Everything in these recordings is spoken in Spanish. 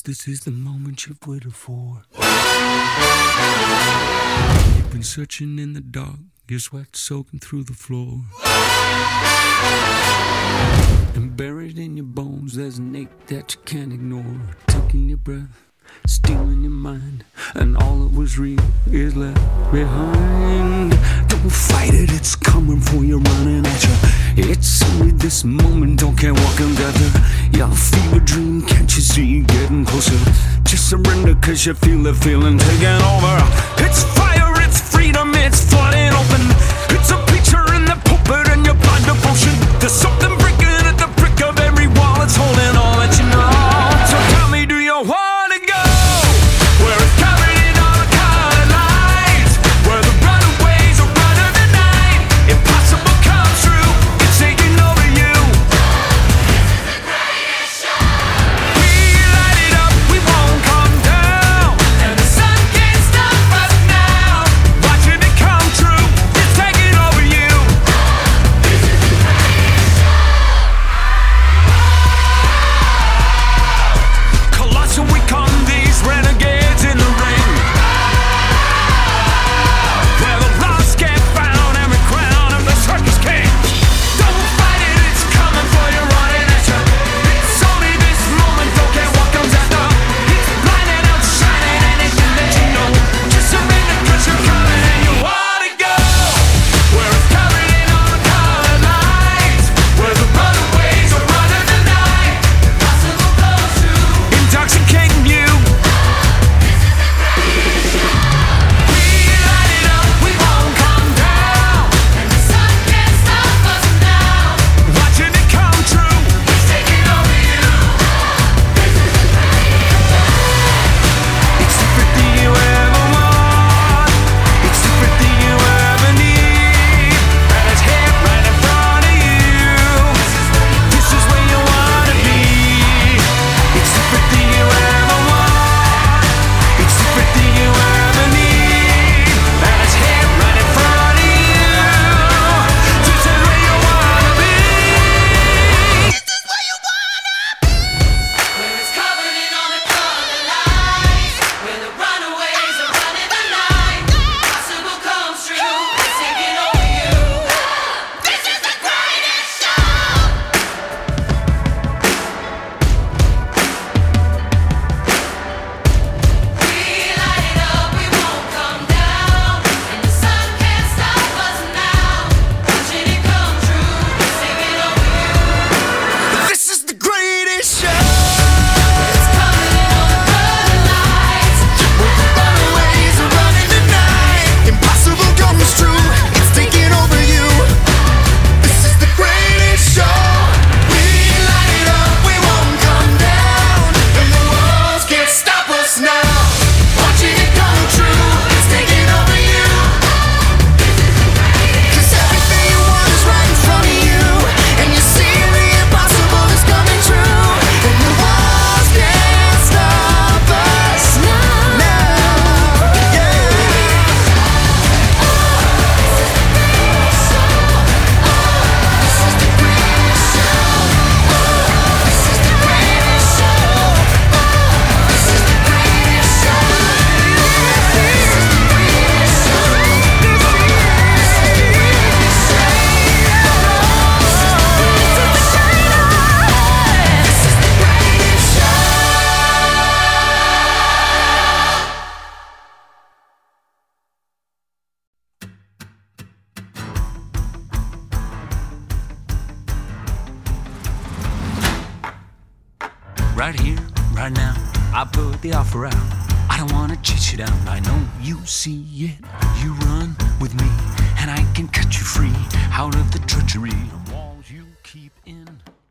Cause this is the moment you've waited for. You've been searching in the dark, your sweat soaking through the floor. And buried in your bones, there's an ache that you can't ignore. Taking your breath, stealing your mind, and all that was real is left behind. Don't fight it, it's coming for you, running at you. It's only this moment, don't care what can gather. Your fever dream, can't you see, getting closer. Just surrender, cause you feel the feeling taking over. It's fire, it's freedom, it's flooding open. It's a picture in the pulpit and your blind devotion. There's something breaking at the brick of every wall, it's holding all that you know. So tell me, do you wanna go where it's covered in all the colored lights, where the runaways are running the night? Impossible comes true, it's taking over you. We light it up, we won't come down, and the sun can't stop us now. Watching it come true, it's taking over you. Colossal, we come, these renegades in the ring, where the lost get found and we crown of the circus king. Don't fight it, it's coming for you, running at you. It's only this moment, don't care what comes after. It's blinding, outshining anything that you know. Just surrender, cause you're coming and you wanna go where it's covered in all the colored lights, where the runaways are running the night. Impossible comes true, intoxicating you. We light it up, we won't come down, and the sun can't stop us now. Watching it come true, it's taking over you. It's everything you ever want, it's everything you ever need, and it's here right in front of you. This is where you wanna be. It's everything you ever want, it's everything you ever need, and it's here right in front of you. This is where you wanna be. This is where you wanna be. Where it's covered in all the colored lights, where the runaways are running the night. Impossible comes true, it's taking over you. This is the greatest show. We light it up, we won't come down, and the sun can't stop us now. Watching it come true, it's taking over you. This is the greatest show. It's coming in all the colored lights, where the runaways are running the night. Impossible comes true, it's taking over you. This is the greatest show. We light it up, we won't come down, and the walls can't stop us now. Watching it come true, it's taking over you. Cause everything you want is right in front of you, and you see the impossible is coming true, and the walls can't stop us now. Yeah. Right here, right now, I put the offer out. I don't wanna chase you down, I know you see it. You run with me, and I can cut you free out of the treachery of walls you keep in.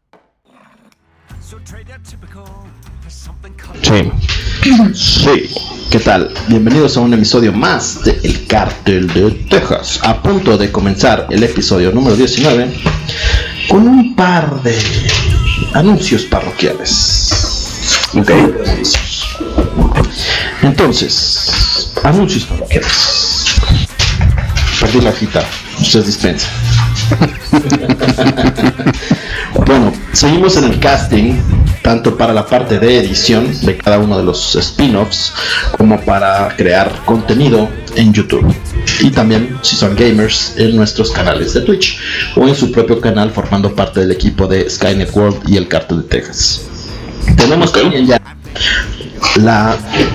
So trade that typical for something Sí, sí, ¿qué tal? Bienvenidos a un episodio más de El Cártel de Texas. A punto de comenzar el episodio número 19 con un par de anuncios parroquiales. Ok. Entonces, anuncios parroquiales. Perdí la cita, ustedes dispensen. Bueno, seguimos en el casting tanto para la parte de edición de cada uno de los spin-offs como para crear contenido en YouTube. Y también, si son gamers, en nuestros canales de Twitch o en su propio canal formando parte del equipo de Skynet World y el Cartel de Texas. Tenemos también ya la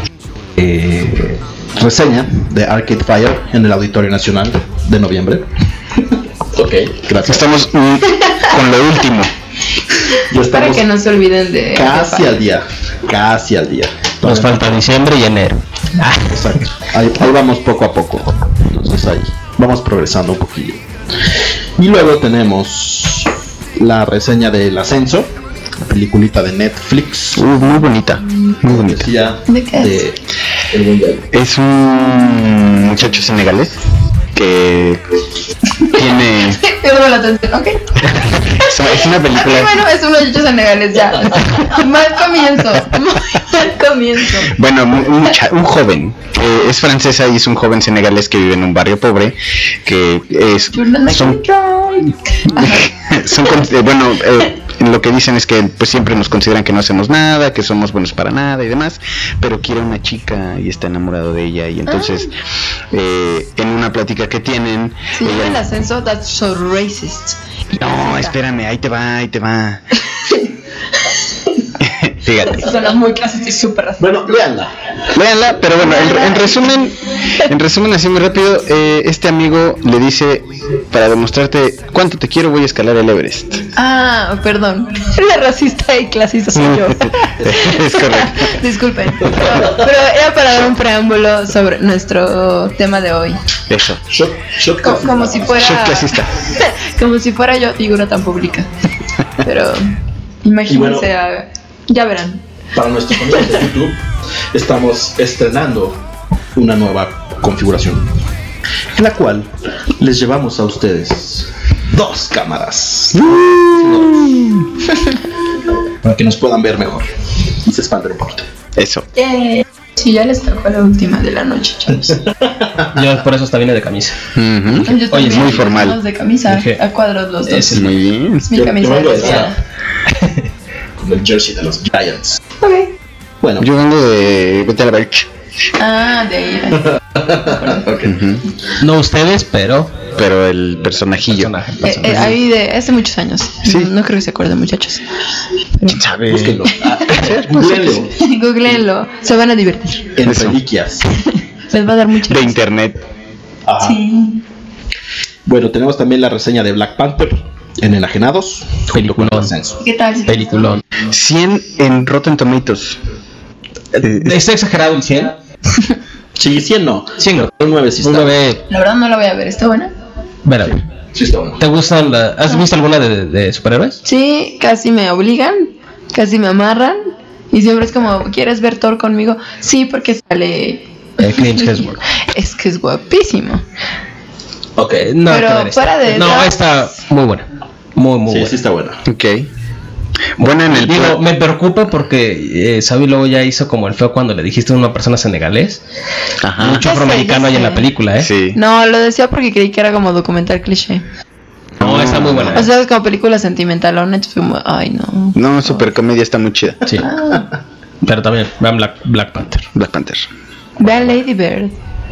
reseña de Arcade Fire en el Auditorio Nacional de noviembre. Ok, gracias. Estamos con lo último. Ya estamos Para que no se olviden de casi al día. Nos falta diciembre y enero. Exacto. Ahí vamos poco a poco. Entonces ahí vamos progresando un poquillo. Y luego tenemos la reseña del Ascenso, la peliculita de Netflix. Muy bonita, muy bonita. ¿De qué es? El Mundial. Es un muchacho senegalés que tiene... Pierdo la atención, ok. Es una película... Bueno, es unos hechos senegales ya. Mal comienzo. Bueno, un joven que es francesa y es un joven senegalés que vive en un barrio pobre que es... Lo que dicen es que pues siempre nos consideran que no hacemos nada, que somos buenos para nada y demás, pero quiere una chica y está enamorado de ella y entonces en una plática que tienen... Sí, el Ascenso, that's so racist. No, espérame, ahí te va. Fíjate. Suena muy clasista y súper racista. Bueno, léanla, pero bueno, en resumen así muy rápido, este amigo le dice, para demostrarte cuánto te quiero voy a escalar el Everest. Ah, perdón, la racista y clasista soy yo. Es correcto. Disculpen, pero era para dar un preámbulo sobre nuestro tema de hoy. Eso. Shot Como si fuera... Shock clasista. Como si fuera yo figura tan pública. Pero imagínense, ya verán. Para nuestro canal de YouTube estamos estrenando una nueva configuración, en la cual les llevamos a ustedes 2 cámaras para que nos puedan ver mejor y se espanten un poquito. Eso. Sí, ya les tocó la última de la noche, chavos. Yo por eso hasta vine de camisa. Ujú. Yo Oye, es también, muy formal. vamos de camisa, Dije, a cuadros los dos. ese Muy bien. Es mi Yo camisa de vengo de lesbiana. Con el jersey de los Giants. Ok. Bueno, Yo vengo de Bettelberg. Ah, de ahí. okay. No ustedes, pero El personajillo. personaje. Ahí de hace muchos años. Sí. No creo que se acuerden, muchachos. ¿Quién sabe? Búsquenlo. Googleenlo Googleenlo, se van a divertir. en Eso. reliquias. Les va a dar mucha De risa. internet. Ajá. Sí. Bueno, tenemos también la reseña de Black Panther en Enajenados, junto con el Peliculón. Ascenso. ¿Qué tal? Peliculón. 100 en Rotten Tomatoes. ¿Está exagerado el 100? Sí, 100 no. 100 no. Un 9 sí Un está. 9. La verdad no la voy a ver, ¿está buena? Espérame. Sí está bueno. ¿Te gustan ¿Has visto alguna de superhéroes? Sí, casi me obligan, casi me amarran. Y siempre es como, ¿quieres ver Thor conmigo? Sí, porque sale... Clint Hemsworth. Es que es guapísimo. Ok. No, Pero que ver esta. fuera de No, esas- está muy buena. Muy Sí, buena. sí está buena. Ok. Buena en el Digo, me preocupa porque Sabi luego ya hizo como el feo cuando le dijiste a una persona senegalés. Ajá. Mucho Ya afroamericano sé, hay ya en la sé. película, ¿eh? Sí. No, lo decía porque creí que era como documental cliché. No, está muy buena. O sea, es como película sentimental, ¿o no? Ay, no. No, super comedia está muy chida. Sí. Ah. Pero también, vean Black Panther. Black Panther. Vean Lady Bird.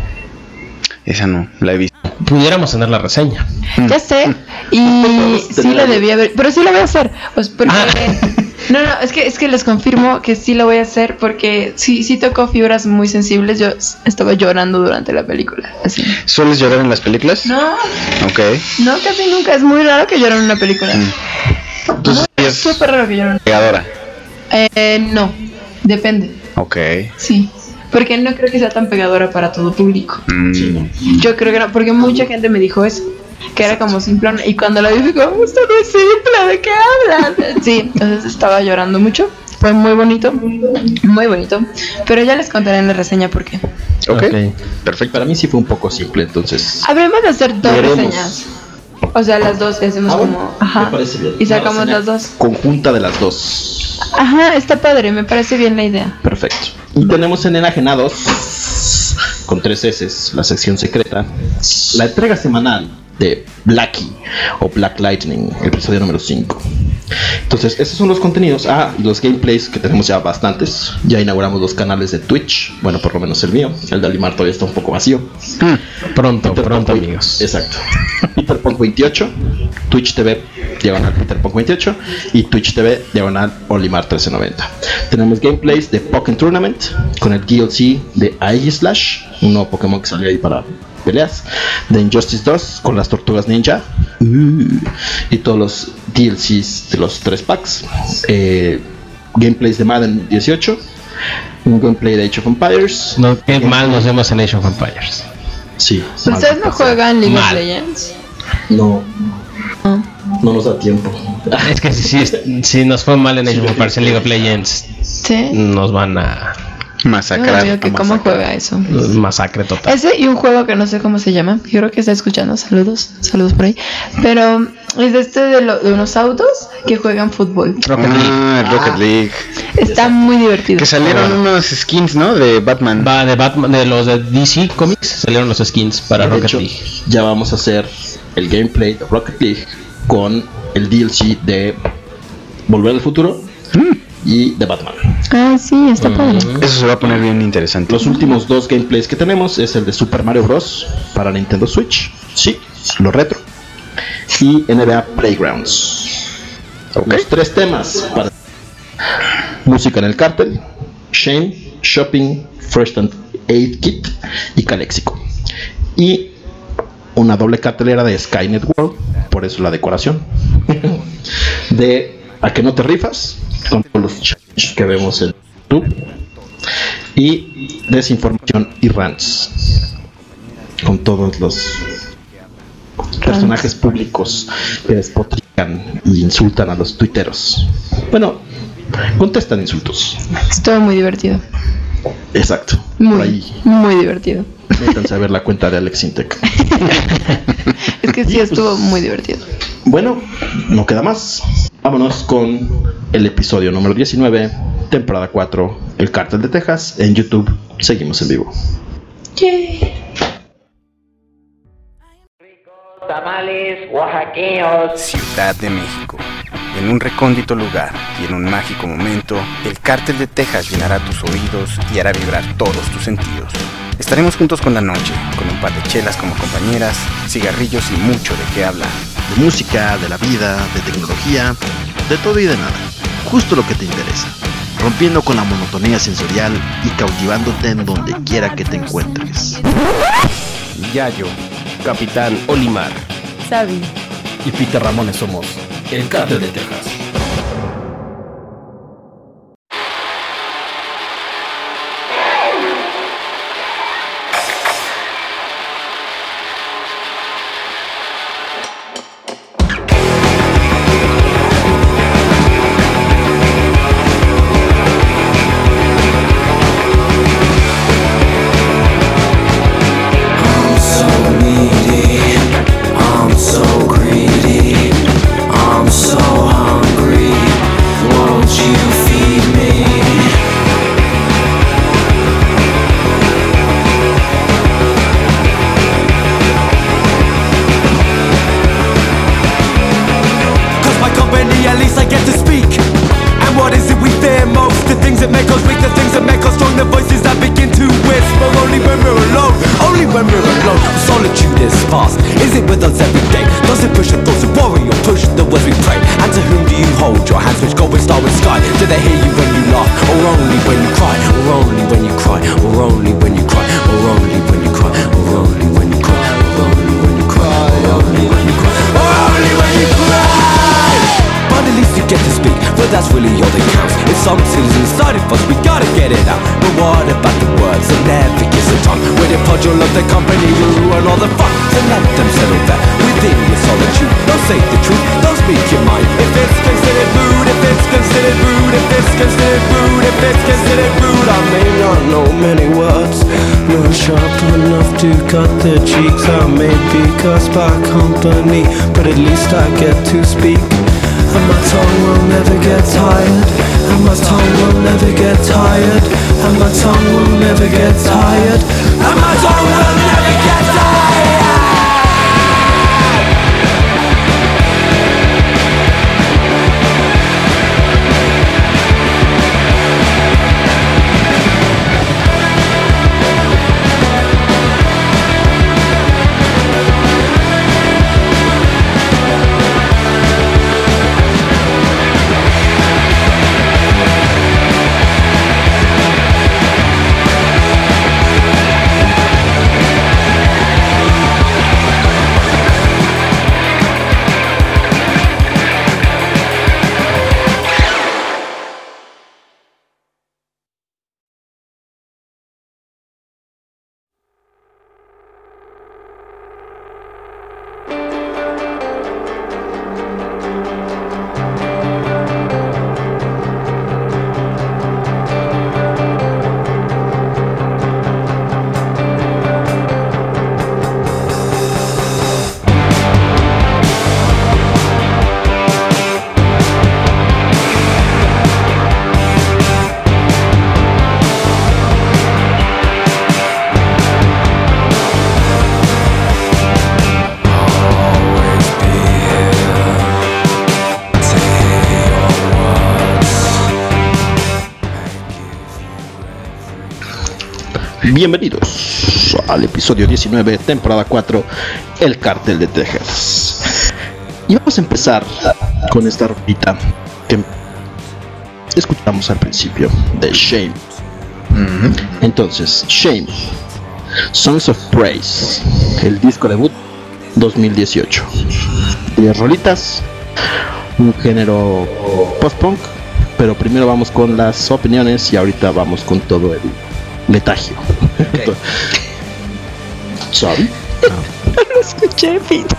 Esa no, la he visto. Pudiéramos tener la reseña. Ya sé. Y sí la debía ver. Pero sí la voy a hacer. Pues porque. No, es que les confirmo que sí lo voy a hacer porque sí tocó fibras muy sensibles. Yo estaba llorando durante la película. Así. ¿Sueles llorar en las películas? No, Ok. no, casi nunca. Es muy raro que llore en una película. Entonces Es es súper raro que llore. pegadora. No, depende. Ok. Sí. Porque no creo que sea tan pegadora para todo público. Sí, no. Yo creo que no, porque mucha gente me dijo eso. Que era como simplón. Y cuando la vi fue como, esto no es simple, ¿de qué hablas? Sí, entonces estaba llorando mucho. Fue muy bonito. Muy bonito. Pero ya les contaré en la reseña por qué. Ok. Ok. Perfecto. Para mí sí fue un poco simple, entonces. Habremos de hacer dos Veremos. reseñas. O sea, las dos y hacemos Bueno, como. Ajá. me parece bien. Y sacamos Una reseña las dos. Conjunta de las dos. Ajá, está padre, me parece bien la idea. Perfecto. Y tenemos en Enajenados, con 3 S, la sección secreta, la entrega semanal de Blackie o Black Lightning, episodio número 5. Entonces, esos son los contenidos. Y los gameplays, que tenemos ya bastantes. Ya inauguramos los canales de Twitch. Bueno, por lo menos el mío. El de Olimar todavía está un poco vacío. Pronto, amigos. Exacto. Peterpunk28, Twitch TV, diagonal Peterpunk28 y Twitch TV, diagonal Olimar1390. Tenemos gameplays de Pokémon Tournament con el DLC de Aegislash, un nuevo Pokémon que salió ahí para peleas, de Injustice 2 con las Tortugas Ninja y todos los DLCs de los 3 packs, gameplays de Madden 18, un gameplay de Age of Empires. No, qué mal nos vemos en Age of Empires. Sí. ¿Ustedes no juegan League of Legends? No nos da tiempo. Es que si nos fue mal en Age of Empires en League of Legends, Sí. nos van a masacrar. ¿Cómo juega eso? masacre total. Ese y un juego que no sé cómo se llama. Yo creo que está escuchando. Saludos por ahí. Pero es de unos autos que juegan fútbol. Rocket League. Está muy divertido. Que salieron unos skins, ¿no? De Batman. De los de DC Comics salieron los skins para De Rocket hecho, League. ya vamos a hacer el gameplay de Rocket League con el DLC de Volver al Futuro y de Batman. Sí, está padre. Eso se va a poner bien interesante. Los últimos 2 gameplays que tenemos es el de Super Mario Bros. Para Nintendo Switch. Sí, lo retro. Y NBA Playgrounds. Los 3 temas para música en el cártel, Shane, Shopping, First and Aid Kit y Calexico. Y una doble cartelera de Skynet World, por eso la decoración, de A que no te rifas, con todos los challenges que vemos en YouTube, y Desinformación y Rants, con todos los personajes públicos que despotrican y insultan a los tuiteros. Bueno, contestan insultos. Estuvo muy divertido. Exacto. Por ahí Muy divertido. métanse a ver la cuenta de Alex Intec. Es que sí, estuvo muy divertido. Bueno, no queda más. Vámonos con el episodio número 19, temporada 4, El Cártel de Texas, en YouTube. Seguimos en vivo. Tamales oaxaqueños. Ciudad de México. En un recóndito lugar y en un mágico momento, el Cártel de Texas llenará tus oídos y hará vibrar todos tus sentidos. Estaremos juntos con la noche, con un par de chelas como compañeras, cigarrillos y mucho de qué hablar. De música, de la vida, de tecnología, de todo y de nada. Justo lo que te interesa. Rompiendo con la monotonía sensorial y cautivándote en donde quiera que te encuentres. Yayo, Capitán Olimar Sabi y Peter Ramones somos el Cártel de Texas. But at least I get to speak. And my tongue will never get tired. And my tongue will never get tired. And my tongue will never get tired. And my tongue will never get tired. Bienvenidos al episodio 19, temporada 4, El Cártel de Texas. Y vamos a empezar con esta rolita que escuchamos al principio de Shame. Entonces, Shame, Songs of Praise, el disco debut 2018. 10 rolitas, un género post-punk, pero primero vamos con las opiniones y ahorita vamos con todo el letagio. Okay. ¿Sorry? No escuché, Pete.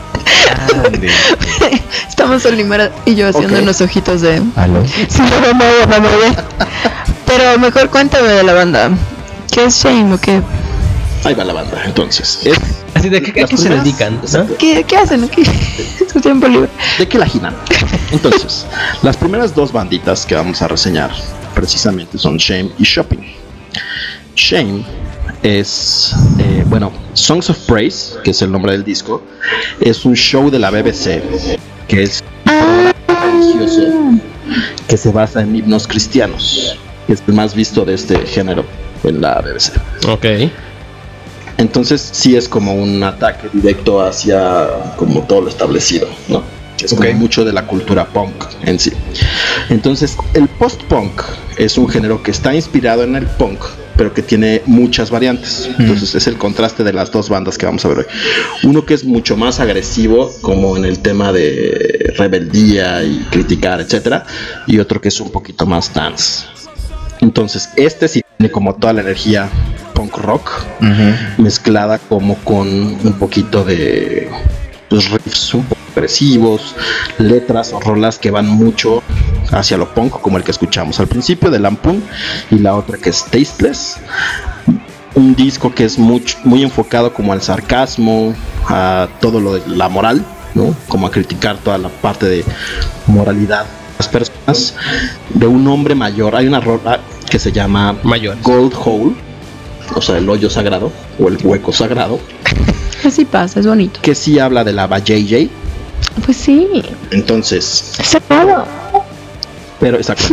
Estamos Olimar y yo haciendo unos ojitos de... ¿Aló? Sí, no. Pero mejor cuéntame de la banda. ¿Qué es Shame o qué? Ahí va la banda, entonces. Así de ¿a qué se dedican? ¿No? ¿Qué hacen aquí? Su tiempo libre. ¿De qué la giran? Entonces, las primeras dos banditas que vamos a reseñar precisamente son Shame y Shopping. Shame es, Songs of Praise, que es el nombre del disco, es un show de la BBC, que es un programa religioso que se basa en himnos cristianos, que es el más visto de este género en la BBC. Ok. Entonces sí es como un ataque directo hacia como todo lo establecido, ¿no? Es como mucho de la cultura punk en sí. Entonces el post-punk es un género que está inspirado en el punk, pero que tiene muchas variantes. Entonces es el contraste de las dos bandas que vamos a ver hoy. Uno que es mucho más agresivo, como en el tema de rebeldía y criticar, etcétera, y otro que es un poquito más dance. Entonces este sí tiene como toda la energía punk rock, mezclada como con un poquito de riffs un poco agresivos, letras o rolas que van mucho hacia lo punk, como el que escuchamos al principio de Lampoon, y la otra que es Tasteless. Un disco que es muy enfocado como al sarcasmo, a todo lo de la moral, ¿no? Como a criticar toda la parte de moralidad de las personas, de un hombre mayor. Hay una rola que se llama Mayor. Gold Hole, o sea, el hoyo sagrado o el hueco sagrado. Así pasa, es bonito. Que sí habla de la JJ. Pues sí. Entonces. Es sagrado. Pero exacto.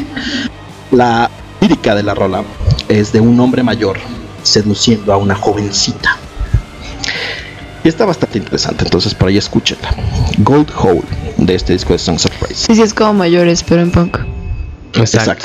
La lírica de la rola es de un hombre mayor seduciendo a una jovencita. Y está bastante interesante, entonces por ahí escúchenla. Gold Hole, de este disco de Songs of Praise. Sí, es como mayores, pero en punk. Exacto.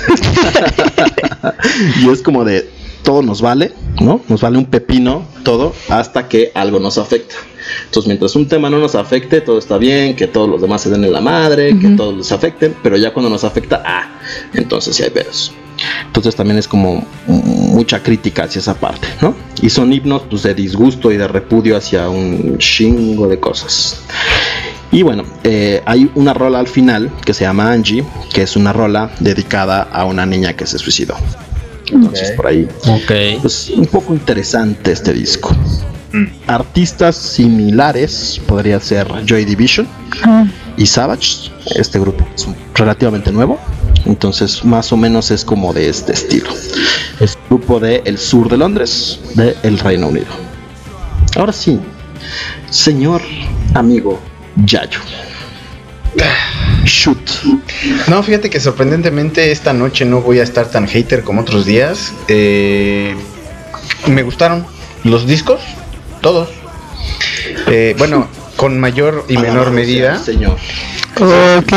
Y es como de todo nos vale, ¿no? Nos vale un pepino todo hasta que algo nos afecta. Entonces, mientras un tema no nos afecte, todo está bien, que todos los demás se den en la madre, que todos les afecten, pero ya cuando nos afecta, entonces sí hay pedos. Entonces también es como mucha crítica hacia esa parte, ¿no? Y son himnos pues, de disgusto y de repudio hacia un chingo de cosas. Y bueno, hay una rola al final que se llama Angie, que es una rola dedicada a una niña que se suicidó. Entonces por ahí, pues un poco interesante este disco. Artistas similares podría ser Joy Division y Savage. Este grupo es relativamente nuevo, entonces más o menos es como de este estilo. Es un grupo del sur de Londres, del Reino Unido. Ahora sí, señor amigo Yayo, shoot. No, fíjate que sorprendentemente esta noche no voy a estar tan hater como otros días. Me gustaron los discos, todos. Bueno, con mayor y menor medida. Señor. Ok.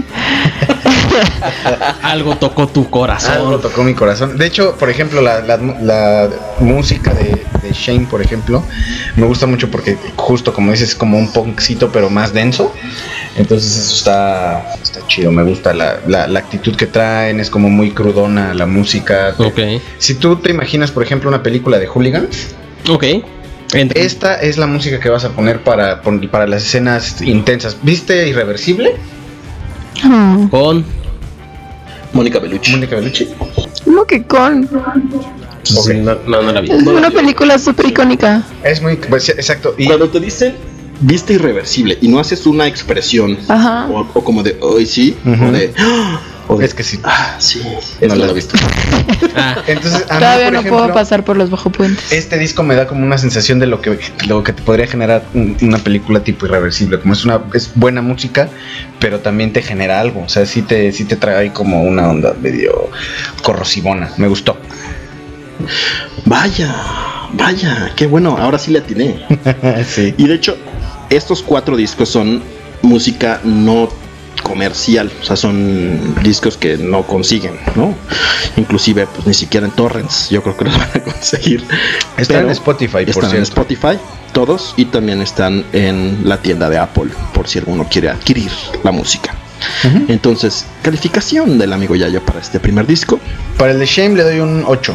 Algo tocó tu corazón. Algo tocó mi corazón. De hecho, por ejemplo, la música de Shame, por ejemplo, me gusta mucho porque justo como dices, es como un punkcito pero más denso. Entonces eso está chido. Me gusta la actitud que traen. Es como muy crudona la música. Si tú te imaginas, por ejemplo, una película de hooligans, esta es la música que vas a poner para las escenas intensas. ¿Viste Irreversible? Con Mónica Bellucci. ¿Cómo que con? No la vi. Es una película súper icónica. Es muy, pues, exacto. Y cuando te dicen viste Irreversible y no haces una expresión o como de hoy sí, o de es que sí. Sí, no la he visto. Entonces, a todavía mí, no ejemplo, puedo pasar por los bajopuentes. Este disco me da como una sensación de lo que te podría generar una película tipo Irreversible. Como es buena música, pero también te genera algo. O sea, sí te trae como una onda medio corrosivona. Me gustó. Vaya, qué bueno, ahora sí le atiné. Sí. Y de hecho, estos 4 discos son música no comercial, o sea, son discos que no consiguen, ¿no? Inclusive, pues ni siquiera en torrents, yo creo que los van a conseguir. Están en Spotify, por están cierto. en Spotify, todos, y también están en la tienda de Apple, por si alguno quiere adquirir la música. Uh-huh. Entonces, calificación del amigo Yayo para este primer disco. Para el de Shame le doy un 8.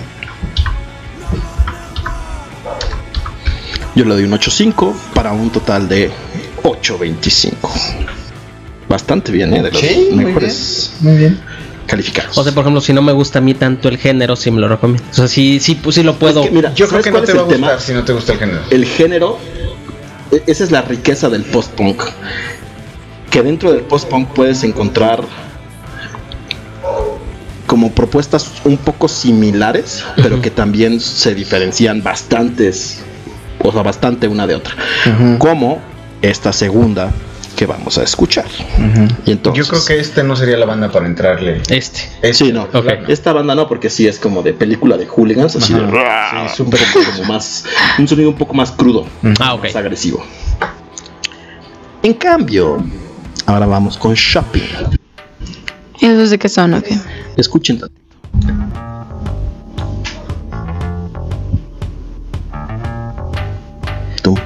Yo le doy un 8.5 para un total de 8.25. Bastante bien, de los Sí, mejores muy bien. calificados. O sea, por ejemplo, si no me gusta a mí tanto el género, sí me lo recomiendo. O sea, sí lo puedo. Es que, mira, Yo creo ¿sabes que no cuál te es va a el tema? gustar si no te gusta el género. El género, esa es la riqueza del post-punk. Que dentro del post-punk puedes encontrar como propuestas un poco similares, pero que también se diferencian bastante una de otra. Uh-huh. Como esta segunda que vamos a escuchar. Uh-huh. Y entonces, Yo creo que este no sería la banda para entrarle. Sí, no. Okay. Esta banda no, porque sí es como de película de hooligans, así de Sí, súper como más, un sonido un poco más crudo, Ok. más agresivo. En cambio, ahora vamos con Shopping. ¿Esos de qué son o qué? Escuchen tantito. Tum.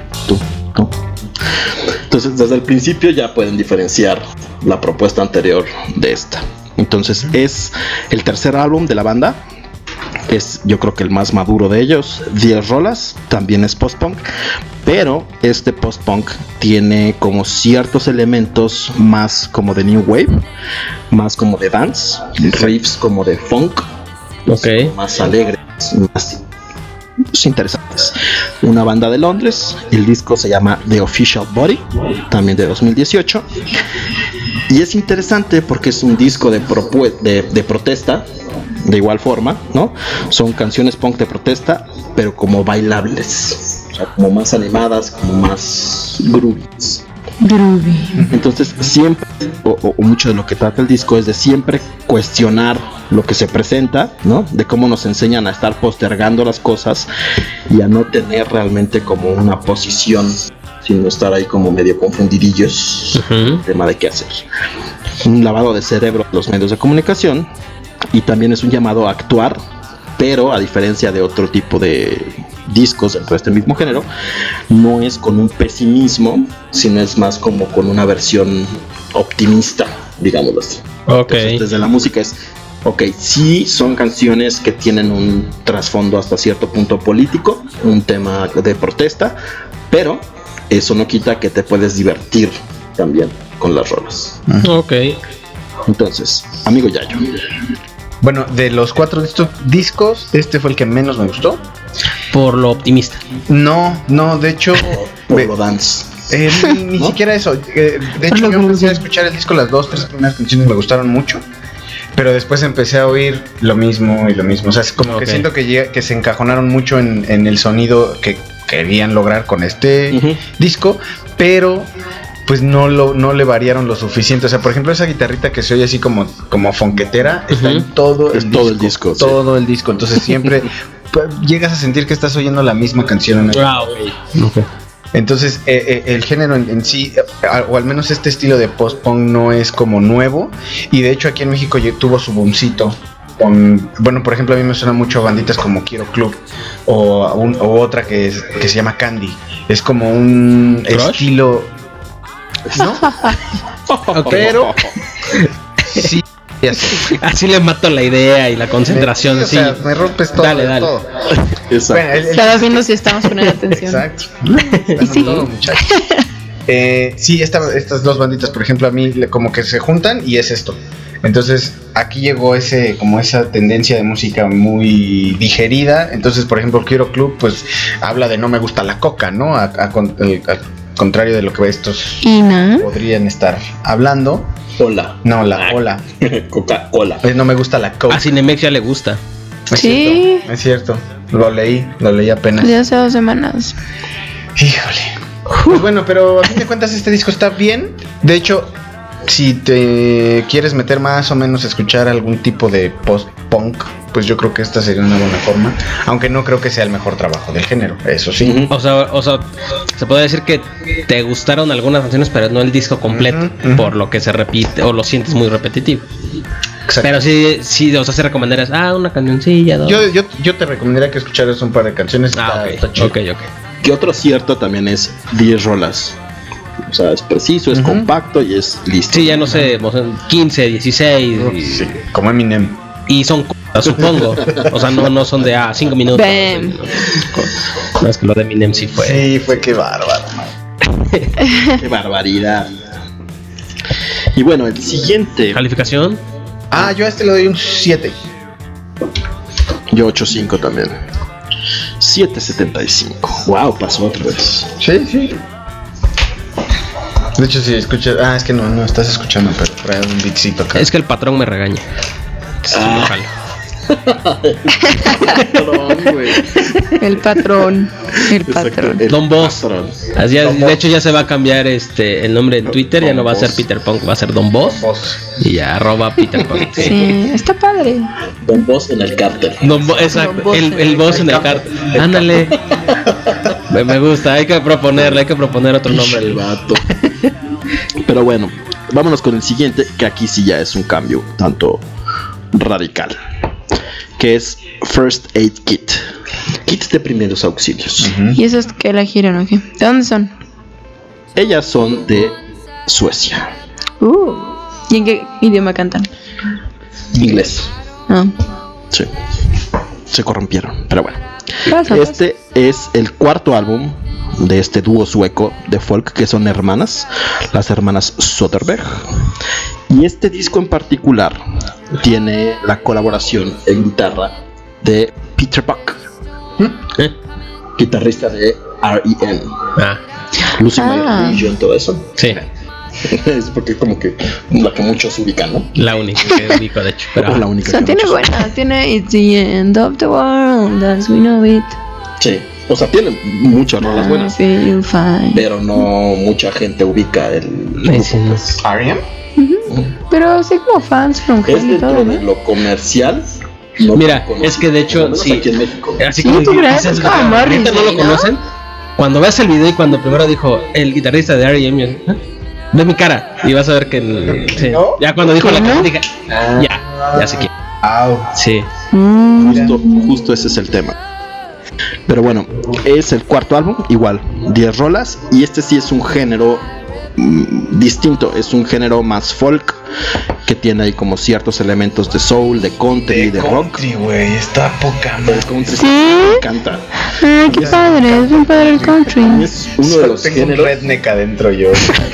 Entonces, desde el principio ya pueden diferenciar la propuesta anterior de esta. Entonces, es el tercer álbum de la banda. Es, yo creo que el más maduro de ellos. 10 rolas, también es post-punk. Pero este post-punk tiene como ciertos elementos más como de New Wave, más como de dance, riffs como de funk, Ok. más alegres, más interesantes. Una banda de Londres, el disco se llama The Official Body, también de 2018. Y es interesante porque es un disco de protesta, de igual forma, ¿no? Son canciones punk de protesta, pero como bailables, o sea, como más animadas, como más groovies. Groovy. Entonces siempre, o mucho de lo que trata el disco es de siempre cuestionar lo que se presenta, ¿no? De cómo nos enseñan a estar postergando las cosas y a no tener realmente como una posición, sino estar ahí como medio confundidillos, tema de qué hacer. Un lavado de cerebro de los medios de comunicación, y también es un llamado a actuar, pero a diferencia de otro tipo de discos dentro de este mismo género, no es con un pesimismo, sino es más como con una versión optimista, digámoslo así. Ok. Entonces, desde la música es, ok, sí son canciones que tienen un trasfondo hasta cierto punto político, un tema de protesta, pero eso no quita que te puedes divertir también con las rolas. Ok. Entonces, amigo Yayo. Bueno, de los 4 de estos discos, este fue el que menos me gustó. Por lo optimista. No, de hecho, Por lo dance. ni ¿No? siquiera eso. De hecho, yo empecé a escuchar el disco, las 2-3 primeras canciones me gustaron mucho, pero después empecé a oír lo mismo y lo mismo. O sea, es como que siento que se encajonaron mucho en el sonido que querían lograr con este disco, pero pues no le variaron lo suficiente. O sea, por ejemplo, esa guitarrita que se oye así como fonquetera, está en todo el disco. Todo el disco. Entonces siempre llegas a sentir que estás oyendo la misma canción. Okay. Entonces, el género en sí, o al menos este estilo de post-punk no es como nuevo. Y de hecho aquí en México tuvo su boomcito. Bueno, por ejemplo, a mí me suena mucho banditas como Quiero Club o otra que se llama Candy. Es como un estilo... ¿No? Pero sí, así le mato la idea y la concentración. O sea, me rompes todo. Dale. Todo. Exacto. Bueno, Estaba viendo si estamos poniendo atención. Exacto. Y sí. Todo, muchachos. Sí, estas dos banditas, por ejemplo, a mí como que se juntan y es esto. Entonces aquí llegó esa tendencia de música muy digerida. Entonces, por ejemplo, Quiero Club pues habla de no me gusta la coca, ¿no? Al contrario de lo que estos podrían estar hablando. Hola. No, la hola. Coca-Cola. No me gusta la coca. A Cinemex ya le gusta. Sí. Es cierto. Lo leí apenas. Ya hace 2 semanas. Híjole. Pues bueno, pero a fin de cuentas este disco está bien. De hecho, si te quieres meter más o menos a escuchar algún tipo de punk, pues yo creo que esta sería una buena forma, aunque no creo que sea el mejor trabajo del género, eso sí. O sea, se puede decir que te gustaron algunas canciones, pero no el disco completo, por lo que se repite o lo sientes muy repetitivo. Exacto. Pero sí, o sea, se recomendarías, una cancioncilla, dos. Yo te recomendaría que escucharas un par de canciones. Está chido. Ok. Que otro cierto también es 10 rolas. O sea, es preciso, es compacto y es listo. Sí, ya no sé, 15, 16. Sí, como Eminem. Y son supongo. O sea, no son de 5 minutos. No, es que lo de Eminem sí fue. Sí, fue que bárbaro. Qué barbaridad. Y bueno, el siguiente. ¿Calificación? Yo a este le doy un 7. Yo 8.5 también. 7.75. Wow, pasó otra vez. Sí. De hecho, si escuchas. Es que no estás escuchando, pero trae un beatcito acá. Es que el patrón me regaña. El patrón. Don Boss. De hecho, ya se va a cambiar el nombre en Twitter. Ya no va a ser Peter Punk, va a ser Don Boss. Y ya @Peter Punk. Sí, está padre. Don Boss en el cártel. Exacto. Boss el Boss en el cártel. Ándale. Me gusta. Hay que proponer otro nombre al vato. Pero bueno, vámonos con el siguiente, que aquí sí ya es un cambio tanto radical, que es First Aid Kit. Kit de primeros auxilios. ¿Y esos que eligieron o qué? ¿De dónde son? Ellas son de Suecia. ¿Y en qué idioma cantan? Inglés. Sí. Se corrompieron, pero bueno. Este es el cuarto álbum de este dúo sueco de folk que son hermanas, las hermanas Soderbergh. Y este disco en particular tiene la colaboración en guitarra de Peter Buck, guitarrista de R.E.M. Lucy My Religion, todo eso. Sí. Es porque como que la que muchos ubican, ¿no? La única que ubico, de hecho. Pero la única. O sea, tiene buenas, tiene It's the End of the World as we know it. Sí, o sea, tiene muchas rolas buenas, pero no mucha gente ubica el R.E.M. Pero sí como fans from Hell y todo, ¿no? De lo comercial. No. Mira, es que de hecho sí, aquí en México. Así como dices, ahorita no lo conocen. Cuando veas el video y cuando primero dijo el guitarrista de R.E.M., ve mi cara y vas a ver que ¿no? Ya cuando dijo la cara dije, ya sé quién. Sí. Justo ese es el tema. Pero bueno, es el cuarto álbum, igual 10 rolas, y este sí es un género distinto, es un género más folk que tiene ahí como ciertos elementos de soul, de country, de rock. Güey, está poca madre. El country me encanta. Qué padre, es bien padre el country. Es uno de los géneros. Un redneck adentro yo.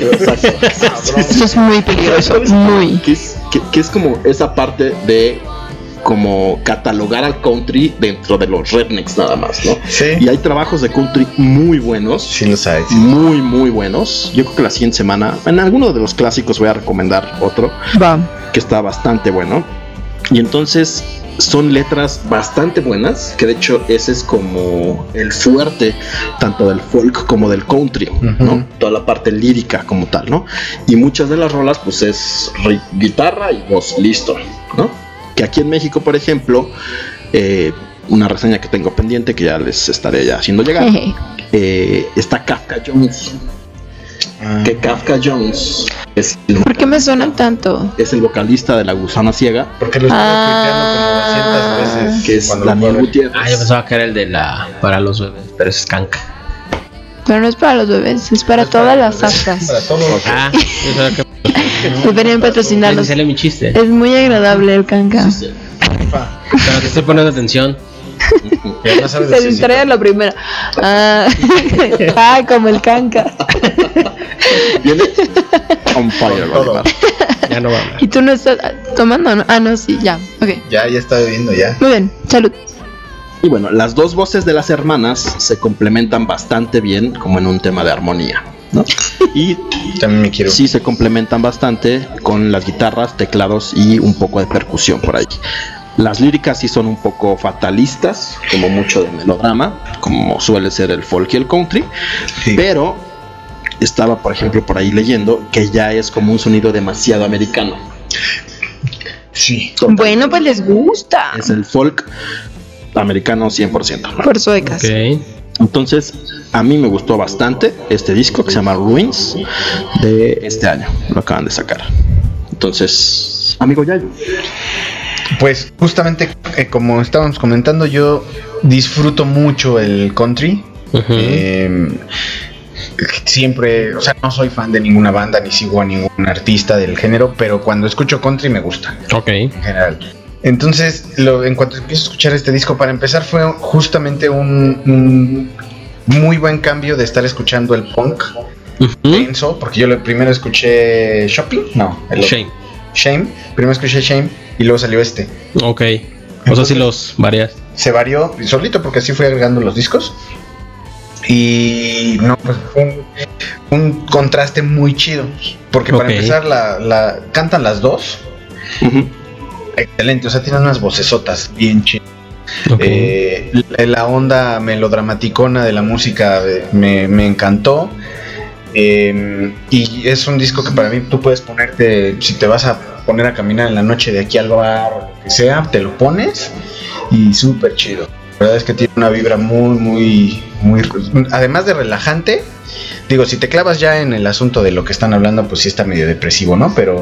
Esto es muy peligroso, muy. Que es como esa parte de como catalogar al country dentro de los rednecks nada más, ¿no? Sí. Y hay trabajos de country muy buenos. Sí los hay. Sí. Muy, muy buenos. Yo creo que la siguiente semana, en alguno de los clásicos voy a recomendar otro. Que está bastante bueno. Y entonces son letras bastante buenas, que de hecho ese es como el fuerte tanto del folk como del country, ¿no? Toda la parte lírica como tal, ¿no? Y muchas de las rolas pues es guitarra y voz, listo, ¿no? Que aquí en México, por ejemplo, una reseña que tengo pendiente, que ya les estaré ya haciendo llegar, está Kafka Jones. Que Kafka Jones es ¿por qué me suena tanto? Es el vocalista de La Gusana Ciega. Porque lo estuve tuiteando como 200 veces. Que es Daniel Gutiérrez. Yo pensaba que era el de para los bebés, pero es Skank. Pero no es para los bebés, es para todas las aftas. Para todos los yo sabía que deberían patrocinarlos. Sale mi chiste. Es muy agradable el canca. Pero te estoy poniendo atención. Se distrae a la primera. Como el canca. Viene on fire, Valdemar. Ya no va. ¿Y tú no estás tomando? ¿No? No, sí, ya. Okay. Ya está bebiendo ya. Muy bien, salud. Y bueno, las dos voces de las hermanas se complementan bastante bien, como en un tema de armonía, ¿no? Y también me quiero. Sí se complementan bastante con las guitarras, teclados y un poco de percusión por ahí. Las líricas sí son un poco fatalistas, como mucho de melodrama, como suele ser el folk y el country, pero estaba, por ejemplo, por ahí leyendo que ya es como un sonido demasiado americano. Sí. Bueno, pues les gusta. Es el folk americano 100%, ¿no? Por suecas. Ok. Entonces, a mí me gustó bastante este disco que se llama Ruins de este año. Lo acaban de sacar. Entonces, amigo Yayo. Pues justamente como estábamos comentando, yo disfruto mucho el country. Siempre, o sea, no soy fan de ninguna banda ni sigo a ningún artista del género, pero cuando escucho country me gusta. Ok. En general. Entonces, en cuanto empiezo a escuchar este disco, para empezar fue justamente un muy buen cambio de estar escuchando el punk denso, porque yo primero escuché Shame. Primero escuché Shame y luego salió este. Ok. O sea, si los varias. Se varió solito porque así fui agregando los discos. Y no, pues fue un contraste muy chido. Porque para empezar, cantan las dos. Excelente, o sea, tienen unas vocesotas bien chidas. Okay. La onda melodramaticona de la música me encantó. Y es un disco que para mí tú puedes ponerte, si te vas a poner a caminar en la noche de aquí al bar o lo que sea, te lo pones y súper chido. La verdad es que tiene una vibra muy, además de relajante. Digo, si te clavas ya en el asunto de lo que están hablando, pues sí está medio depresivo, ¿no? Pero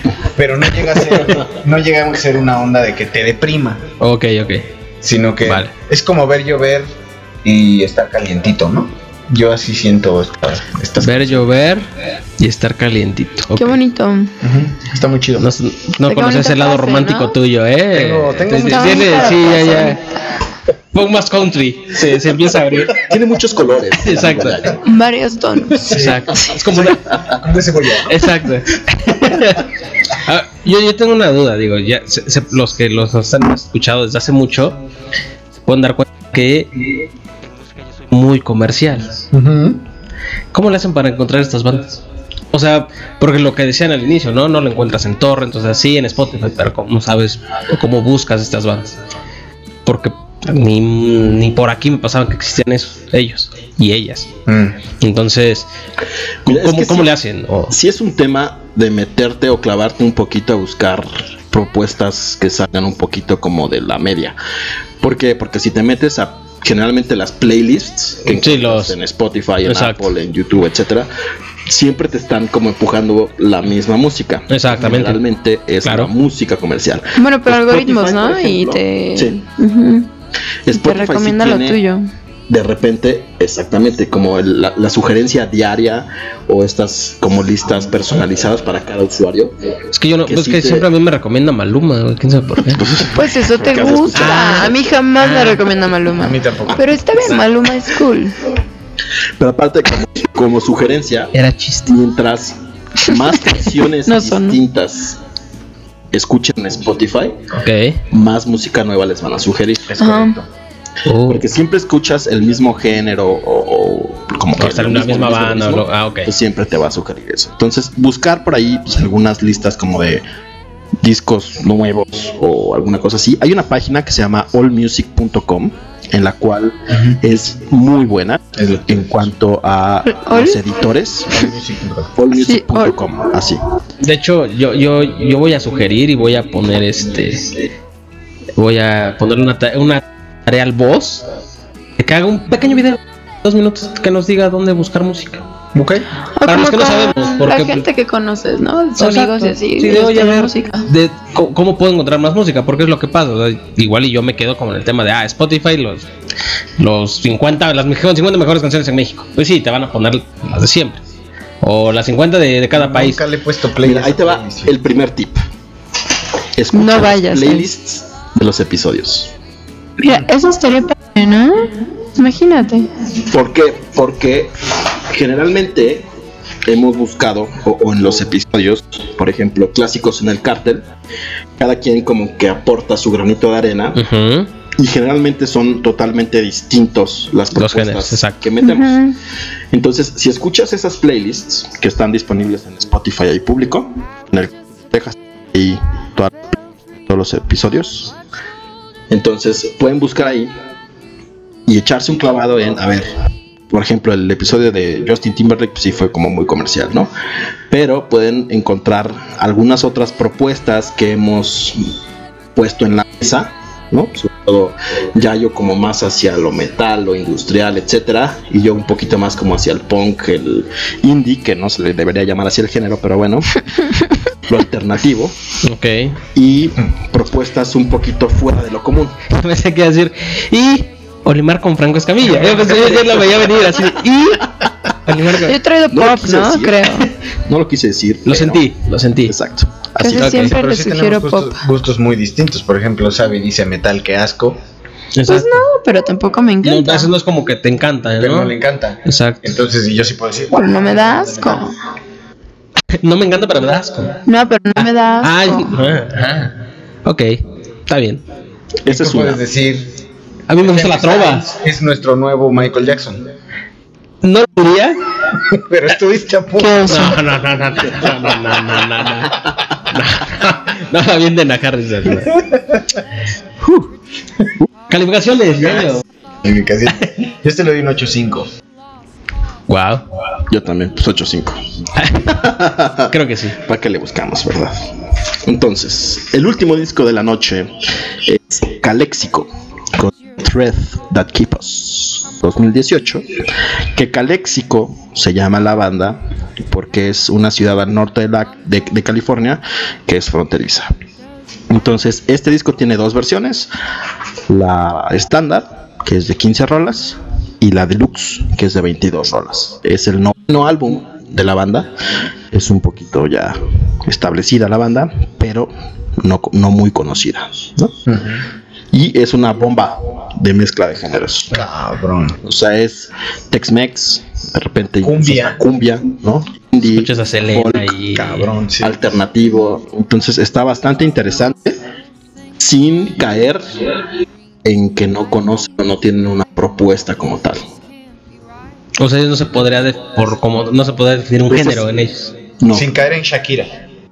no llega a ser una onda de que te deprima. Ok. Sino que es como ver llover y estar calientito, ¿no? Yo así siento estas ver llover y estar calientito. Okay. Qué bonito. Está muy chido. No conoces el lado romántico, ¿no? Tuyo, ¿eh? Tengo ya. Pon más country, se empieza a abrir. Tiene muchos colores. Exacto. Varios tonos. Exacto. Es como de cebolla. Exacto. Yo tengo una duda, digo, ya los que los han escuchado desde hace mucho se pueden dar cuenta que es muy comercial. ¿Cómo le hacen para encontrar estas bandas? O sea, porque lo que decían al inicio, ¿no? No lo encuentras en torrent, entonces sí en Spotify, pero ¿cómo sabes cómo buscas estas bandas? Porque ni por aquí me pasaban que existían ellos y ellas. Entonces, ¿cómo le hacen? Si es un tema de meterte o clavarte un poquito a buscar propuestas que salgan un poquito como de la media. ¿Por qué? Porque si te metes a generalmente las playlists que encuentras en Spotify, en Apple, en YouTube, etcétera, siempre te están como empujando la misma música. Exactamente. Generalmente es la música comercial. Bueno, pero Spotify, algoritmos, ¿no? Ejemplo, y te... Sí. Spotify te recomienda lo tuyo. De repente, exactamente, como la sugerencia diaria o estas como listas personalizadas para cada usuario. Es que yo no, es que siempre a mí me recomienda Maluma, quién sabe por qué. Pues eso te gusta. A mí jamás me recomienda Maluma. A mí tampoco. Pero está bien, Maluma es cool. Pero aparte, como sugerencia, era chiste. Mientras más canciones distintas escuchen en Spotify, más música nueva les van a sugerir. Es correcto. Porque siempre escuchas el mismo género o como que hasta una misma banda pues siempre te va a sugerir eso. Entonces buscar por ahí pues, algunas listas como de discos nuevos o alguna cosa así. Hay una página que se llama allmusic.com en la cual es muy buena en cuanto a los editores. Allmusic.com, así. De hecho, yo voy a sugerir y voy a poner voy a poner una tarea al boss que haga un pequeño video 2 minutos que nos diga dónde buscar música. Okay. Para los que no sabemos, porque la gente que conoces, ¿no? Sus amigos y así. Sí, de ver música. ¿Cómo puedo encontrar más música? Porque es lo que pasa. O sea, igual y yo me quedo como en el tema de Spotify, las 50 mejores canciones en México. Pues sí, te van a poner las de siempre. O las 50 de cada país. Nunca le he puesto play. Mira, ahí te va el primer tip. Escucha no vayas, playlists de los episodios. Mira, eso estaría padre, ¿no? Imagínate. ¿Por qué? Porque generalmente hemos buscado, o en los episodios, por ejemplo, clásicos en el cártel, cada quien como que aporta su granito de arena, y generalmente son totalmente distintos las propuestas que metemos. Entonces, si escuchas esas playlists que están disponibles en Spotify ahí público, en el Texas y todos los episodios, entonces pueden buscar ahí y echarse un clavado en, a ver, por ejemplo, el episodio de Justin Timberlake pues, sí fue como muy comercial, ¿no? Pero pueden encontrar algunas otras propuestas que hemos puesto en la mesa, ¿no? Sobre todo Yayo como más hacia lo metal, lo industrial, etcétera, y yo un poquito más como hacia el punk, el indie, que no se le debería llamar así el género, pero bueno, lo alternativo. Ok. Y propuestas un poquito fuera de lo común. Pensé que iba a decir, y Olimar con Franco Escamilla. Yo pensé que lo veía venir así, y Olimar con... Yo he traído pop, ¿no? Creo. No lo quise decir. Lo sentí. Exacto. Casi Así siempre pero le sí sugiero tenemos pop. gustos muy distintos. Por ejemplo, Xavi dice metal, que asco. Pues no, pero tampoco me No, encanta. eso no es como que te encanta, ¿no? Pero no le encanta. Exacto. Entonces, y yo sí puedo decir. Pero no me da asco. No me encanta, pero me da asco. No, pero no me da Ay, asco. ok, está bien. Esa es Tú una. puedes decir. A mí me gusta la trova. Es nuestro nuevo Michael Jackson. ¿No lo diría? Pero estuviste a punto. ¿Qué oso? No, la bien de Najarris. Calificaciones, Yayo. Yo te le doy un 8.5. Wow. Yo también, pues 8.5. Creo que sí. ¿Para qué le buscamos, verdad? Entonces, el último disco de la noche es Calexico con Thread That Keep Us 2018. Que Calexico se llama la banda porque es una ciudad al norte de California que es fronteriza. Entonces, este disco tiene dos versiones: la estándar, que es de 15 rolas, y la deluxe, que es de 22 rolas. Es el noveno álbum de la banda. Es un poquito ya establecida la banda, pero no muy conocida, ¿no? Y es una bomba de mezcla de géneros. Cabrón. O sea, es Tex-Mex, de repente Cumbia, ¿no? Indie, Escuchas a Selena folk, y... Cabrón, sí. alternativo. Entonces está bastante interesante, sin caer en que no conocen o no tienen una propuesta como tal. O sea, no se podría no se podría definir un Pues género en ellos. No. Sin caer en Shakira.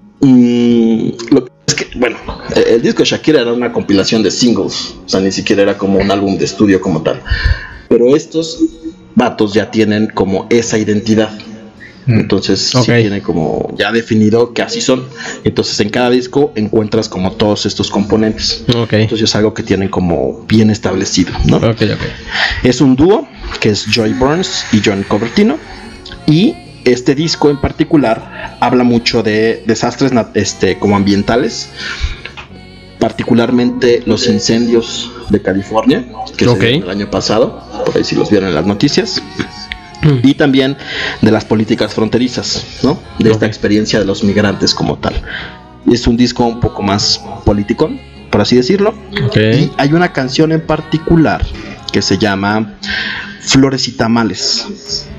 Es que, bueno, el disco de Shakira era una compilación de singles, o sea, ni siquiera era como un álbum de estudio como tal. Pero estos vatos ya tienen como esa identidad. Entonces sí tiene como ya definido que así son. Entonces en cada disco encuentras como todos estos componentes. Entonces es algo que tienen como bien establecido, ¿no? Es un dúo que es Joy Burns y John Covertino. Y este disco en particular habla mucho de desastres como ambientales, particularmente los incendios de California que se dieron el año pasado, por ahí si los vieron en las noticias. Y también de las políticas fronterizas, ¿no? De esta experiencia de los migrantes como tal. Es un disco un poco más político, por así decirlo. Y hay una canción en particular que se llama Flores y Tamales.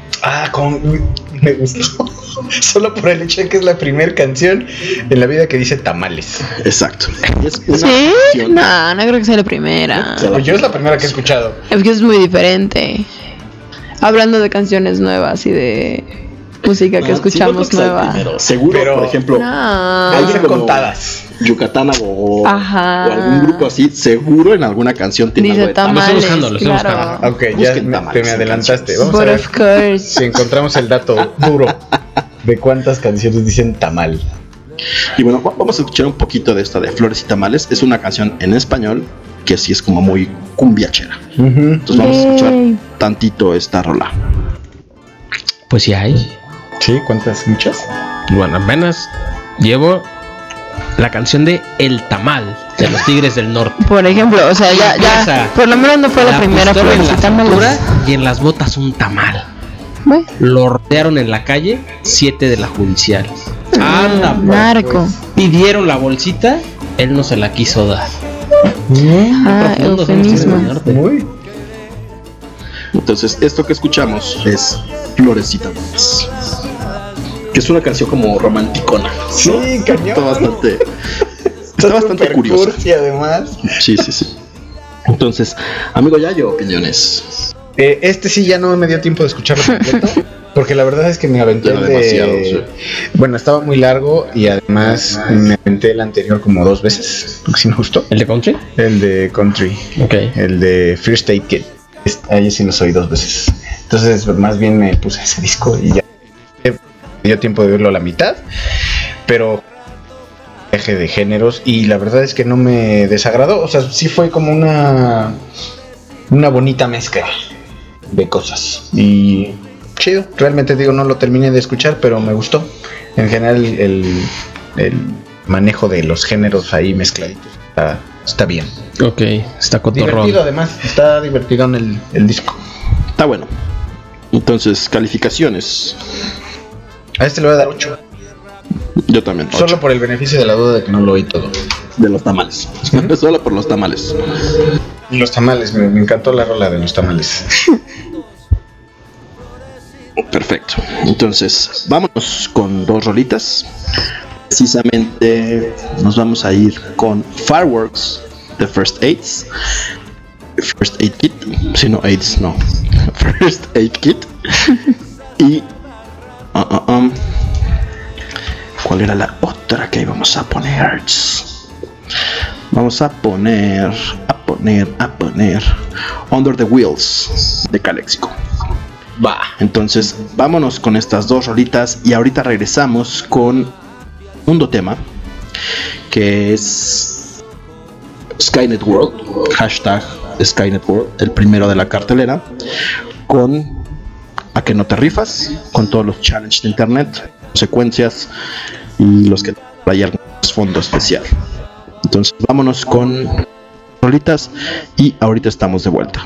Me gustó. Solo por el hecho de que es la primera canción en la vida que dice tamales. Exacto. Es una ¿Sí? canción. No creo que sea la primera. Yo es la primera que he escuchado. Es que es muy diferte. Hablando de canciones nuevas y de música que escuchamos nueva. Seguro, por ejemplo, hay ser contadas. Yucatán o algún grupo así, seguro en alguna canción tiene dice algo de tamales, lo estoy buscando. Ok, ya te me adelantaste. Vamos a ver of course. si encontramos el dato duro de cuántas canciones dicen tamal. Y bueno, vamos a escuchar un poquito de esta de Flores y Tamales. Es una canción en español que sí es como muy cumbiachera. Entonces vamos a escuchar tantito esta rola. Pues sí hay. ¿Sí? ¿Cuántas? ¿Muchas? Bueno, apenas llevo la canción de El Tamal de los Tigres del Norte. Por ejemplo, o sea, ya por lo menos no fue la primera pistola en la florcita cintura y en las botas un tamal. Bueno. Lo rodearon en la calle 7 de la judicial. Anda, narco. Pues. Pidieron la bolsita, él no se la quiso dar. Eufemismo. Entonces, esto que escuchamos es Flores y Tamales, que es una canción como romanticona. Sí, cañón. Está bastante curiosa. Y además. Sí. Entonces, amigo Yayo, opiniones. Este sí ya no me dio tiempo de escucharlo completo. Porque la verdad es que me aventé Bueno, estaba muy largo y además me aventé el anterior como 2 veces, porque sí me gustó. ¿El de Country? El de Country. Ok. El de First Aid Kit. Ahí sí los oí 2 veces. Entonces más bien me puse ese disco y ya me dio tiempo de verlo a la mitad, pero eje de géneros y la verdad es que no me desagradó, o sea, sí fue como una bonita mezcla de cosas y chido, realmente digo, no lo terminé de escuchar, pero me gustó. En general el manejo de los géneros ahí mezcladitos está bien. Ok, está cotorrón. Divertido además, está divertido en el disco. Está bueno. Entonces, calificaciones. A este le voy a dar 8. Yo también. 8. Solo por el beneficio de la duda de que no lo oí todo. De los tamales. Solo por los tamales. Los tamales, me encantó la rola de los tamales. Perfecto. Entonces, vámonos con 2 rolitas. Precisamente nos vamos a ir con Fireworks, The First Aid Kit. Si no, AIDS, no. First Aid Kit. Y ¿cuál era la otra que íbamos a poner? Vamos a poner Under the Wheels de Calexico. Va. Entonces, vámonos con estas 2 rolitas y ahorita regresamos con segundo tema, que es Skynet World, hashtag Skynet World, el primero de la cartelera, con A que no te rifas, con todos los challenges de internet, consecuencias y los que hay algún fondo especial. Entonces vámonos con rolitas y ahorita estamos de vuelta.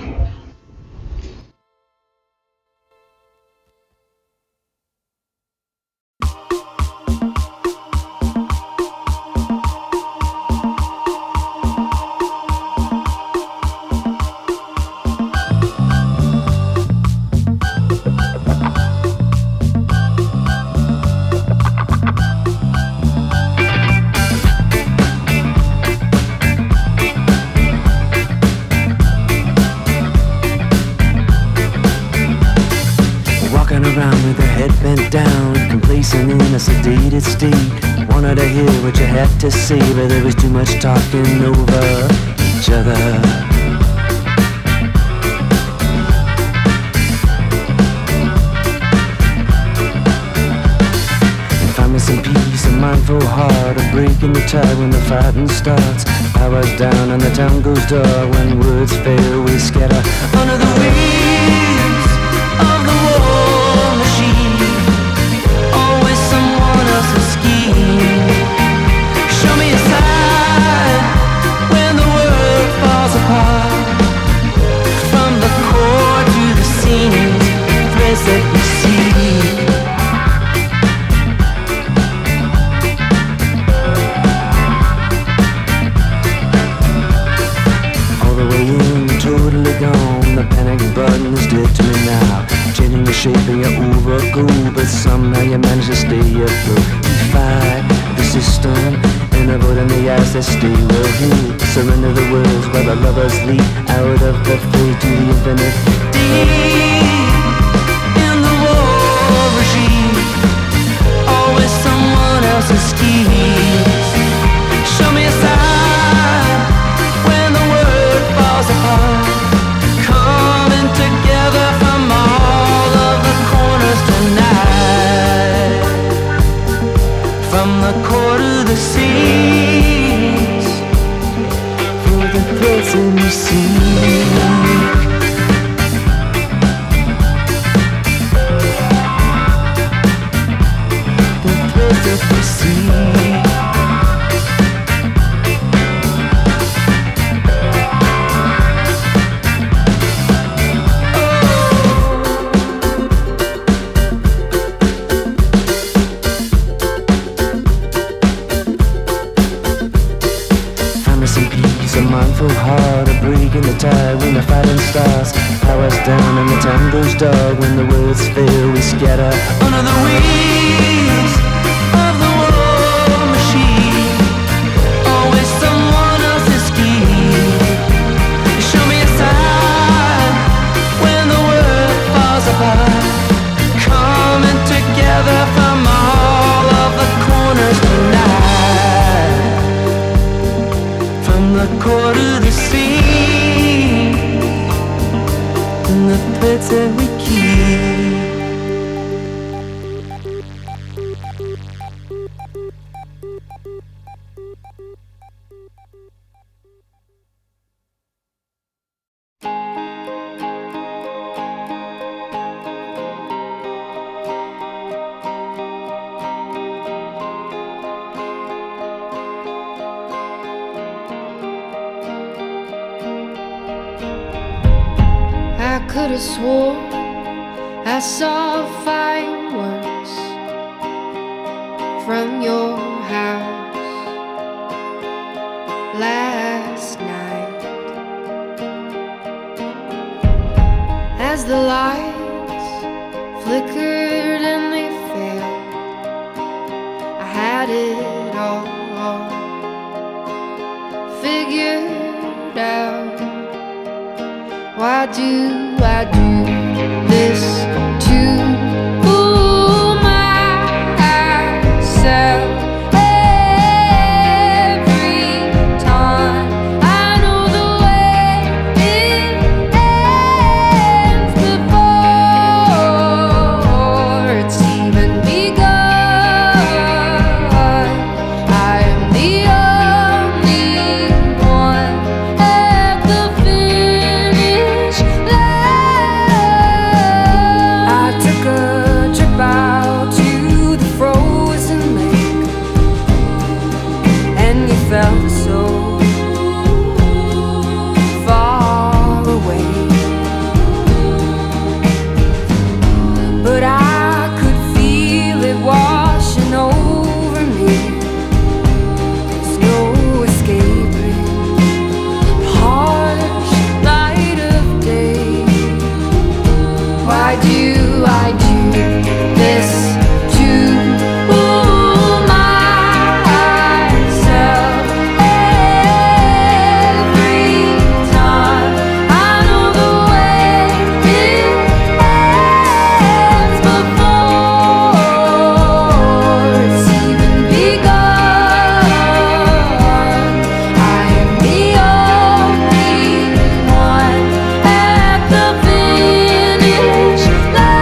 Sedated state, wanted to hear what you had to say, but there was too much talking over each other. And find me some peace, a mindful heart, a break in the tide when the fighting starts. Power's down and the town goes dark. When words fail, we scatter under the wheels of the war machine. Show me a side when the world falls apart. From the core to the seams, threads that we see. All the way in, totally gone. The panic button is dead to me now. Changing the shape of your overcoat, but somehow you manage to stay afloat. Defy the system, and a vote in the eyes that stay well hid. Surrender the words while the lovers leap out of the fate to the infinite. Deep in the war regime, always someone else's schemes. Show me a sign when the world falls apart. Coming together from all of the corners tonight. From the core to the seas, for the threads in the sea. The threads that we see. Heart, a break in the tide when the fighting starts. Power's down and the time goes dark. When the words fail, we scatter under the wheels of the war machine. Always someone else's scheme. Show me a sign when the world falls apart. Coming together from all of the corners tonight. From the core to the sea, and the threads that we key. I could have swore I saw fireworks from your house last night. As the lights flickered and they failed, I had it all figured out. Why do I do this to myself every time? I know the way it ends before it's even begun. I am the only one at the finish line. I took a trip out to the frozen lake, and you felt so far away. But I could feel it washing over me. There's no escaping the harsh light of day. Why do I do this to myself every time? I know the way it ends before it's even begun. I am the only one at the finish line.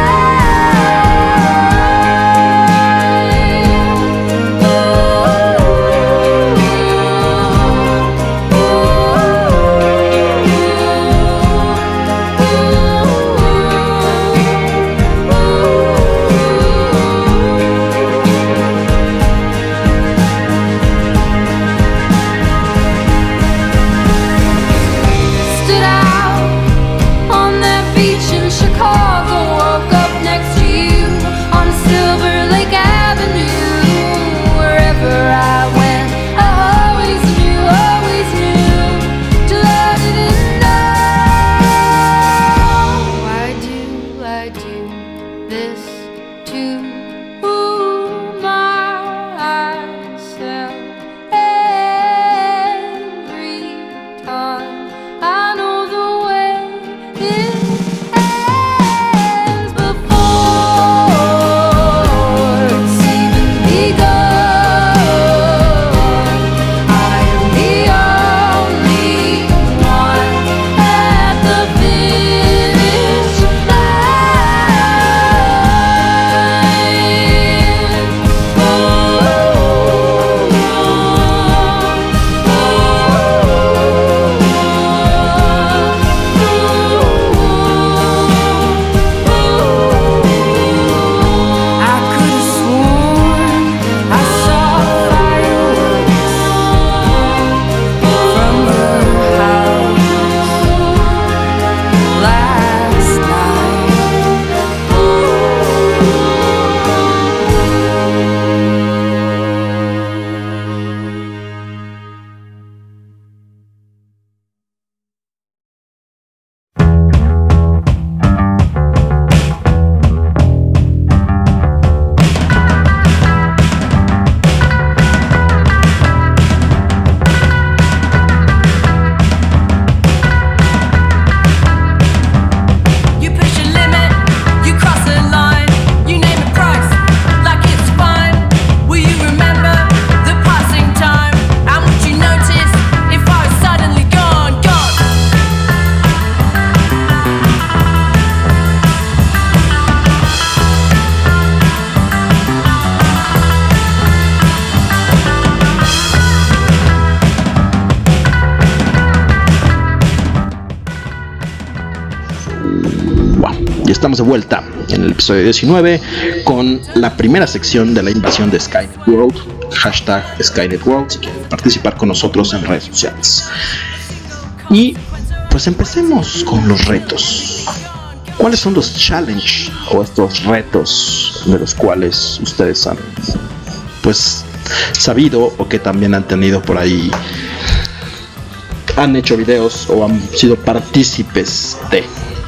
Wow. Y estamos de vuelta en el episodio 19 con la primera sección de la invasión de Skynet World. Hashtag Skynet World si quieren participar con nosotros en redes sociales. Y pues empecemos con los retos. ¿Cuáles son los challenges o estos retos de los cuales ustedes han pues sabido o que también han tenido por ahí, han hecho videos o han sido partícipes de?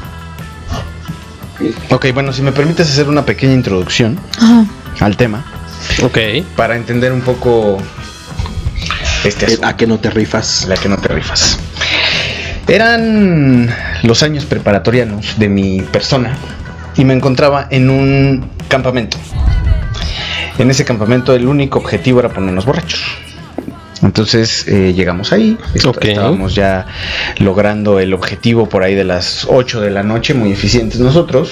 Ok, bueno, si me permites hacer una pequeña introducción al tema. Ok. Para entender un poco este asunto. ¿A qué no te rifas? La que no te rifas. Eran los años preparatorianos de mi persona y me encontraba en un campamento. En ese campamento el único objetivo era ponernos borrachos. Entonces llegamos ahí, estábamos ya logrando el objetivo por ahí de las 8 de la noche, muy eficientes nosotros.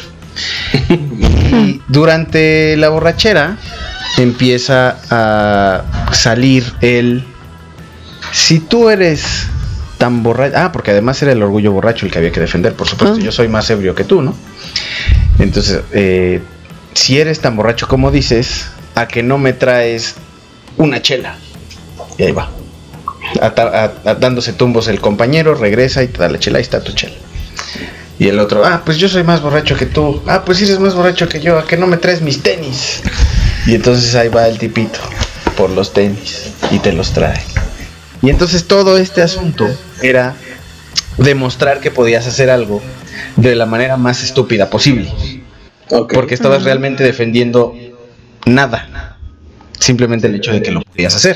Y durante la borrachera empieza a salir el... Si tú eres tan borracho... Ah, porque además era el orgullo borracho el que había que defender, por supuesto. Yo soy más ebrio que tú, ¿no? Entonces, si eres tan borracho como dices, ¿a que no me traes una chela? Y ahí va, dándose tumbos el compañero, regresa y te da la chela, ahí está tu chela. Y el otro, pues yo soy más borracho que tú. Pues si eres más borracho que yo, ¿a que no me traes mis tenis? Y entonces ahí va el tipito por los tenis y te los trae. Y entonces todo este asunto era demostrar que podías hacer algo de la manera más estúpida posible. Porque estabas realmente defendiendo nada, simplemente el hecho de que lo podías hacer.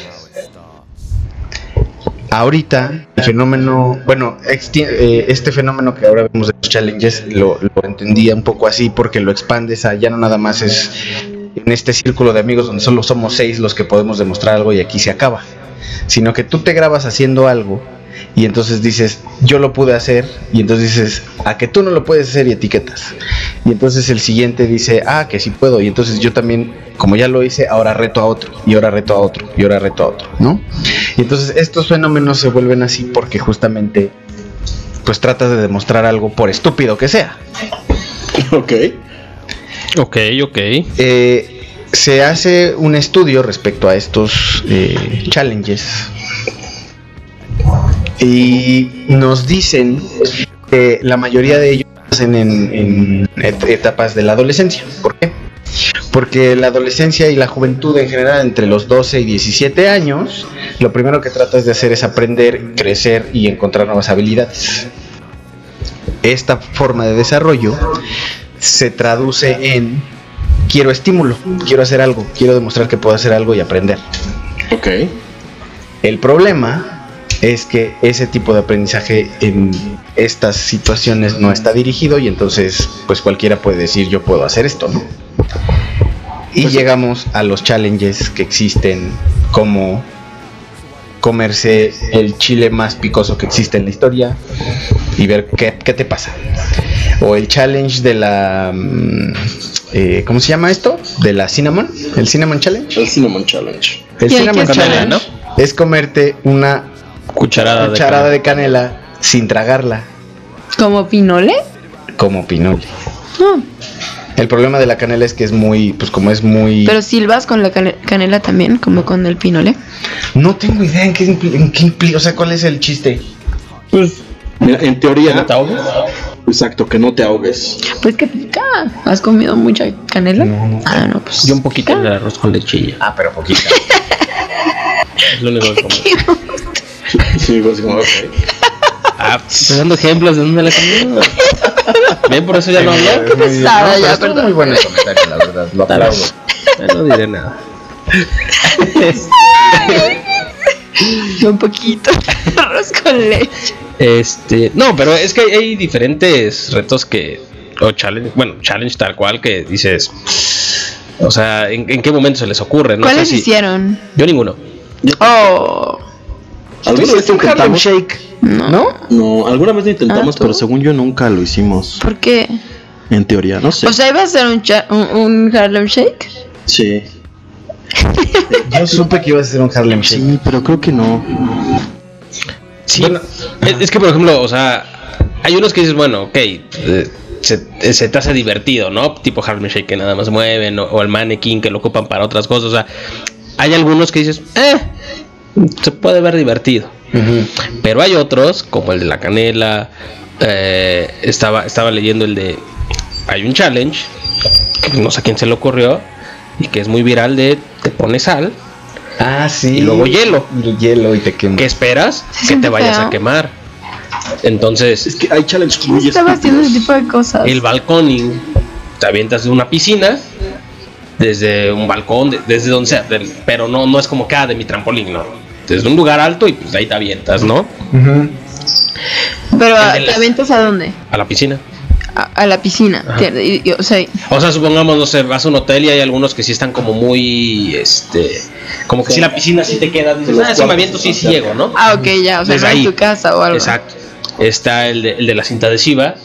Ahorita el fenómeno, bueno, este fenómeno que ahora vemos de los challenges lo entendía un poco así, porque lo expandes a ya no nada más es en este círculo de amigos donde solo somos 6 los que podemos demostrar algo y aquí se acaba, sino que tú te grabas haciendo algo y entonces dices, yo lo pude hacer, y entonces dices, a que tú no lo puedes hacer, y etiquetas. Y entonces el siguiente dice, que sí puedo, y entonces yo también, como ya lo hice, ahora reto a otro, y ahora reto a otro, y ahora reto a otro, ¿no? Y entonces estos fenómenos se vuelven así porque justamente pues tratas de demostrar algo por estúpido que sea. Ok. Se hace un estudio respecto a estos challenges y nos dicen que la mayoría de ellos hacen en etapas de la adolescencia. ¿Por qué? Porque la adolescencia y la juventud en general, entre los 12 y 17 años, lo primero que tratas de hacer es aprender, crecer y encontrar nuevas habilidades. Esta forma de desarrollo se traduce en quiero estímulo, quiero hacer algo, quiero demostrar que puedo hacer algo y aprender. Ok. El problema es que ese tipo de aprendizaje en estas situaciones no está dirigido y entonces pues cualquiera puede decir yo puedo hacer esto, ¿no? Y pues llegamos a los challenges que existen, como comerse el chile más picoso que existe en la historia y ver qué te pasa. O el challenge de la... ¿cómo se llama esto? De la Cinnamon. ¿El Cinnamon Challenge? El Cinnamon Challenge. El Cinnamon Challenge, Challenge, ¿no? Es comerte una cucharada de canela sin tragarla. ¿Como pinole? Como pinole. El problema de la canela es que es muy, pues como es muy... Pero silbas con la canela también, como con el pinole. No tengo idea en qué implica, o sea, ¿cuál es el chiste? Pues, mira, en teoría... ¿No te ahogues? Exacto, que no te ahogues. Pues que pica. ¿Has comido mucha canela? No. No, pues... Yo un poquito de arroz con lechilla. Pero poquita. Es lo único que como. Sí, pues como, ok. Estoy dando ejemplos de dónde la comí. ¿Ven? Por eso ya no habló. Qué pesada, No, ya, estuvo perdón. muy bueno el comentario, la verdad. Lo aplaudo. Ya no diré nada. Yo un poquito. Arroz con leche. No, pero es que hay diferentes retos o challenge tal cual que dices, o sea, ¿en qué momento se les ocurre? No ¿Cuáles sé si... hicieron? Yo ninguno. ¿Alguna vez un Harlem intentamos? Shake? No. No, alguna vez lo intentamos, ¿tú? pero según yo nunca lo hicimos. ¿Por qué? En teoría, no sé. O sea, ¿iba a ser un Harlem Shake? Sí. Yo supe que iba a ser un Harlem Shake. Sí, pero creo que no. Sí. Bueno, es que por ejemplo, o sea, hay unos que dices, bueno, ok, se te hace divertido, ¿no? Tipo Harlem Shake que nada más mueven, o el Mannequin que lo ocupan para otras cosas. O sea, hay algunos que dices, se puede ver divertido. Pero hay otros, como el de la canela. Estaba leyendo el de... Hay un challenge, que no sé a quién se le ocurrió, y que es muy viral, de te pones sal. Ah, sí. Y luego hielo. Y hielo y te quemas. ¿Qué esperas? Que te vayas a quemar. Entonces... Es que hay challenges muy estaba haciendo ese tipo de cosas. El balconing. Te avientas de una piscina. Desde un balcón, desde donde sea. Pero no es como que de mi trampolín, no. Desde un lugar alto y pues ahí te avientas, ¿no? Pero ¿te avientas a dónde? A la piscina. A la piscina. O sea, supongamos, no sé, vas a un hotel y hay algunos que sí están como muy, como que si la piscina sí te queda, dices, si me aviento, sí llego, ¿no? Ok, ya, o sea, no en tu casa o algo. Exacto. Está el de la cinta adhesiva.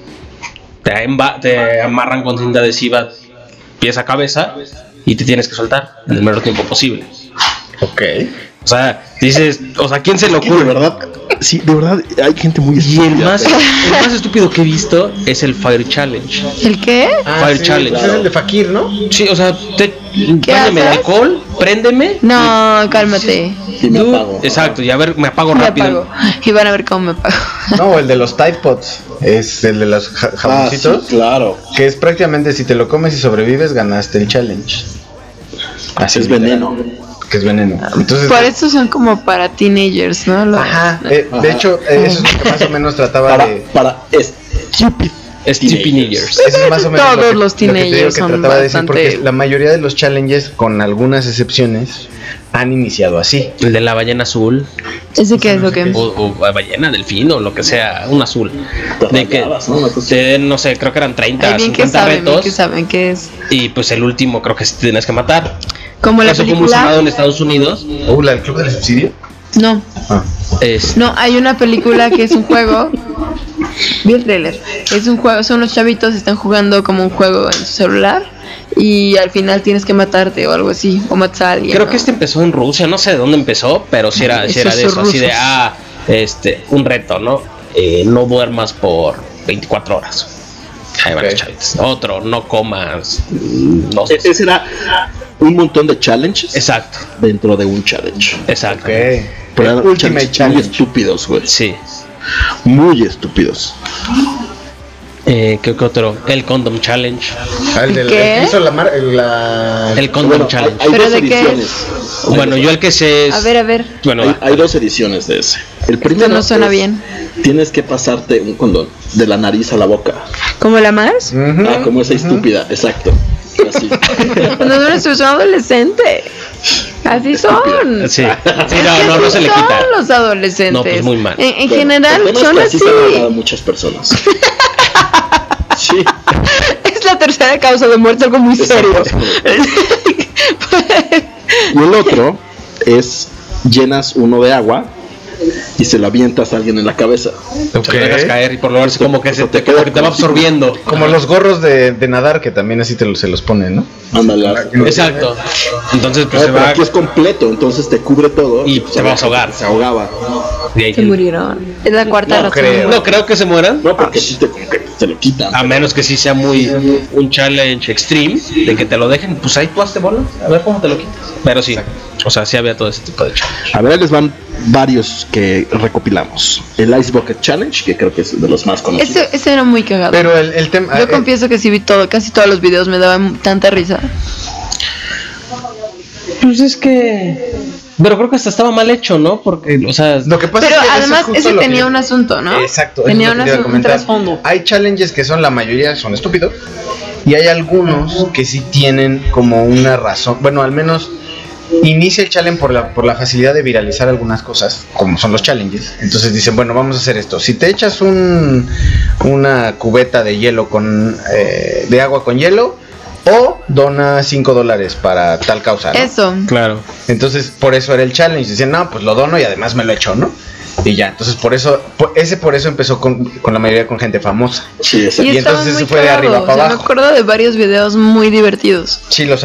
Te amarran con cinta adhesiva pies a cabeza y te tienes que soltar en el menor tiempo posible. Ok. O sea, dices, ¿quién se le ocurre? De verdad, sí, de verdad, hay gente muy estúpida. Y el más estúpido que he visto es el Fire Challenge. ¿El qué? Fire Challenge. Claro. Es el de Fakir, ¿no? Sí, o sea, préndeme de alcohol, préndeme. No, cálmate. Y me apago. Exacto, y a ver, me apago rápido. Y van a ver cómo me apago. No, el de los Tide Pods. Es el de los jamoncitos. Sí, claro. Que es prácticamente, si te lo comes y sobrevives, ganaste el challenge. Así es veneno. Que es veneno. Entonces, por eso son como para teenagers, ¿no? De hecho, eso es lo que más o menos trataba para stupid teenagers. Eso es más o menos todos los teenagers que son trataba de decir, bastante... porque la mayoría de los challenges, con algunas excepciones, han iniciado así. El de la ballena azul. ¿Ese qué es lo que? O ballena, delfín o lo que sea, un azul. De que no sé, creo que eran 30, 50 retos. Que saben qué es. Y pues el último creo que tienes que matar. Como la película. Eso fue muy sonado en Estados Unidos. ¿La del Club del Suicidio? No. No, hay una película que es un juego. Vi el trailer. Es un juego, son los chavitos, están jugando como un juego en su celular. Y al final tienes que matarte o algo así, o matar a alguien. Creo que empezó en Rusia, no sé de dónde empezó, pero sí era de eso, así de un reto, ¿no? No duermas por 24 horas. Ahí van los chavitos. Otro, no comas. No sé. Ese era un montón de challenges. Exacto. Dentro de un challenge. Exacto. Okay. Pero eran Ultimate Challenge. Muy estúpidos, güey. Sí. Muy estúpidos. ¿Qué otro? El Condom Challenge. El del ¿Qué? hizo el Condom Challenge. Hay ¿Pero dos de qué ediciones. Bueno, yo el que sé es... A ver. Bueno, hay dos ediciones de ese. El primero no suena bien. Tienes que pasarte un condón de la nariz a la boca. ¿Como la Mars? Como esa estúpida, exacto. Así. Cuando eres un adolescente. Así son. Sí, no se le quita. Son los adolescentes. No, pues muy mal. En general son así. A muchas personas. Sí. Es la tercera causa de muerte, algo muy serio. Y el otro es llenas uno de agua y se lo avientas a alguien en la cabeza. Te dejas caer y por lo menos como que te va absorbiendo. Como los gorros de nadar que también así se los ponen, ¿no? Ándale. Exacto. Entonces pues pero aquí es completo, entonces te cubre todo y te vas a ahogar. Se ahogaba. Se murieron. Es la cuarta razón. No creo que se mueran. No, porque sí como que se lo quitan. A menos que sí sea muy un challenge extreme de que te lo dejen, pues ahí tú hazte bola, a ver cómo te lo quitas. Pero sí, o sea, sí había todo ese tipo de challenge. A ver, les van varios que recopilamos. El Ice Bucket Challenge, que creo que es de los más conocidos. Ese era muy cagado. Pero el tema... Yo confieso que sí vi casi todos los videos, me daban tanta risa. Pues es que... Pero creo que hasta estaba mal hecho, ¿no? Porque, o sea... Lo que pasa pero es que además ese tenía un asunto, ¿no? Exacto. Tenía un trasfondo. Hay challenges que son, la mayoría son estúpidos. Y hay algunos que sí tienen como una razón. Bueno, al menos... Inicia el challenge por la facilidad de viralizar algunas cosas, como son los challenges. Entonces dicen, bueno, vamos a hacer esto. Si te echas una cubeta de hielo de agua con hielo, o dona $5 para tal causa, ¿no? Eso. Claro. Entonces, por eso era el challenge. Dicen, no, pues lo dono y además me lo echo, ¿no? Y ya, entonces por eso empezó con la mayoría con gente famosa. Sí, y entonces se fue de arriba para abajo. Me acuerdo de varios videos muy divertidos. Sí, los hay.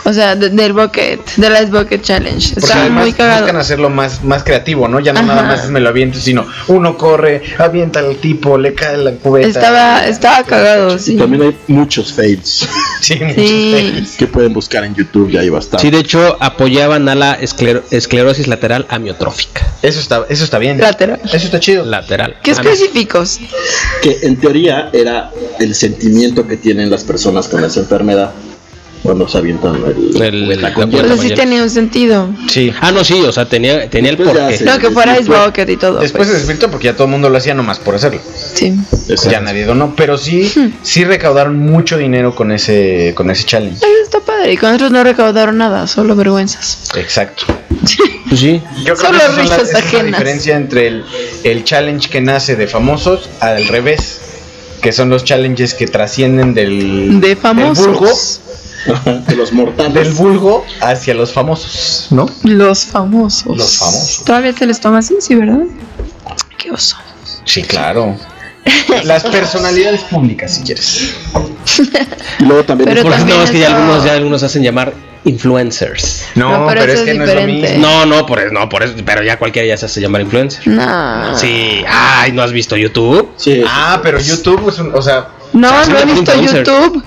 O sea, del bucket, del Ice Bucket Challenge. Porque Está además muy cagado. buscan hacerlo más creativo, ¿no? Ya no Ajá. nada más es me lo aviento, sino uno corre, avienta al tipo, le cae la cubeta. Estaba cagado, Y sí. también hay muchos fails Sí, muchos Sí. fails. que pueden buscar en YouTube, ya hay bastante. Sí, de hecho, apoyaban a la esclerosis lateral amiotrófica. Eso está bien. Lateral. Eso está chido. Lateral. ¿Qué específicos? Que en teoría era el sentimiento que tienen las personas con esa enfermedad cuando se avientan la la hielo. Pues sí tenía un sentido. Sí. Ah, no, sí, o sea, tenía el Después ya porqué. se- No, que fuera Ice desvirtuó. Bucket y todo. Después se pues. desvirtuó porque ya todo el mundo lo hacía nomás por hacerlo. Sí. Exacto. Ya nadie donó, pero sí recaudaron mucho dinero con ese challenge. Eso está padre. Y con otros no recaudaron nada, solo vergüenzas. Exacto. Pues sí. Yo creo Solo que esa risas es la ajenas. diferencia entre el challenge que nace de famosos al revés, que son los challenges que trascienden De del famosos. vulgo, De los mortales. del vulgo hacia los famosos, ¿no? Los famosos. Los famosos. Todavía se les toma así, sí, ¿verdad? Qué oso. Sí, claro. Las personalidades públicas, si quieres. Y luego también Pero Por eso también no, es que eso- ya algunos hacen llamar influencers. No, pero es eso que es no es lo diferente. mismo. No, por eso, pero ya cualquiera ya se hace llamar influencer. No. Sí, ay, ¿no has visto YouTube? sí, Ah, pero YouTube es o sea, No, O sea, no he sí, visto influencer. YouTube.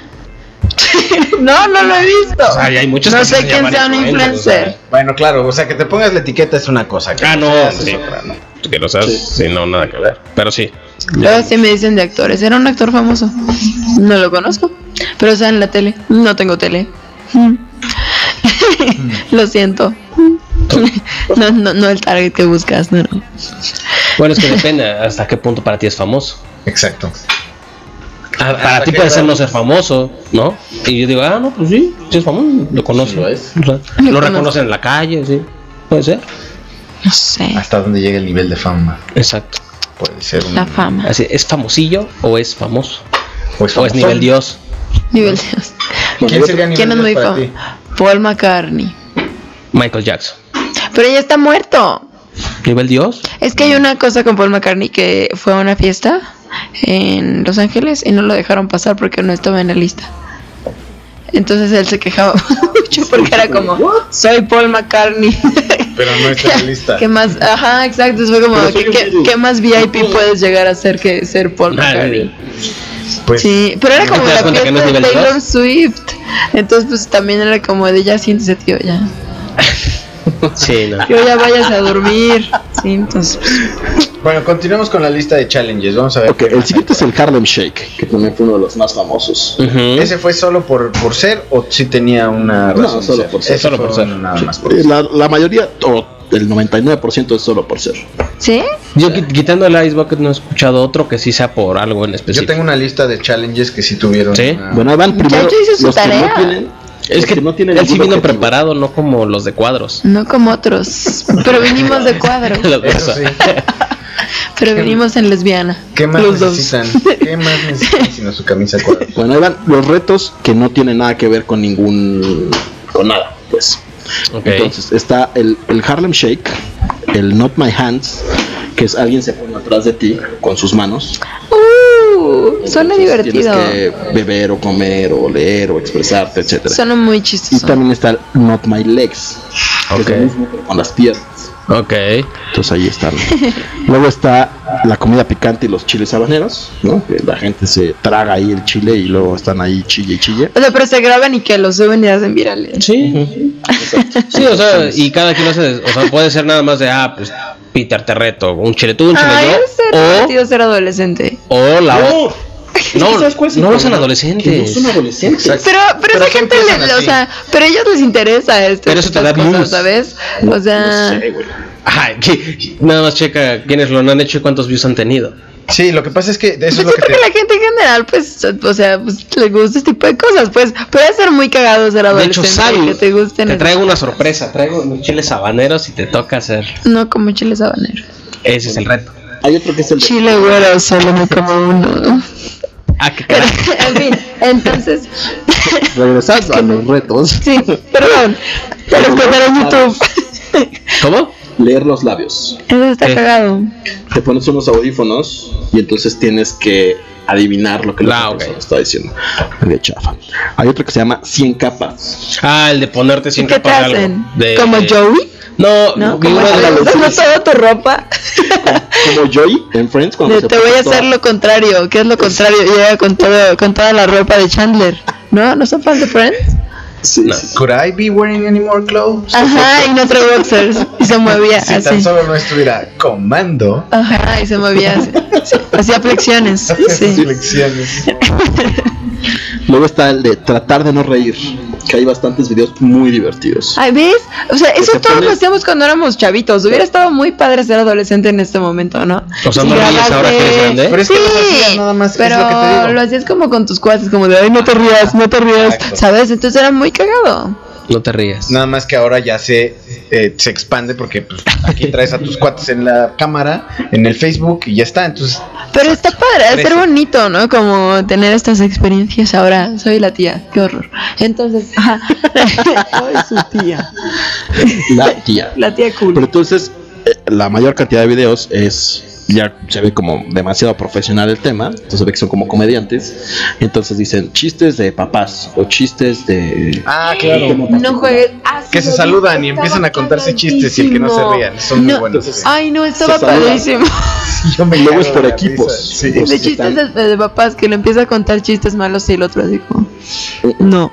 No lo he visto. O sea, y hay muchos No que sé se quién llaman sea un influencers, o sea. influencer. bueno, claro, o sea, que te pongas la etiqueta es una cosa. Que Ah, no, seas sí. es otra, ¿no? Que lo sabes, sí, no, nada que ver. Pero sí. Luego sí me dicen de actores. Era un actor famoso. No lo conozco. Pero está en la tele. No tengo tele. Lo siento. No el target que buscas, no. Bueno, es que depende hasta qué punto para ti es famoso. Exacto. Para ti puede ser no ser famoso, ¿no? Y yo digo, ah, no, pues sí, sí es famoso, lo conozco. Sí lo es. O sea, Lo lo conozco. reconocen en la calle, sí. Puede ser. No sé. Hasta dónde llega el nivel de fama. Exacto. Puede ser un La fama. Así, ¿es famosillo o es famoso? Pues ¿O es nivel Dios? Nivel Dios. ¿Quién sería nivel ¿Quién es muy Dios para famoso? ti? Paul McCartney. Michael Jackson. Pero ya está muerto. ¿Nivel Dios? Es que hay una cosa con Paul McCartney que fue a una fiesta en Los Ángeles y no lo dejaron pasar porque no estaba en la lista. Entonces él se quejaba mucho porque era como, soy Paul McCartney. Pero no está en la lista. ¿Qué más? Ajá, exacto. Fue como, Pero soy un virus. ¿qué más VIP puedes llegar a ser que ser Paul McCartney? Pues Sí, pero era ¿No como te das la cuenta que fiesta no es de nivel Taylor dos? Swift. Entonces pues también era como de ya siéntese tío, ya. Sí, no. Yo ya vayas a dormir. Sí, entonces. bueno, continuamos con la lista de challenges. Vamos a ver. Ok, el siguiente es el Harlem Shake, que también fue uno de los más famosos. Ujú. ¿Ese fue solo por ser o sí tenía una No, razón? de solo por ser. Ese Solo por fue ser. nada Sí. más por ser. La mayoría, o el 99% es solo por ser. ¿Sí? Yo quitando el Ice Bucket no he escuchado otro que sí sea por algo en Yo específico. tengo una lista de challenges que sí tuvieron. ¿Sí? una- Bueno, ahí van primero Muchacho hizo su los que tarea. no tienen. Es los que no tienen él sí ningún vino objetivo. preparado, no como los de cuadros. No como otros. Pero vinimos de cuadro. Eso sí. Pero vinimos en lesbiana. ¿Qué más Los dos. necesitan? ¿Qué más necesitan sino su camisa cuadros? Bueno, ahí van los retos que no tienen nada que ver con con nada, pues. Ok. Entonces está el Harlem Shake, el Not My Hands, que es alguien se pone atrás de ti con sus manos. Suena Entonces, divertido. Tienes que beber o comer o leer o expresarte, etcétera. Suena muy Y chistoso. también está el Not My Legs, que Ok. es lo mismo pero con las piernas. Ok. Entonces ahí están. Luego está la comida picante y los chiles habaneros, ¿no? Que la gente se traga ahí el chile y luego están ahí chille y chille. O sea, pero se graban y que lo suben y hacen virales. Sí. Sí, o sea, y cada quien lo hace, o sea, puede ser nada más de, pues, Peter te reto, un chile tú, un chile Ay, es yo, divertido ser adolescente. o la otra. No, ¿Sabes cuál es el no son problema? adolescentes. Que no son adolescentes. Pero esa ¿qué gente, empiezan o así? sea, pero a ellos les interesa esto. Pero eso te da estas cosas, views. ¿sabes? O sea, No sé, güey. Ay, que nada más checa quiénes lo han hecho y cuántos views han tenido. Sí, lo que pasa es que eso pues es lo siento que que te... la gente en general, pues, o sea, pues le gusta este tipo de cosas, pues. Puede ser muy cagado ser De adolescente. hecho, Sabi, que te gusten. te traigo una sorpresa, traigo unos chiles habaneros y te toca hacer. No como chiles habaneros. Ese es el reto. Hay otro que es el de Chile güero, solo me como uno. Ah, qué Pero, caray. en fin, entonces, regresar a los retos. sí, perdón. Pero es que estar en YouTube. ¿Cómo? Leer los labios. Eso está ¿Qué? cagado. Te pones unos audífonos y entonces tienes que adivinar lo que la ok. persona está diciendo. De chafa. Hay otro que se llama 100 capas. Ah, el de ponerte 100 ¿Qué te capas de algo. hacen? De- ¿Como Joey? No, ¿Como usando toda tu ropa? Como Joey en Friends cuando se Te voy a puso hacer lo contrario. ¿Qué es lo contrario? Llega con toda la ropa de Chandler. ¿No son fans de Friends? Sí, No. sí. Could I be wearing any more clothes? Ajá, y no trae boxers. Y se movía Si tan así. solo no estuviera comando. Ajá, y se movía así. Sí, hacía flexiones. Sí. Lecciones. Luego está el de tratar de no reír, que hay bastantes videos muy divertidos. Ay, ¿ves? O sea, eso se todos pone- lo hacíamos cuando éramos chavitos. Hubiera estado muy padre ser adolescente en este momento, ¿no? O sea, Y ¿no ríes grabaste- ahora que eres grande? Pero es que los hacías nada más, es pero lo que te digo. lo hacías como con tus cuates, como de, ay, no te rías, Exacto. ¿sabes? Entonces era muy cagado. No te rías. Nada más que ahora ya se expande porque pues, aquí traes a tus cuates en la cámara, en el Facebook y ya está. Entonces, Pero está padre, debe ser Crece. bonito, ¿no? Como tener estas experiencias. Ahora soy la tía, qué horror. Entonces, ajá. Soy su tía. La tía. La tía cool. Pero entonces, la mayor cantidad de videos ya se ve como demasiado profesional el tema, entonces se ve que son como comediantes, entonces dicen chistes de papás o chistes de... claro. No juegues. Que se saludan y empiezan a contarse chistes y el que no se rían. Son muy buenos. Ay, no, estaba Se saludan. padrísimo. Yo me Luego cago es por de la equipos. risa. Sí. De chistes de papás que le empieza a contar chistes malos y el otro así como, no,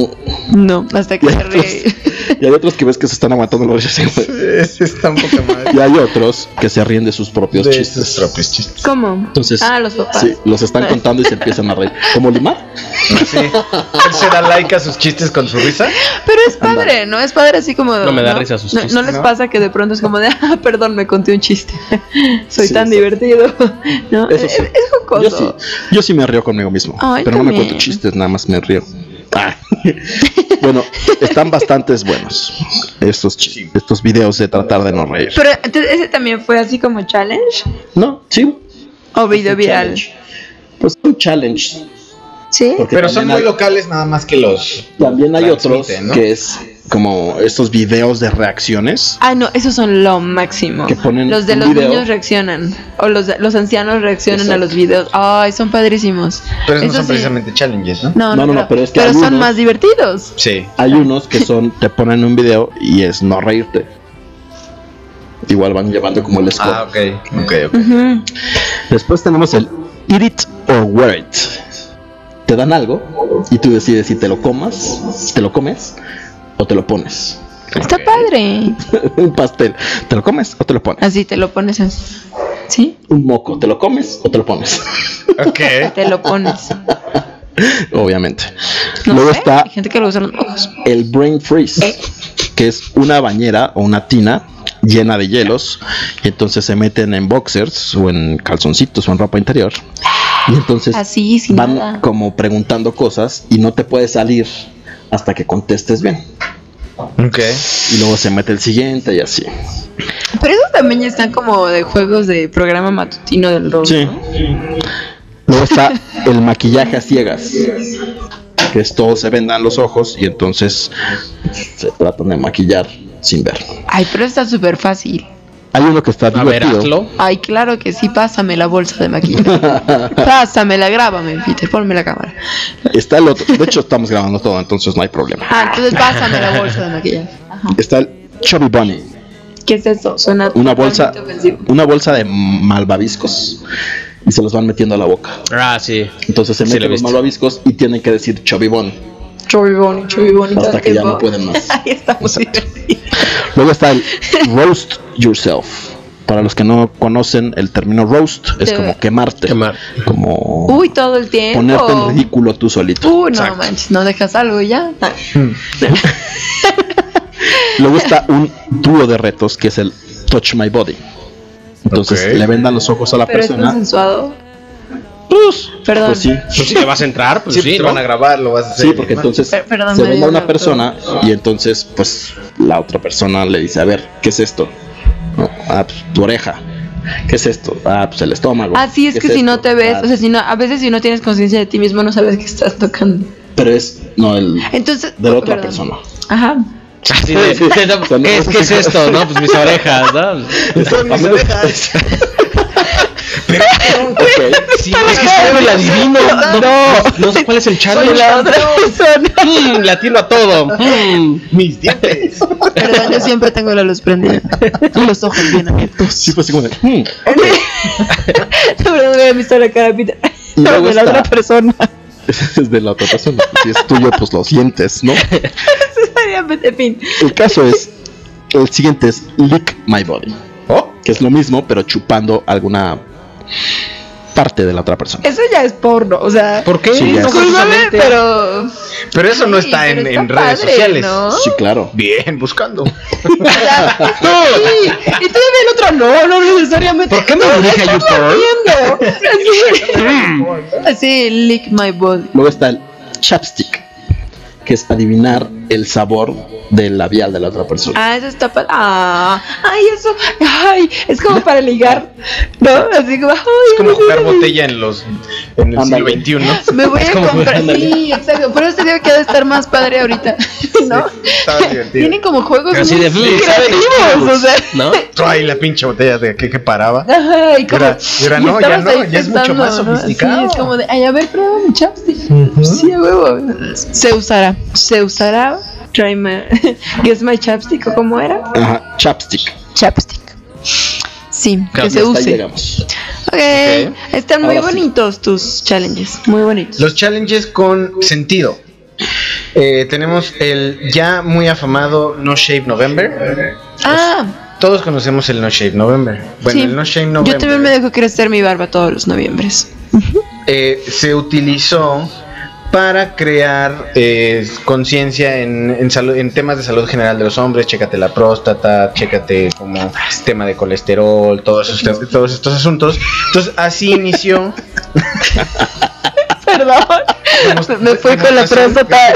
no, hasta que se ríe. Y hay otros que ves que se están aguantando los risas. Ese está un poco mal. Y hay otros que se ríen de sus propios De chistes. sus propios chistes. ¿Cómo? Entonces, Los papás. sí, los están contando y se empiezan a reír. ¿Como Limar? Sí. Él se da like a sus chistes con su risa. Pero es padre, ¿no? Es padre así como... No me da risa sus chistes, ¿No les ¿no? pasa que de pronto es como de, perdón, me conté un chiste? Soy Sí, tan sí. divertido. ¿No? Eso sí. Es jocoso. Yo sí me río conmigo mismo. Ay, pero no me también. cuento chistes, nada más me río. Ah. Bueno, están bastantes buenos estos videos de tratar de no reír. Pero entonces, ese también fue así como challenge No, sí. o video viral. Challenge. Pues un challenge. Sí. Porque Pero son también muy locales nada más que los... También hay otros transmiten, ¿no? que es como estos videos de reacciones. Ah, no, esos son lo máximo. Que ponen los de un los video. niños reaccionan. O los ancianos reaccionan a Exacto. los videos. Ay, son padrísimos. Pero no Eso son sí. precisamente challenges, ¿no? No, pero es que hay son unos- más divertidos. Sí. Hay unos que te ponen un video y es no reírte. Igual van llevando como el score. Ah, ok. Ujú. Después tenemos el Eat It or Wear It. Te dan algo y tú decides si te lo comes o te lo pones. Está padre. Un pastel, ¿te lo comes o te lo pones? Así te lo pones así. ¿Sí? Un moco, ¿te lo comes o te lo pones? Ok. Te lo pones. Obviamente. No Luego sé, está hay gente que lo usa en los ojos. el Brain Freeze, que es una bañera o una tina llena de hielos y entonces se meten en boxers o en calzoncitos o en ropa interior y entonces Así, sin van nada. como preguntando cosas y no te puedes salir hasta que contestes bien Ok. y luego se mete el siguiente y así. Pero esos también ya están como de juegos de programa matutino del rol. Sí. ¿no? Luego está el maquillaje a ciegas, que es todo se vendan los ojos y entonces se tratan de maquillar sin ver. Ay, pero está súper fácil. Hay uno que está A ver, divertido. hazlo. Ay, claro que sí, pásame la bolsa de maquillaje. Pásamela, grábame, Peter, ponme la cámara. Está el otro. De hecho, estamos grabando todo, entonces no hay problema. Ah, entonces pásame la bolsa de maquillaje. Ajá. Está el Chubby Bunny, ¿Qué es eso? Suena una bolsa, totalmente ofensivo. una bolsa de malvaviscos y se los van metiendo a la boca. Ah, sí. Entonces se Sí, lo he meten los visto. malvaviscos y tienen que decir Chubby Bunny Chubby Bunny todo hasta el que ya tiempo. no pueden más. Ahí estamos divertidos. Luego está el Roast Yourself. Para los que no conocen el término roast, es De- como quemarte. Quemar. Como Uy, todo el tiempo. ponerte en ridículo tú solito. No Exacto. manches, no dejas algo y ya. Luego está un dúo de retos que es el Touch My Body. Entonces Ok. le vendan los ojos a la Pero es persona. consensuado. Pues, Perdón. pues sí. Pues sí, que vas a entrar, pues Sí, sí, te ¿no? van a grabar, lo vas a hacer. Sí, porque entonces Perdón, se me vende dio a una la- persona y entonces pues la otra persona le dice, a ver, ¿qué es esto? No, ah, pues, tu oreja. ¿Qué es esto? Ah, pues el estómago. Ah, sí, es ¿Qué que si no esto? te ves, Ah, o sea, si no, a veces si no tienes conciencia de ti mismo no sabes qué estás tocando. pero es no el Entonces, de la otra perdón. persona. Ajá. Así de, Sí, sí. ¿qué es esto? No, pues mis orejas, ¿no? Son mis orejas. Sí, es que siempre la adivino. No sé cuál es el challenge. Soy la otra persona. Le atino a todo. Mis dientes. Perdón, yo siempre tengo la luz prendida. Y los ojos bien abiertos. Sí, fue así como de. Perdón, me he visto la cara de Peter. Y luego De la está- otra persona. Es de la otra persona. Si es tuyo, pues lo sientes, ¿no? En fin. El caso es. El siguiente es Lick My Body. Que es lo mismo, pero chupando alguna parte de la otra persona. Eso ya es porno, o sea. ¿Por qué? Sí, ya Discúlpame, precisamente. pero. Pero eso no Sí, está pero en está redes padre, sociales. ¿no? Sí, claro. Bien, buscando. O sea, sí. Y todavía el otro no necesariamente. ¿Por qué me dirige a YouPorn? Así, lick my body. Luego está el chapstick, que es adivinar el sabor del labial de la otra persona. Ah, eso está para. Ay, eso. Ay, es como para ligar, ¿no? Así como. Ay, Es como jugar botella en el siglo Ándale. XXI. me voy a como comprar. ándale. Sí, exacto. Pero este debe quedar estar más padre ahorita, ¿no? Estaba divertido. Tienen como juegos Así muy de creativos, o sea. ¿no? Trae la pinche botella de que paraba. Ajá, y como. Y ahora no, ya estabas no, ahí ya es mucho testando, más ¿no? sofisticado. Sí, es como de, ay, a ver, prueba mi chapstick. Sí, a huevo. Se usará. Try my. Guess my chapstick, ¿o cómo era? Ajá, chapstick. Chapstick. Sí, que Hasta se ahí use. llegamos. Ok, están muy Ahora sí. bonitos tus challenges, muy bonitos. Los challenges con sentido. Tenemos el ya muy afamado No Shave November. Ah, Todos conocemos el No Shave November. Bueno, sí. el No Shave November Yo también me dejo crecer mi barba todos los noviembres. se utilizó para crear conciencia en temas de salud general de los hombres. Chécate la próstata, chécate como tema de colesterol, todos estos asuntos. Entonces así inició. Perdón, me fui con la próstata.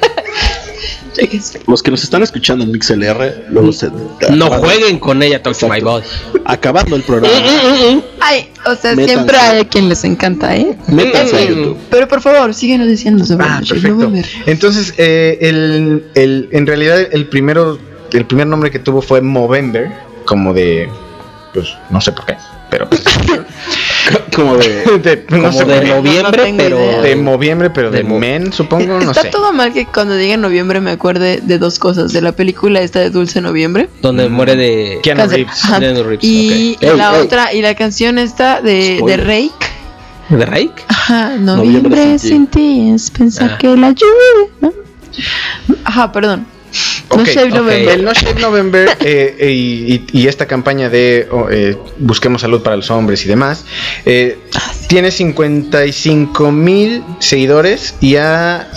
Los que nos están escuchando en MixLR, luego se. No acabando- jueguen con ella, Talk to My Body. Acabando el programa, Ay, o sea, Métanse. siempre hay a quien les encanta, ¿eh? métanse a YouTube. Pero por favor, síguenos diciendo sobre el Shave Perfecto. November. Entonces, en realidad el primer nombre que tuvo fue Movember, como de, pues no sé por qué, pero pues, Como de. no sé Como de por qué. noviembre, No tengo pero. idea. De noviembre, pero de men, supongo, no Está sé. todo mal que cuando diga noviembre me acuerde de dos cosas. De la película esta de Dulce Noviembre. Donde muere de. Keanu Cáncer. Reeves. Ajá. Keanu Reeves, Y ok. la Ey, ey. otra, y la canción esta de Spoiler. Rake. ¿De Rake? Ajá, Noviembre noviembre sin sin ti es pensar que la lluvia, ¿no? Ajá, perdón. No Ok, Shave ok. November. El No Shave November y esta campaña de Busquemos Salud para los Hombres y demás tiene 55,000 seguidores y ha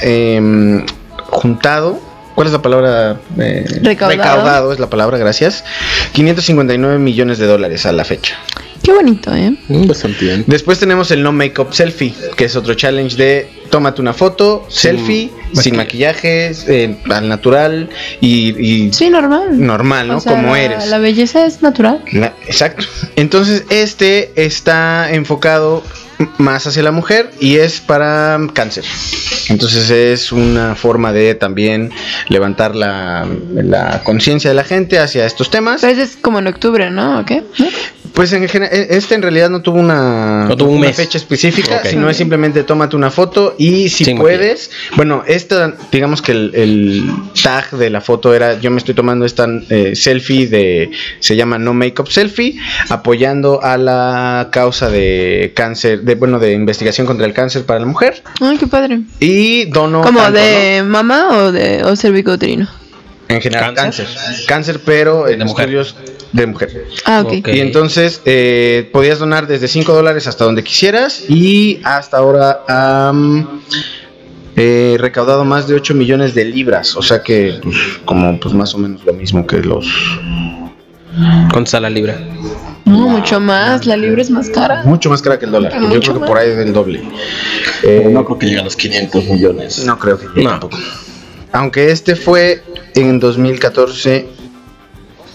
juntado, ¿cuál es la palabra? Recaudado. Es la palabra, gracias. 559 millones de dólares a la fecha. Qué bonito, ¿eh? Bastante bien. Después tenemos el No Makeup Selfie, que es otro challenge de tómate una foto, selfie, sin maquillaje, al natural y Sí, normal. normal, ¿no? O sea, Como eres. La belleza es natural. Exacto. Entonces, este está enfocado más hacia la mujer y es para cáncer. Entonces es una forma de también levantar la conciencia de la gente hacia estos temas. Pero ese es como en octubre, ¿no? ¿O qué? Pues en realidad no tuvo una un mes. fecha específica, Ok. sino es simplemente tómate una foto y si Sin puedes, bueno, digamos que el tag de la foto era yo me estoy tomando esta selfie se llama No Makeup Selfie, apoyando a la causa de cáncer, de investigación contra el cáncer para la mujer Ay, qué padre. y dono ¿Como tanto, de mamá o cervicouterino? ¿no? En general cáncer, pero en estudios de mujer. Ah, ok. Ok. Y entonces podías donar desde $5 hasta donde quisieras y hasta ahora han recaudado más de 8 millones de libras, o sea que pues, como pues más o menos lo mismo que los... ¿Cuánto está la libra? No, mucho más. La libra es más cara. Mucho más cara que el dólar, yo Mucho creo que más. por ahí es del doble. No creo que llegue a los 500 millones. No creo que llegue No. tampoco. Aunque este fue en 2014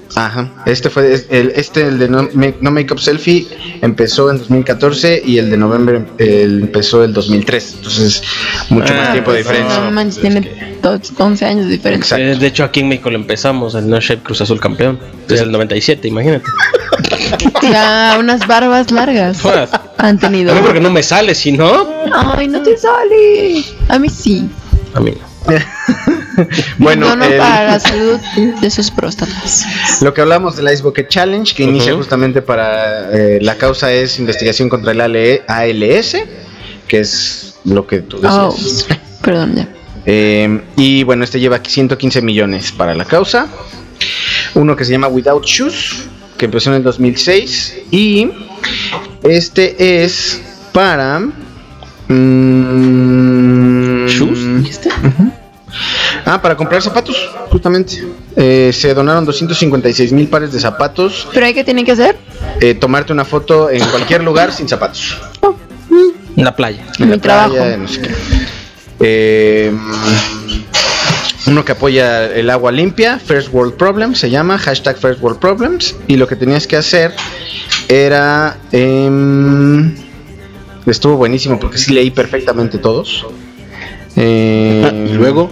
Ajá, el de No Makeup Selfie empezó en 2014 y el de November empezó en 2003, entonces mucho más tiempo de diferencia. No manches, tiene 11 años de diferencia. De hecho, aquí en México lo empezamos, el No Shape Cruz Azul campeón, desde el 97, imagínate. Ya, unas barbas largas Pues, han tenido. a mí porque no me sale, si no, Ay, no te sale. A mí sí. a mí no. Bueno, No, para la salud de sus próstatas. lo que hablamos del Ice Bucket Challenge, que inicia justamente para la causa es investigación contra el ALS, que es lo que tú decías. Perdón, ya. Y bueno, este lleva 115 millones para la causa. Uno que se llama Without Shoes, que empezó en el 2006. Y este es para... ¿Shoes? ¿Viste? Para comprar zapatos, justamente. Se donaron 256,000 pares de zapatos. ¿Pero ahí qué tienen que hacer? Tomarte una foto en cualquier lugar sin zapatos. En la playa. En Mi la trabajo. playa, no sé qué. Uno que apoya el agua limpia, First World Problems, se llama, hashtag First World Problems. Y lo que tenías que hacer era... estuvo buenísimo porque sí leí perfectamente todos. Y luego...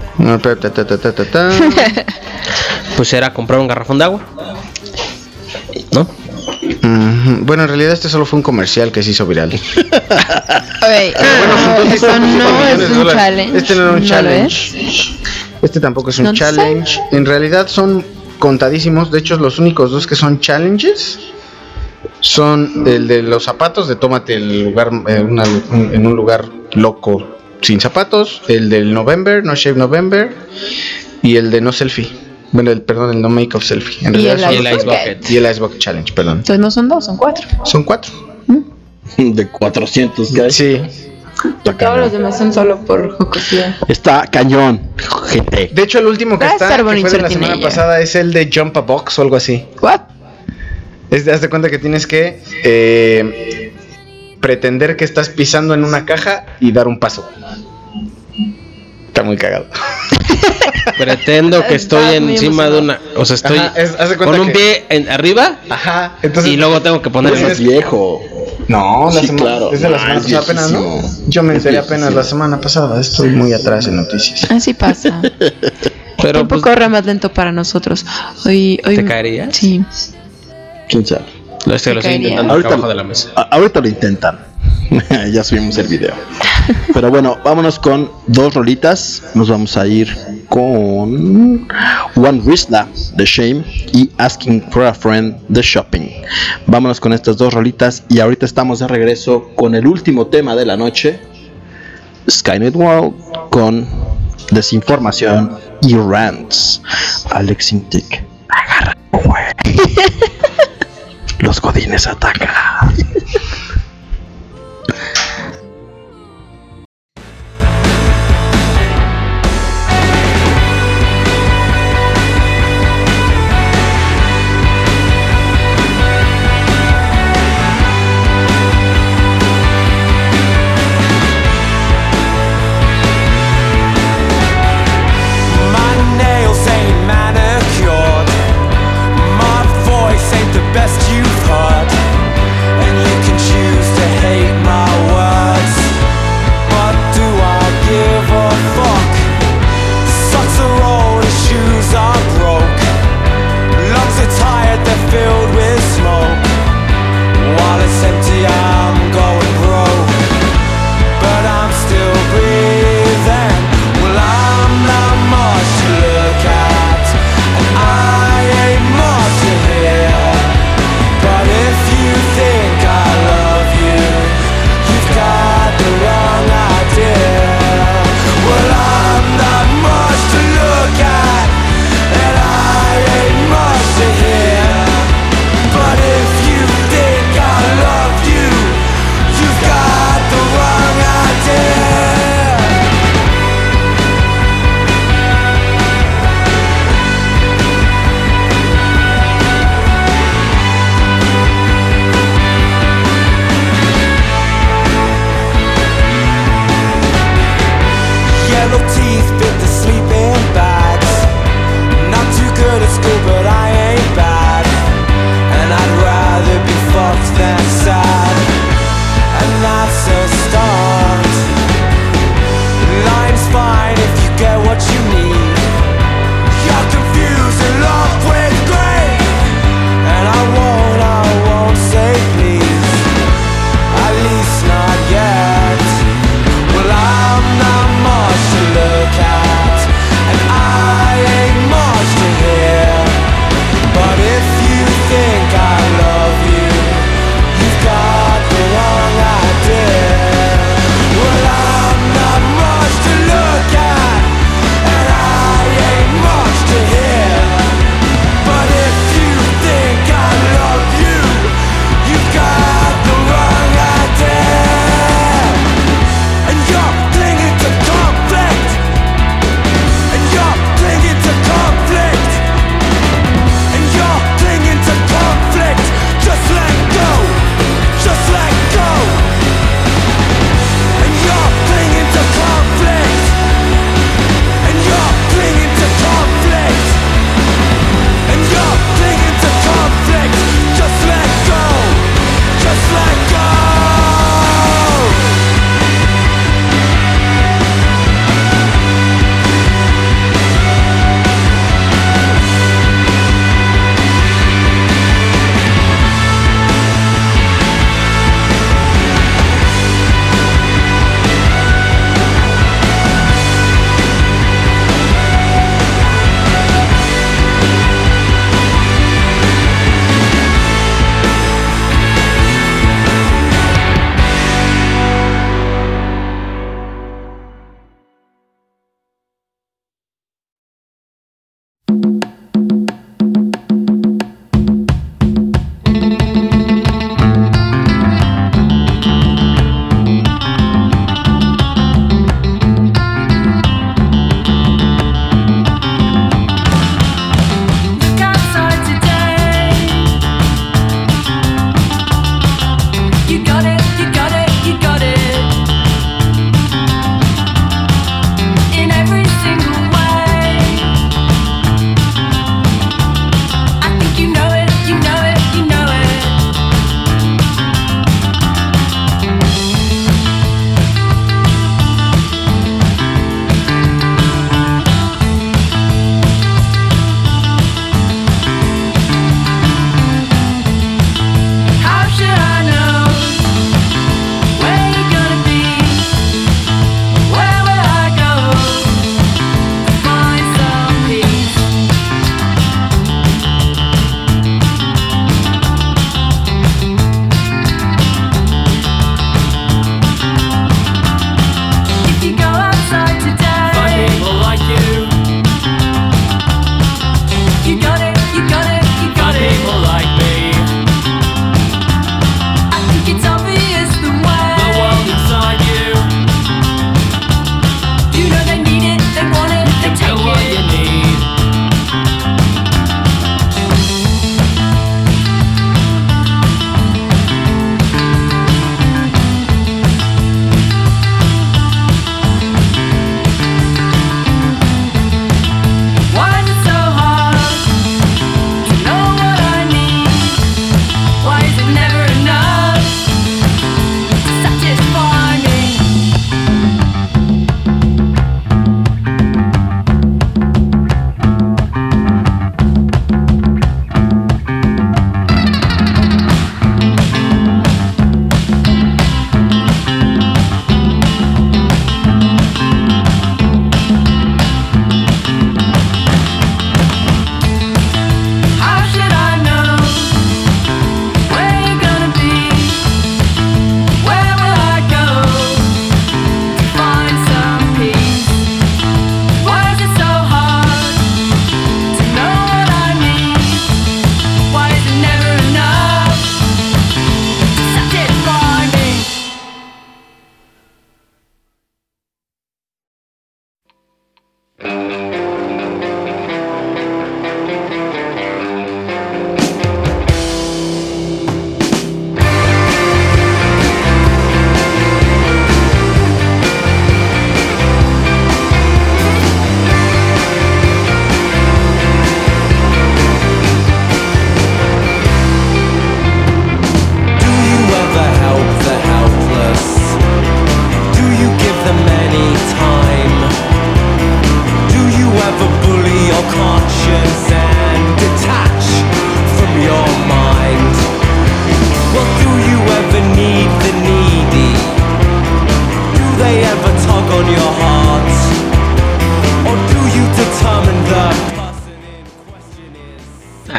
Pues era comprar un garrafón de agua, ¿no? Bueno, en realidad este solo fue un comercial que se hizo viral. Okay. Entonces Eso tampoco no millones es de un dólares. challenge. Este no era un ¿No challenge. Este tampoco es un ¿No te challenge. En realidad son contadísimos. De hecho, los únicos dos que son challenges son el de los zapatos, de tómate el lugar en un lugar loco sin zapatos, el del November, No Shave November, y el de No Selfie. Bueno, el No Makeup Selfie. En Y realidad el son- Ice Bucket. Y el Ice Bucket Challenge, perdón. Entonces no son 2, son 4. Son 4. De 400 que hay. Sí. Todos los demás son solo por jocosidad. Está cañón, gente. De hecho, el último que Va a está, estar que fue bonito de el la semana teenager. pasada, es el de Jump a Box o algo así. ¿What? Haz de cuenta que tienes que pretender que estás pisando en una caja y dar un paso. Está muy cagado. Pretendo que Está estoy muy encima de una... O sea, estoy Ajá, haz de cuenta con un que- pie arriba Ajá. Entonces, y luego tengo que poner... Pero es viejo. no, la Sí, semana, claro. es de la Ah, semana es pasada apenas, ¿no? viejísimo. Yo me Es enteré apenas viejísimo. la semana pasada. Estoy muy atrás en noticias. Así pasa. Pero El tiempo pues, corre más lento para nosotros. Hoy ¿te caerías? Sí. ¿Quién sabe? Lo estoy caería. intentando acá abajo de la mesa. Ahorita lo intentan. Ya subimos el video. Pero bueno, vámonos con dos rolitas. Nos vamos a ir con One Rizla de Shame y Asking for a Friend de Shopping. Vámonos con estas dos rolitas y ahorita estamos de regreso con el último tema de la noche, Skynet World, con desinformación y rants. Alex Intec, agarra, güey. Los godines atacan. My nails ain't manicured. My voice ain't the best you've heard.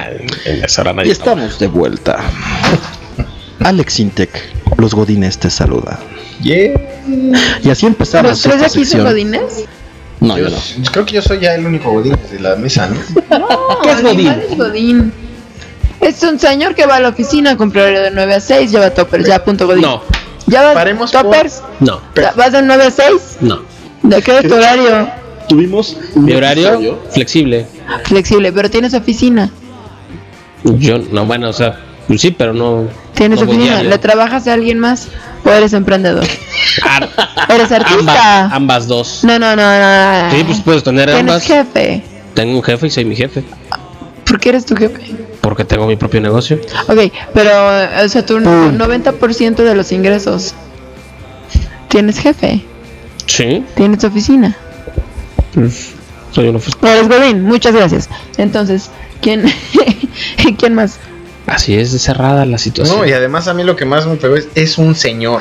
en esa hora nadie Y estamos de vuelta. Alex Intec, los godines te saluda. Yeah. Y así empezamos ¿Los tres esta aquí son sección. godines? No, yo no. Creo que yo soy ya el único godín de la mesa, ¿no? No, ¿Qué es godín? animal es godín. Es un señor que va a la oficina a comprar horario de 9 a 6, lleva toppers, ya punto godín. No, ¿Ya vas Paremos toppers? no, ¿Vas de 9 a 6? no. ¿De qué es tu horario? Tuvimos un Mi horario episodio. flexible. Flexible, pero tienes oficina. Yo, no, bueno, o sea, pues sí, pero no. ¿Tienes no voy oficina? diario. ¿Le trabajas a alguien más? ¿O eres emprendedor? ¿Eres artista? Ambas dos. No. Sí, pues puedes tener ¿Tienes ambas. jefe? Tengo un jefe y soy mi jefe. ¿Por qué eres tu jefe? Porque tengo mi propio negocio. Ok, pero, o sea, tu 90% de los ingresos. ¿Tienes jefe? Sí, ¿Tienes oficina? pues soy una oficina. No, eres godín, muchas gracias. Entonces, ¿quién más? Así es de cerrada la situación. No, y además a mí lo que más me pegó es un señor.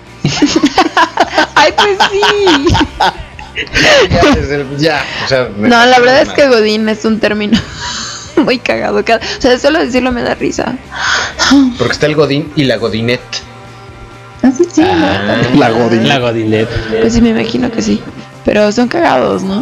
Ay, pues sí. Ya, o sea, No, la verdad es que godín es un término muy cagado. O sea, solo decirlo me da risa. Porque está el godín y la godinette. Así sí, ¿no? La godín. La godinette. Pues sí, me imagino que sí. Pero son cagados, ¿no?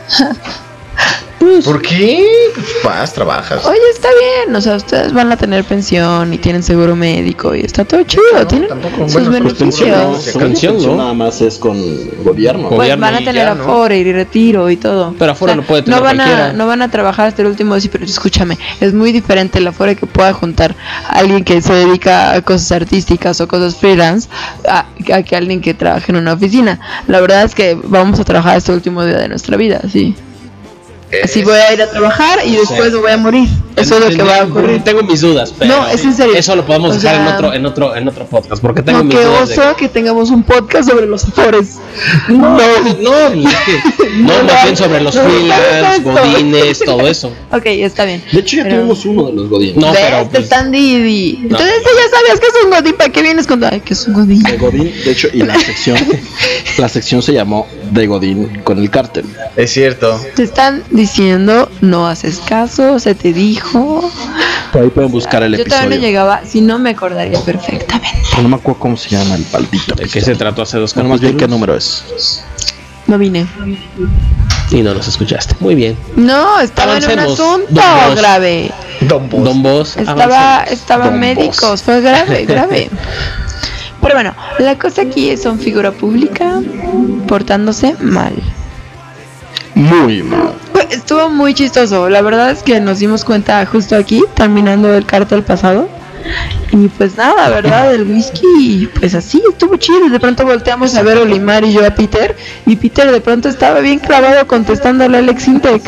¿Por qué? Pues vas, trabajas. Oye, está bien, o sea, ustedes van a tener pensión y tienen seguro médico y está todo chido, No, tienen tampoco, sus bueno, pues beneficios. seguro Pensión, ¿no? Nada más es con gobierno. Pues Gobierno van a y tener ya, ¿no? afore y retiro y todo. Pero afore lo puede tener no van cualquiera. no van a trabajar hasta el último día, pero escúchame, es muy diferente el afore que pueda juntar a alguien que se dedica a cosas artísticas o cosas freelance a que alguien que trabaje en una oficina. La verdad es que vamos a trabajar hasta el último día de nuestra vida, sí. Así voy a ir a trabajar y después me voy a morir. Eso es lo que va a ocurrir. Tengo mis dudas, pero No, es en serio. eso lo podemos O dejar sea, en otro podcast, porque tengo No, mis qué dudas. de- oso que tengamos un podcast sobre los afores. No, es que no, más bien sobre los no, freelance, no, godines, todo eso. Ok, está bien. De hecho, ya Pero- tuvimos uno de los godines. No, ¿Ves? pero Te pues, están Didi. Entonces tú ya sabías que es un godín. ¿Para qué vienes con ay, que es un godín? De godín, de hecho, y la sección se llamó De Godín con el cártel. Es cierto. Te están diciendo, no haces caso, se te dijo. Por ahí pueden buscar el Yo todavía no episodio. llegaba, si no me acordaría perfectamente. Pero no me acuerdo cómo se llama el maldito. ¿de qué se trató hace 2 Bueno, más bien, ¿qué capítulos? número es? No vine. Y no los escuchaste. Muy bien. No, estaba en un Avancemos. asunto Don Bosch. grave. Don Boss. Estaba Don médicos, fue grave. Pero bueno, la cosa aquí es son figura pública portándose mal. Muy mal. Estuvo muy chistoso. La verdad es que nos dimos cuenta justo aquí, terminando el cartel pasado. Y pues nada, ¿verdad? El whisky, pues así, estuvo chido. Y de pronto volteamos a ver a Olimar y yo a Peter. Y Peter de pronto estaba bien clavado contestándole a Alex Intec.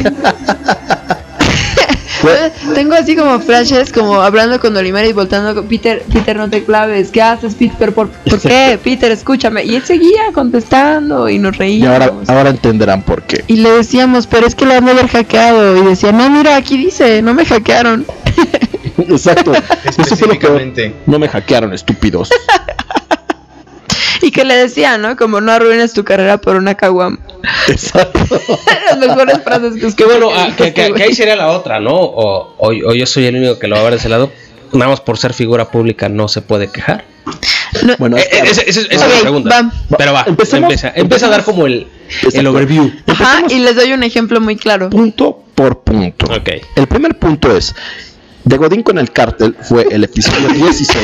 Tengo así como flashes, como hablando con Olimar y volteando con Peter, no te claves, ¿qué haces, Peter? ¿Por qué? Peter, escúchame. Y él seguía contestando y nos Y reíamos. ahora entenderán por qué. Y le decíamos, pero es que lo han de haber hackeado. Y decía, no, mira, aquí dice, no me hackearon. Exacto. Eso fue lo que Específicamente. no me hackearon, estúpidos. Y que le decía, ¿no? Como no arruines tu carrera por una caguama. Exacto. Las mejores frases que Que bueno, escuché. que ahí sería la otra, ¿no? O yo soy el único que lo va a ver de ese lado. Nada más por ser figura pública no se puede quejar. No, Bueno, Esa es la Ok, pregunta. Pero va, Empecemos. empieza a dar como el overview. ajá, y les doy un ejemplo muy claro. Punto por punto. Ok. El primer punto es: De Godín con el cártel fue el episodio 16.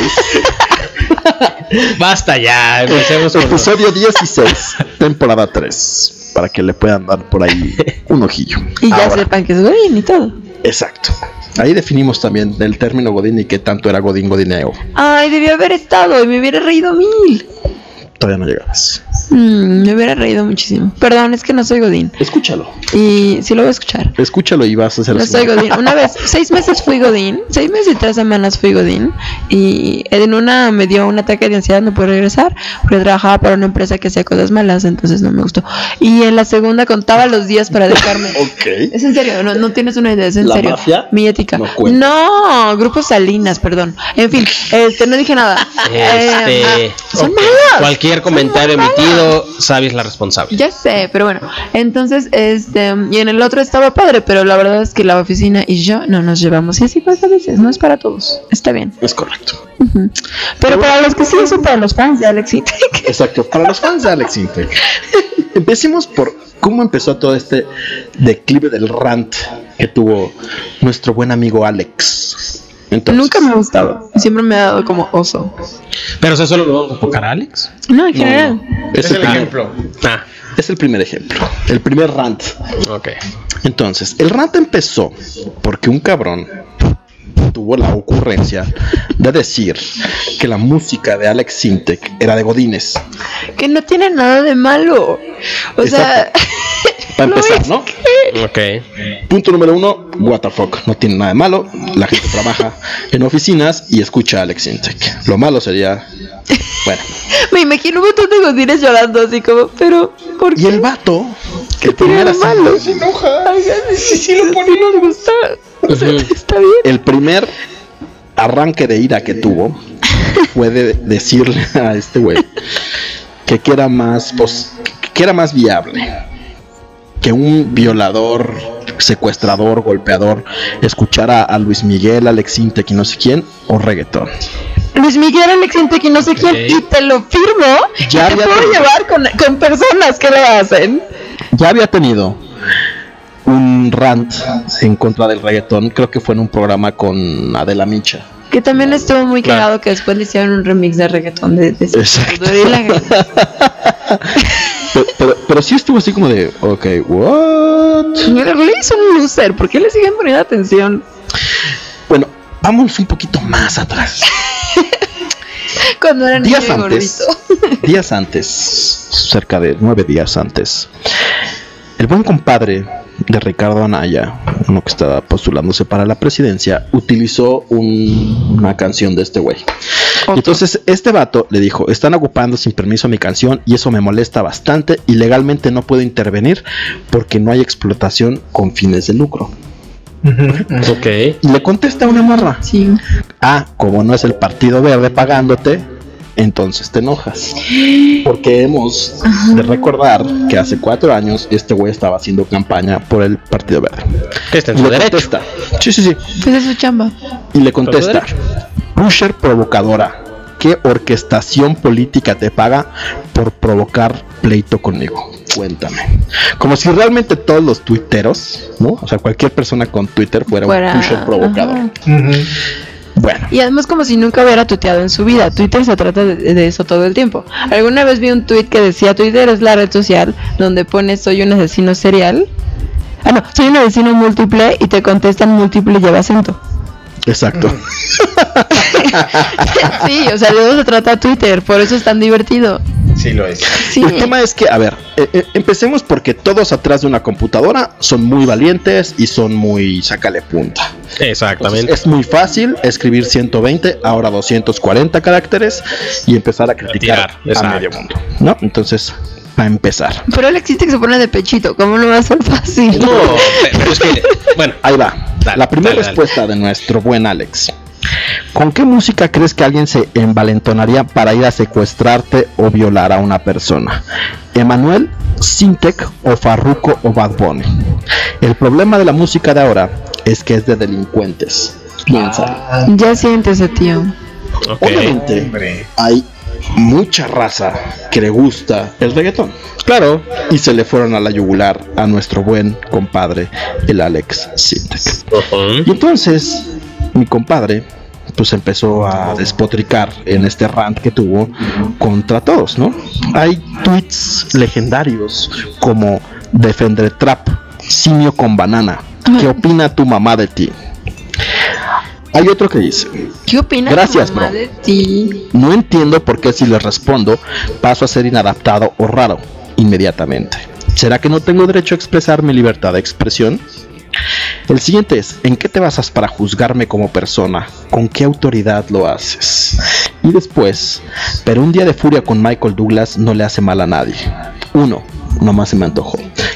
Basta ya, empecemos con Episodio 16, temporada 3. Para que le puedan dar por ahí un ojillo. Y ya Ahora, sepan que es godín y todo. exacto. Ahí definimos también el término Godín y qué tanto era Godín Godineo. Ay, debió haber estado y me hubiera reído 1000. Todavía no llegabas. Me hubiera reído muchísimo. Perdón, es que no soy godín. Escúchalo. Y sí lo voy a escuchar. Escúchalo y vas a hacer No así. soy godín. Una vez, 6 meses fui godín. 6 meses y 3 semanas fui godín. Y en una me dio un ataque de ansiedad, no pude regresar. Porque trabajaba para una empresa que hacía cosas malas, entonces no me gustó. Y en la segunda contaba los días para dejarme. Ok. Es en serio, no tienes una idea, es en ¿La serio. mafia? Mi ética. No cuenta. No, Grupo Salinas, perdón. En fin, no dije nada. Este, Son ok. malas. Cualquier Cualquier comentario emitido, Sabi es la responsable. Ya sé, pero bueno, entonces, y en el otro estaba padre, pero la verdad es que la oficina y yo no nos llevamos, y así pasa a veces, no es para todos, está bien. Es correcto. Pero para los que sí, eso para los fans de Alex Intec. Exacto, para los fans de Alex Intec. Empecemos por cómo empezó todo este declive del rant que tuvo nuestro buen amigo Alex. Entonces, nunca me ha gustado, siempre me ha dado como oso. Pero eso solo lo vamos a enfocar a Alex. No, en general. Es el ejemplo. Es el primer ejemplo. El primer rant. Ok. Entonces, el rant empezó porque un cabrón tuvo la ocurrencia de decir que la música de Alex Intec era de godines. Que no tiene nada de malo. O sea, para empezar, ¿no? Ok. Punto número 1, what the fuck, no tiene nada de malo. La gente trabaja en oficinas y escucha a Alex Intec. Lo malo sería, bueno. Me imagino un montón de godines llorando así como, pero ¿por qué? Y el vato, que el primer malo, se enoja. Sí, lo pone y nos gusta. O sea, está bien. El primer arranque de ira que tuvo fue de decirle a este güey que era más viable que un violador, secuestrador, golpeador escuchara a Luis Miguel, Alex Intec y no sé quién, o reggaetón. Luis Miguel, Alex Intec y no sé quién, y te lo firmo, ya te puedo llevar con personas que lo hacen. Ya había tenido un rant en contra del reggaetón, creo que fue en un programa con Adela Micha. Que también estuvo muy cagado que después le hicieron un remix de reggaetón de exacto. Pero sí estuvo así como de, ok, what? El güey es un loser, ¿por qué le siguen poniendo atención? Bueno, vamos un poquito más atrás. Cuando era niño y gordito. Días antes, cerca de 9 días antes, el buen compadre de Ricardo Anaya, uno que estaba postulándose para la presidencia, utilizó una canción de este güey. Entonces este vato le dijo, están ocupando sin permiso mi canción y eso me molesta bastante y legalmente no puedo intervenir porque no hay explotación con fines de lucro. Ok. Y le contesta una morra. Sí. Como no es el Partido Verde pagándote, entonces te enojas. Porque hemos de recordar que hace 4 años este güey estaba haciendo campaña por el Partido Verde. Que está en su derecho. Contesta, sí. Pues es su chamba. Y le contesta, pusher provocadora, ¿qué orquestación política te paga por provocar pleito conmigo? Cuéntame. Como si realmente todos los tuiteros, ¿no? O sea, cualquier persona con Twitter fuera un pusher provocador. Bueno. Y además como si nunca hubiera tuiteado en su vida. Twitter se trata de eso todo el tiempo. Alguna vez vi un tweet que decía, Twitter es la red social donde pones soy un asesino serial. No, soy un asesino múltiple y te contestan múltiple y lleva acento. Exacto. Sí, o sea, de eso se trata Twitter, por eso es tan divertido. Sí lo es. Sí. El tema es que, a ver, empecemos porque todos atrás de una computadora son muy valientes y son muy sácale punta. Exactamente. Entonces, es muy fácil escribir 120, ahora 240 caracteres y empezar a criticar a medio mundo, ¿no? Entonces, para empezar. Pero él existe que se pone de pechito, ¿cómo no va a ser fácil? No, pero es que, bueno, ahí va. La primera respuesta de nuestro buen Alex. ¿Con qué música crees que alguien se envalentonaría para ir a secuestrarte o violar a una persona? ¿Emanuel, Intec o Farruko o Bad Bunny? El problema de la música de ahora es que es de delincuentes. Piensa. Ya siéntese, tío. Okay. Obviamente hay mucha raza que le gusta el reggaetón. Claro. Y se le fueron a la yugular a nuestro buen compadre, el Alex Intec. Y entonces mi compadre pues empezó a despotricar en este rant que tuvo contra todos, ¿no? Hay tweets legendarios como Defender Trap, simio con banana, ¿qué opina tu mamá de ti? Hay otro que dice, ¿qué opina gracias, tu mamá bro. de ti? No entiendo por qué si les respondo paso a ser inadaptado o raro inmediatamente. ¿Será que no tengo derecho a expresar mi libertad de expresión? El siguiente es, ¿en qué te basas para juzgarme como persona? ¿Con qué autoridad lo haces? Y después, pero un día de furia con Michael Douglas no le hace mal a nadie. 1. Nomás se me antojó.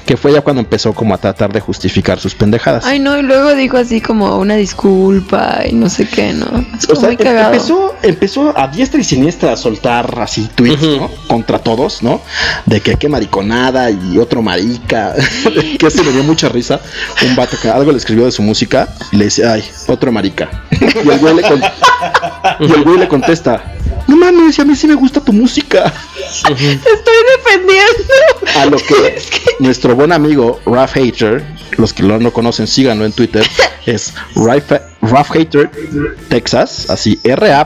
que fue ya cuando empezó como a tratar de justificar sus pendejadas. Ay, no, y luego dijo así como una disculpa y no sé qué, ¿no? Es O como sea, muy cagado. empezó a diestra y siniestra a soltar así tweets, ¿no? Contra todos, ¿no? De que qué mariconada y otro marica. Que se le dio mucha risa. Un vato que algo le escribió de su música y le dice, ay, otro marica. Y el güey le contesta, no mames, a mí sí me gusta tu música. Te estoy defendiendo. A lo que nuestro buen amigo Raf Hater, los que no lo conocen, síganlo en Twitter, es Raf Hater Texas, así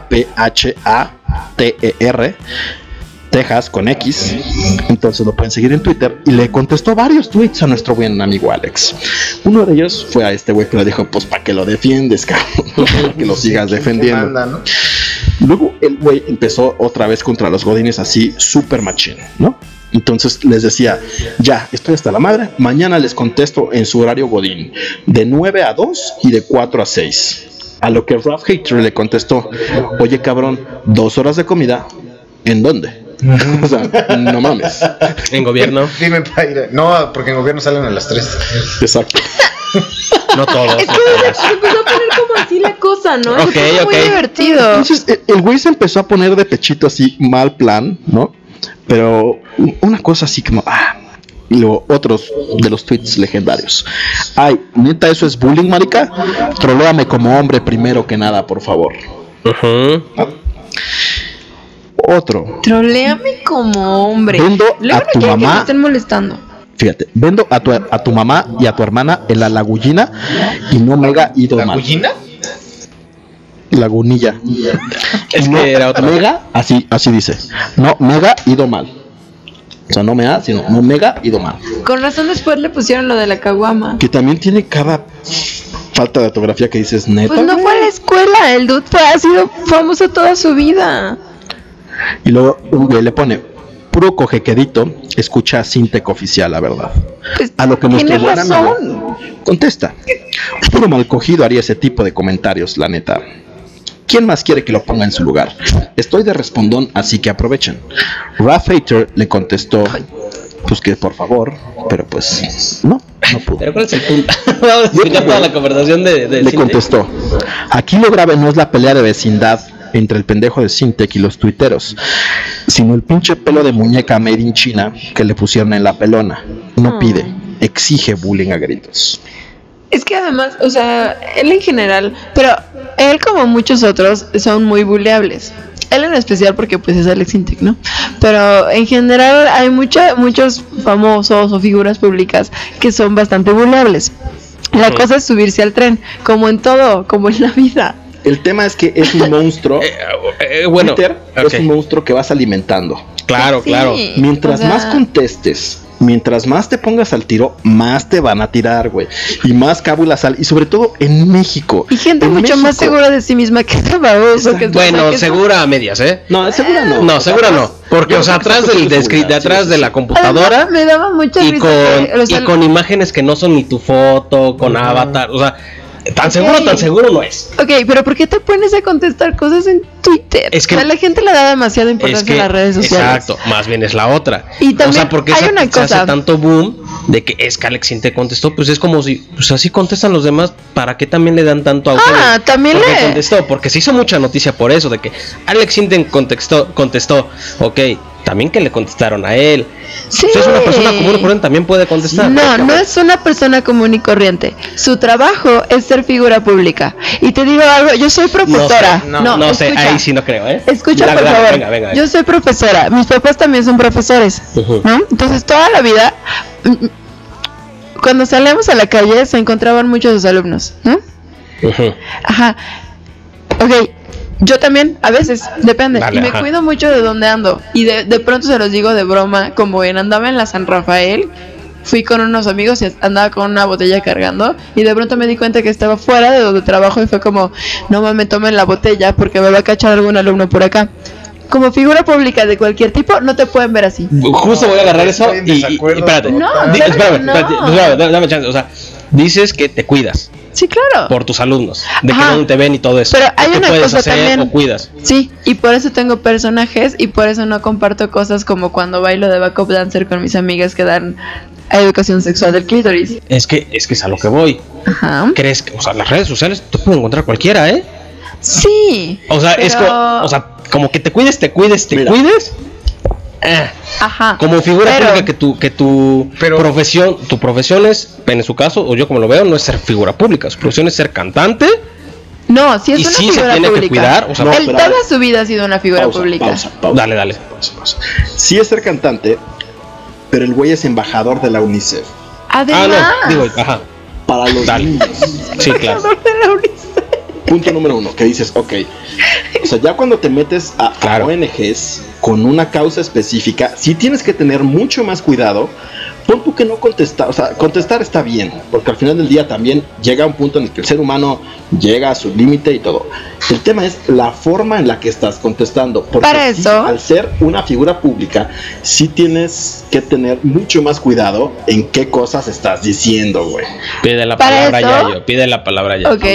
RAPHATER Texas con X. Entonces lo pueden seguir en Twitter. Y le contestó varios tweets a nuestro buen amigo Alex. Uno de ellos fue a este güey que le dijo, pues para que lo defiendes, cabrón, para que lo sigas defendiendo. Manda, ¿no? Luego el güey empezó otra vez contra los godines así, super machín, ¿no? Entonces les decía, ya, estoy hasta la madre, mañana les contesto en su horario godín, de 9 a 2 y de 4 a 6. A lo que Raf Hater le contestó, oye cabrón, 2 horas de comida, ¿en dónde? O sea, no mames. En gobierno. Dime para ir. No, porque en gobierno salen a las 3. Exacto. No todos. Es que se empezó a poner como así la cosa, ¿no? Ok, Eso fue muy divertido. Entonces el güey se empezó a poner de pechito así, mal plan, ¿no? Pero una cosa así como, y luego otros de los tweets legendarios. Ay, neta, eso es bullying, marica. Troléame como hombre primero que nada, por favor. Otro. Troléame como hombre. Vendo Luego a no tu quieren que mamá. me estén molestando. Fíjate, vendo a tu mamá y a tu hermana en la lagullina y no me haga ido mal. ¿Lagullina? Lagunilla. Es No, que era otra. mega, así dice. No, mega ido mal. O sea, no me ha, sino no mega ido mal. Con razón después le pusieron lo de la caguama. Que también tiene cada falta de ortografía que dices, neta. Pues no güey? fue a la escuela, el dude ha sido famoso toda su vida. Y luego un güey le pone, puro cojequedito, escucha Sintec oficial, la verdad. Pues, A lo que nuestro tienes buen razón. amigo contesta, puro mal cogido haría ese tipo de comentarios, la neta. ¿Quién más quiere que lo ponga en su lugar? Estoy de respondón, así que aprovechen. Raf Hater le contestó, pues que por favor, pero pues no pudo. Pero ¿cuál es el punto? Vamos a explicar toda la conversación de Le Sintec. contestó, aquí lo grave no es la pelea de vecindad entre el pendejo de Sintec y los tuiteros, sino el pinche pelo de muñeca made in China que le pusieron en la pelona. No pide, exige bullying a gritos. Es que además, o sea, él en general, pero él como muchos otros son muy buleables. Él en especial porque pues es Alex Sintec, ¿no? Pero en general hay muchos famosos o figuras públicas que son bastante buleables. La cosa es subirse al tren, como en todo, como en la vida. El tema es que es un monstruo. Bueno, Twitter es un monstruo que vas alimentando. Claro, Sí, claro. Mientras o sea, más contestes, mientras más te pongas al tiro, más te van a tirar, güey. Y más cábula sal. Y sobre todo en México. y gente En mucho más México. segura de sí misma que este baboso. Que Bueno, que segura a medias, ¿eh? No, segura no. No, segura no. Porque, Yo o sea, creo que atrás está del con su seguridad, de atrás sí, de sí, la sí. computadora Además, me daba mucha y risa con, que, o sea, y con imágenes que no son ni tu foto, con avatar, o sea, tan seguro no es. Ok, pero ¿por qué te pones a contestar cosas en Twitter? Es que- o sea, la gente le da demasiada Es importancia que, a las redes sociales. exacto, más bien es la otra. Y también o sea, porque hay se, una se cosa. hace tanto boom de que es que Alex Sintec contestó, pues es como si, pues así contestan los demás, ¿para qué también le dan tanto auge? Ah, también porque le- contestó, porque se hizo mucha noticia por eso, de que Alex Sintec contestó, ok, también que le contestaron a él. Sí. Usted es una persona común y corriente, también puede contestar. No es una persona común y corriente. Su trabajo es ser figura pública. Y te digo algo, yo soy profesora. No sé, escucha. ahí sí no creo, ¿eh? Escucha, Dale, por dale, favor. venga. Yo soy profesora. Mis papás también son profesores. Ujú. ¿No? Entonces, toda la vida, cuando salíamos a la calle, se encontraban muchos de sus alumnos. ¿No? Ujú. Ajá. Ok. Yo también, a veces, depende. Vale, y me ajá. cuido mucho de dónde ando. Y de pronto se los digo de broma, como andaba en la San Rafael. Fui con unos amigos y andaba con una botella cargando. Y de pronto me di cuenta que estaba fuera de donde trabajo. Y fue como, no mames, tomen la botella porque me va a cachar algún alumno por acá. Como figura pública de cualquier tipo, no te pueden ver así. Justo voy a agarrar eso Estoy en y desacuerdo espérate. No, Espérame, no. dame chance. O sea, dices que te cuidas Sí, claro. por tus alumnos, de que Ajá. no te ven y todo eso. Pero hay ¿Qué una puedes cosa hacer también. o cuidas? Sí, y por eso tengo personajes y por eso no comparto cosas como cuando bailo de backup dancer con mis amigas que dan educación sexual del clítoris. Es que es a lo que voy. Ajá. ¿Crees que, o sea, las redes sociales te pueden encontrar cualquiera, ¿eh? Sí. O sea, pero... como que te cuides. Mira. Ajá. Como figura pero... pública que tu profesión es, en su caso, o yo como lo veo, no es ser figura pública. Su profesión es ser cantante. No, sí es y una sí figura se tiene pública. que cuidar. O sea, No, Él pero- toda su vida ha sido una figura pública. Pausa. Dale. Pausa. Sí es ser cantante, pero el güey es embajador de la UNICEF. Además. Ajá. Para los Dale. niños. Sí, claro. Punto número 1, que dices, ok. O sea, ya cuando te metes a ONGs con una causa específica, sí tienes que tener mucho más cuidado. Pon tú que no contestar, o sea, contestar está bien, porque al final del día también llega un punto en el que el ser humano llega a su límite y todo. El tema es la forma en la que estás contestando, porque Para sí, eso, al ser una figura pública, sí tienes que tener mucho más cuidado en qué cosas estás diciendo, güey. Pide la Para palabra eso- Yayo. Pide la palabra Yayo. ok.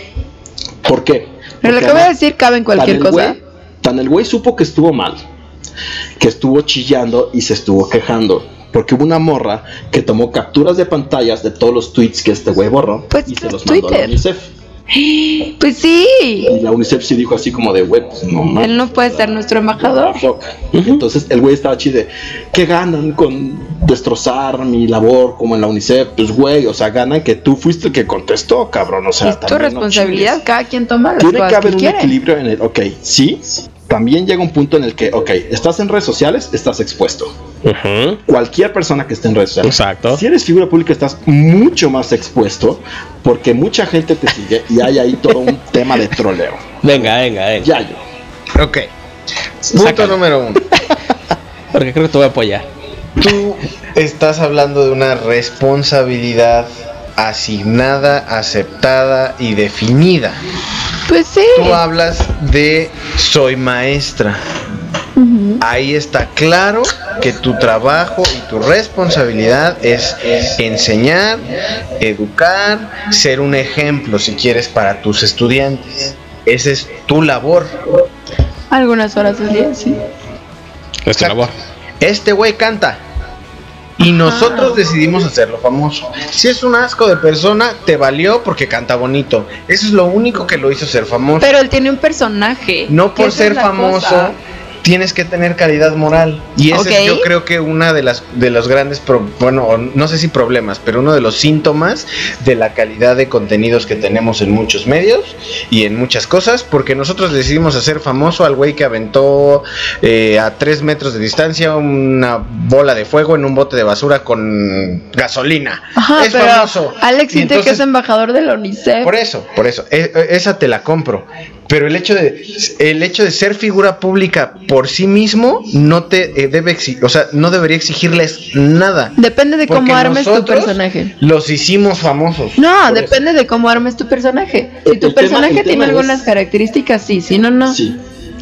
¿Por qué? Pero lo Porque que voy a además, decir cabe en cualquier tan el cosa. güey- Tan el güey supo que estuvo mal, que estuvo chillando y se estuvo quejando. Porque hubo una morra que tomó capturas de pantallas de todos los tweets que este güey borró Pues y se es los mandó a la Twitter. UNICEF. Pues sí. Y la UNICEF sí dijo así como de, güey, pues no mames. Él no puede ser nuestro embajador. Entonces el güey estaba chido de, ¿qué ganan con destrozar mi labor como en la UNICEF? Pues güey, o sea, ganan que tú fuiste el que contestó, cabrón. O sea, Es tu también no responsabilidad. chingues. Cada quien toma las Tiene cosas que haber que un quiere. equilibrio en el, ok, sí, también llega un punto en el que, ok, estás en redes sociales, estás expuesto. Ujú. Cualquier persona que esté en redes sociales. Exacto. Si eres figura pública estás mucho más expuesto porque mucha gente te sigue y hay ahí todo un tema de troleo. Venga. Ya yo. Ok. Punto Sácalo. número 1. Porque creo que te voy a apoyar. Tú estás hablando de una responsabilidad asignada, aceptada y definida. Pues sí. Tú hablas de soy maestra. Ahí está claro que tu trabajo y tu responsabilidad es enseñar, educar, ser un ejemplo si quieres para tus estudiantes. Esa es tu labor. Algunas horas del día, sí. Es tu Exacto. labor. Este güey canta. Y nosotros decidimos hacerlo famoso. Si es un asco de persona, te valió porque canta bonito. Eso es lo único que lo hizo ser famoso. Pero él tiene un personaje. No que por esa ser es la famoso cosa. tienes que tener calidad moral. Y ese Ok. es, yo creo que una de los grandes bueno, no sé si problemas, pero uno de los síntomas de la calidad de contenidos que tenemos en muchos medios y en muchas cosas, porque nosotros decidimos hacer famoso al güey que aventó a 3 metros de distancia una bola de fuego en un bote de basura con gasolina. Ajá, Es pero famoso. Alex Y Intec entonces- es embajador de la UNICEF. por eso, esa te la compro. Pero el hecho de ser figura pública por sí mismo no te debe exigir, o sea, no debería exigirles nada. Depende de Porque cómo armes tu nosotros personaje. Los hicimos famosos. No, Por depende de cómo armes tu personaje. Si El tu tema- personaje el tema tiene es- algunas características, sí, si no, no. Sí.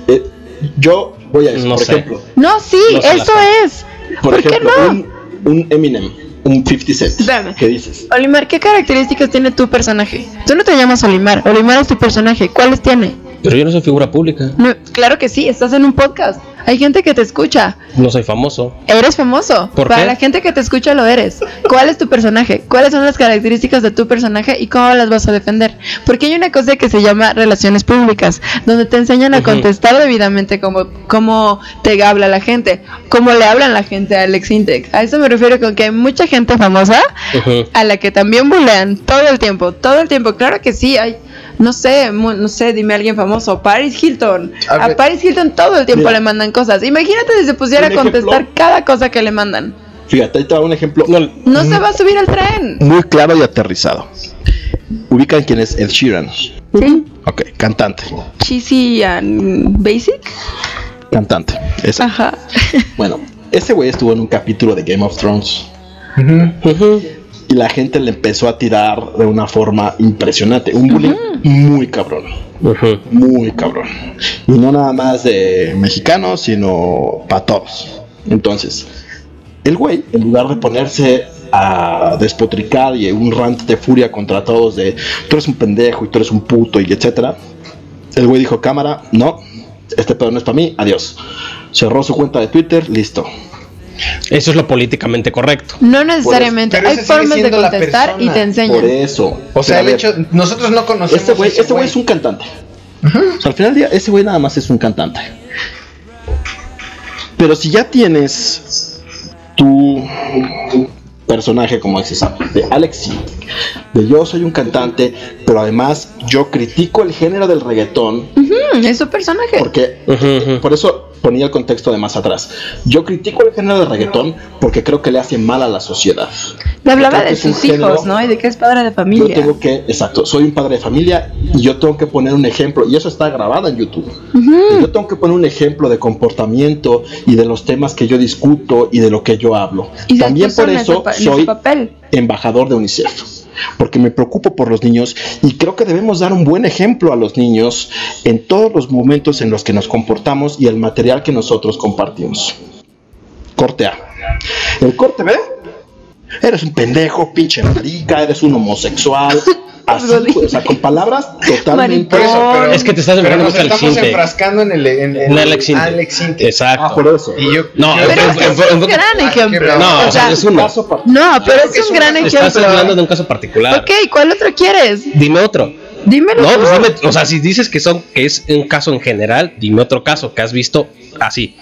Yo voy a eso, No por sé. ejemplo. No, sí, No se eso las es. Por qué ejemplo, no? un Eminem, un 50 Cent. Espérame. ¿Qué dices? Olimar, ¿qué características tiene tu personaje? Tú no te llamas Olimar. Olimar es tu personaje. ¿Cuáles tiene? Pero yo no soy figura pública. No, claro que sí, estás en un podcast. Hay gente que te escucha. No soy famoso. Eres famoso. ¿Por Para qué? la gente que te escucha lo eres. ¿Cuál es tu personaje? ¿Cuáles son las características de tu personaje y cómo las vas a defender? Porque hay una cosa que se llama relaciones públicas, donde te enseñan a Ujú. contestar debidamente cómo te habla la gente, cómo le hablan la gente a Alex Intec. A eso me refiero con que hay mucha gente famosa Ujú. a la que también bulean todo el tiempo. Claro que sí, hay, no sé, dime a alguien famoso, Paris Hilton. A A ver. Paris Hilton todo el tiempo Mira. le mandan cosas. Imagínate si se pusiera a Un ejemplo. contestar cada cosa que le mandan. Fíjate, ahí te va un ejemplo No se va a subir al tren. muy claro y aterrizado. ¿Ubican quién es Ed Sheeran? Sí. Ok, cantante. Cheesy and basic. Cantante. Esa. Ajá. Bueno, ese güey estuvo en un capítulo de Game of Thrones. Y la gente le empezó a tirar de una forma impresionante. Un bullying muy cabrón. Ujú. Muy cabrón. Y no nada más de mexicanos, sino para todos. Entonces, el güey, en lugar de ponerse a despotricar y un rant de furia contra todos de tú eres un pendejo y tú eres un puto y etcétera, el güey dijo, cámara, no, este pedo no es para mí, adiós. Cerró su cuenta de Twitter, listo. Eso es lo políticamente correcto. No necesariamente. Pero Hay esa sigue formas de siendo la contestar y persona. te enseñan. Por eso. O sea, Pero el a hecho, ver, nosotros no conocemos este güey es un cantante. O sea, al final del día, ese güey nada más es un cantante. Pero si ya tienes tu personaje, como dices, de Alex Sintek, de yo soy un cantante, pero además yo critico el género del reggaetón, Es su personaje. porque por eso ponía el contexto de más atrás. Yo critico el género del reggaetón porque creo que le hace mal a la sociedad. Le hablaba Creo que de es un sus hijos, género- ¿no? Y de que es padre de Yo familia. tengo que, exacto, soy un padre de familia y yo tengo que poner un ejemplo, y eso está grabado en YouTube. Yo tengo que poner un ejemplo de comportamiento y de los temas que yo discuto y de lo que yo hablo. Y se También puso por en ese eso en ese soy papel. embajador de UNICEF, porque me preocupo por los niños y creo que debemos dar un buen ejemplo a los niños en todos los momentos en los que nos comportamos y el material que nosotros compartimos. Corte A. El corte B. Eres un pendejo, pinche marica, eres un homosexual. Así, o sea, con palabras totalmente. Por eso, pero, Es que te estás pero enfrascando nos mucho al estamos Sintek. enfrascando en el Alex Sintek. Exacto. Por eso. Y yo, No, Pero es un gran ejemplo. No, o sea, es uno. no, pero es un gran Estás hablando ejemplo. de un caso particular. Ok, ¿cuál otro quieres? Dime otro. Dímelo. No, tú. pues dime, o sea, si dices que es un caso en general, dime otro caso que has visto así.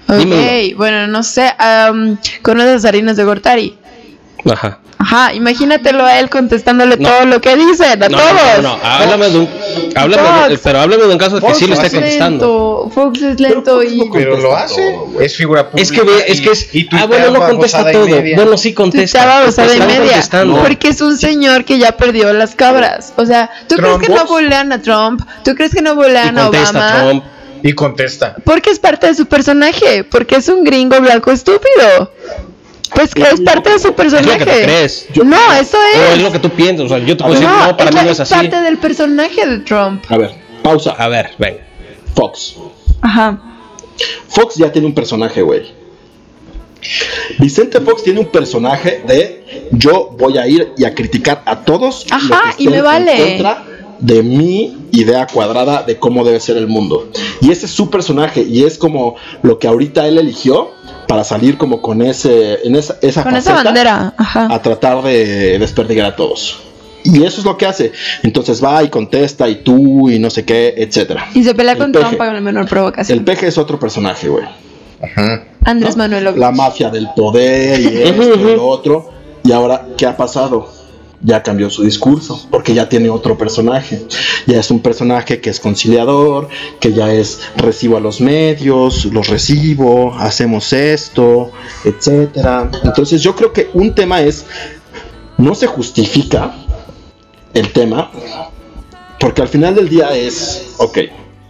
Dime Ok, bueno, no sé. ¿Conoces harinas de Gortari? uno. Ajá. Ajá, imagínatelo a él contestándole todo lo que dicen, a todos. No, háblame de un, pero háblame de un caso que sí lo esté contestando. Fox es lento y... pero lo hace, es figura pública. Es que es, y bueno, no contesta babosada y todo. media. Bueno, sí contesta. Estaba babosada y Está media. contestando. Porque es un señor que ya perdió las cabras. O sea, ¿tú Trump. crees que no bulean a Trump? ¿Tú crees que no Y bulean a contesta Obama? Trump. Y contesta. Porque es parte de su personaje. Porque es un gringo blanco estúpido. Pues que es parte de su Es personaje. lo que tú crees. No, eso O es es. lo que tú piensas. O sea, yo te puedo decir, no, para mí no es así. parte del personaje de Trump. A ver, pausa. A ver, ven. Fox. Ajá. Fox ya tiene un personaje, güey. Vicente Fox tiene un personaje de yo voy a ir y a criticar a todos Ajá, los que y me estén vale. en contra de mi idea cuadrada de cómo debe ser el mundo. Y ese es su personaje y es como lo que ahorita él eligió para salir como con esa Con esa faceta bandera. Ajá. a tratar de desperdigar a todos. Y eso es lo que hace. Entonces va y contesta y tú y no sé qué, etcétera. Y se pelea El con peje. Trump para la menor provocación. El peje es otro personaje, güey. Ajá. Andrés Manuel López. La mafia del poder y esto y lo otro. Y ahora, ¿qué ha pasado? Ya cambió su discurso, porque ya tiene otro personaje. Ya es un personaje que es conciliador, que ya es recibo a los medios, los recibo, hacemos esto, etcétera. Entonces yo creo que un tema es, no se justifica el tema, porque al final del día es, ok,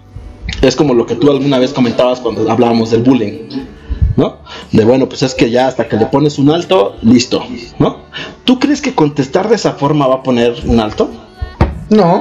es como lo que tú alguna vez comentabas cuando hablábamos del bullying, ¿no? De bueno, pues es que ya hasta que le pones un alto, listo, ¿no? ¿Tú crees que contestar de esa forma va a poner un alto? No.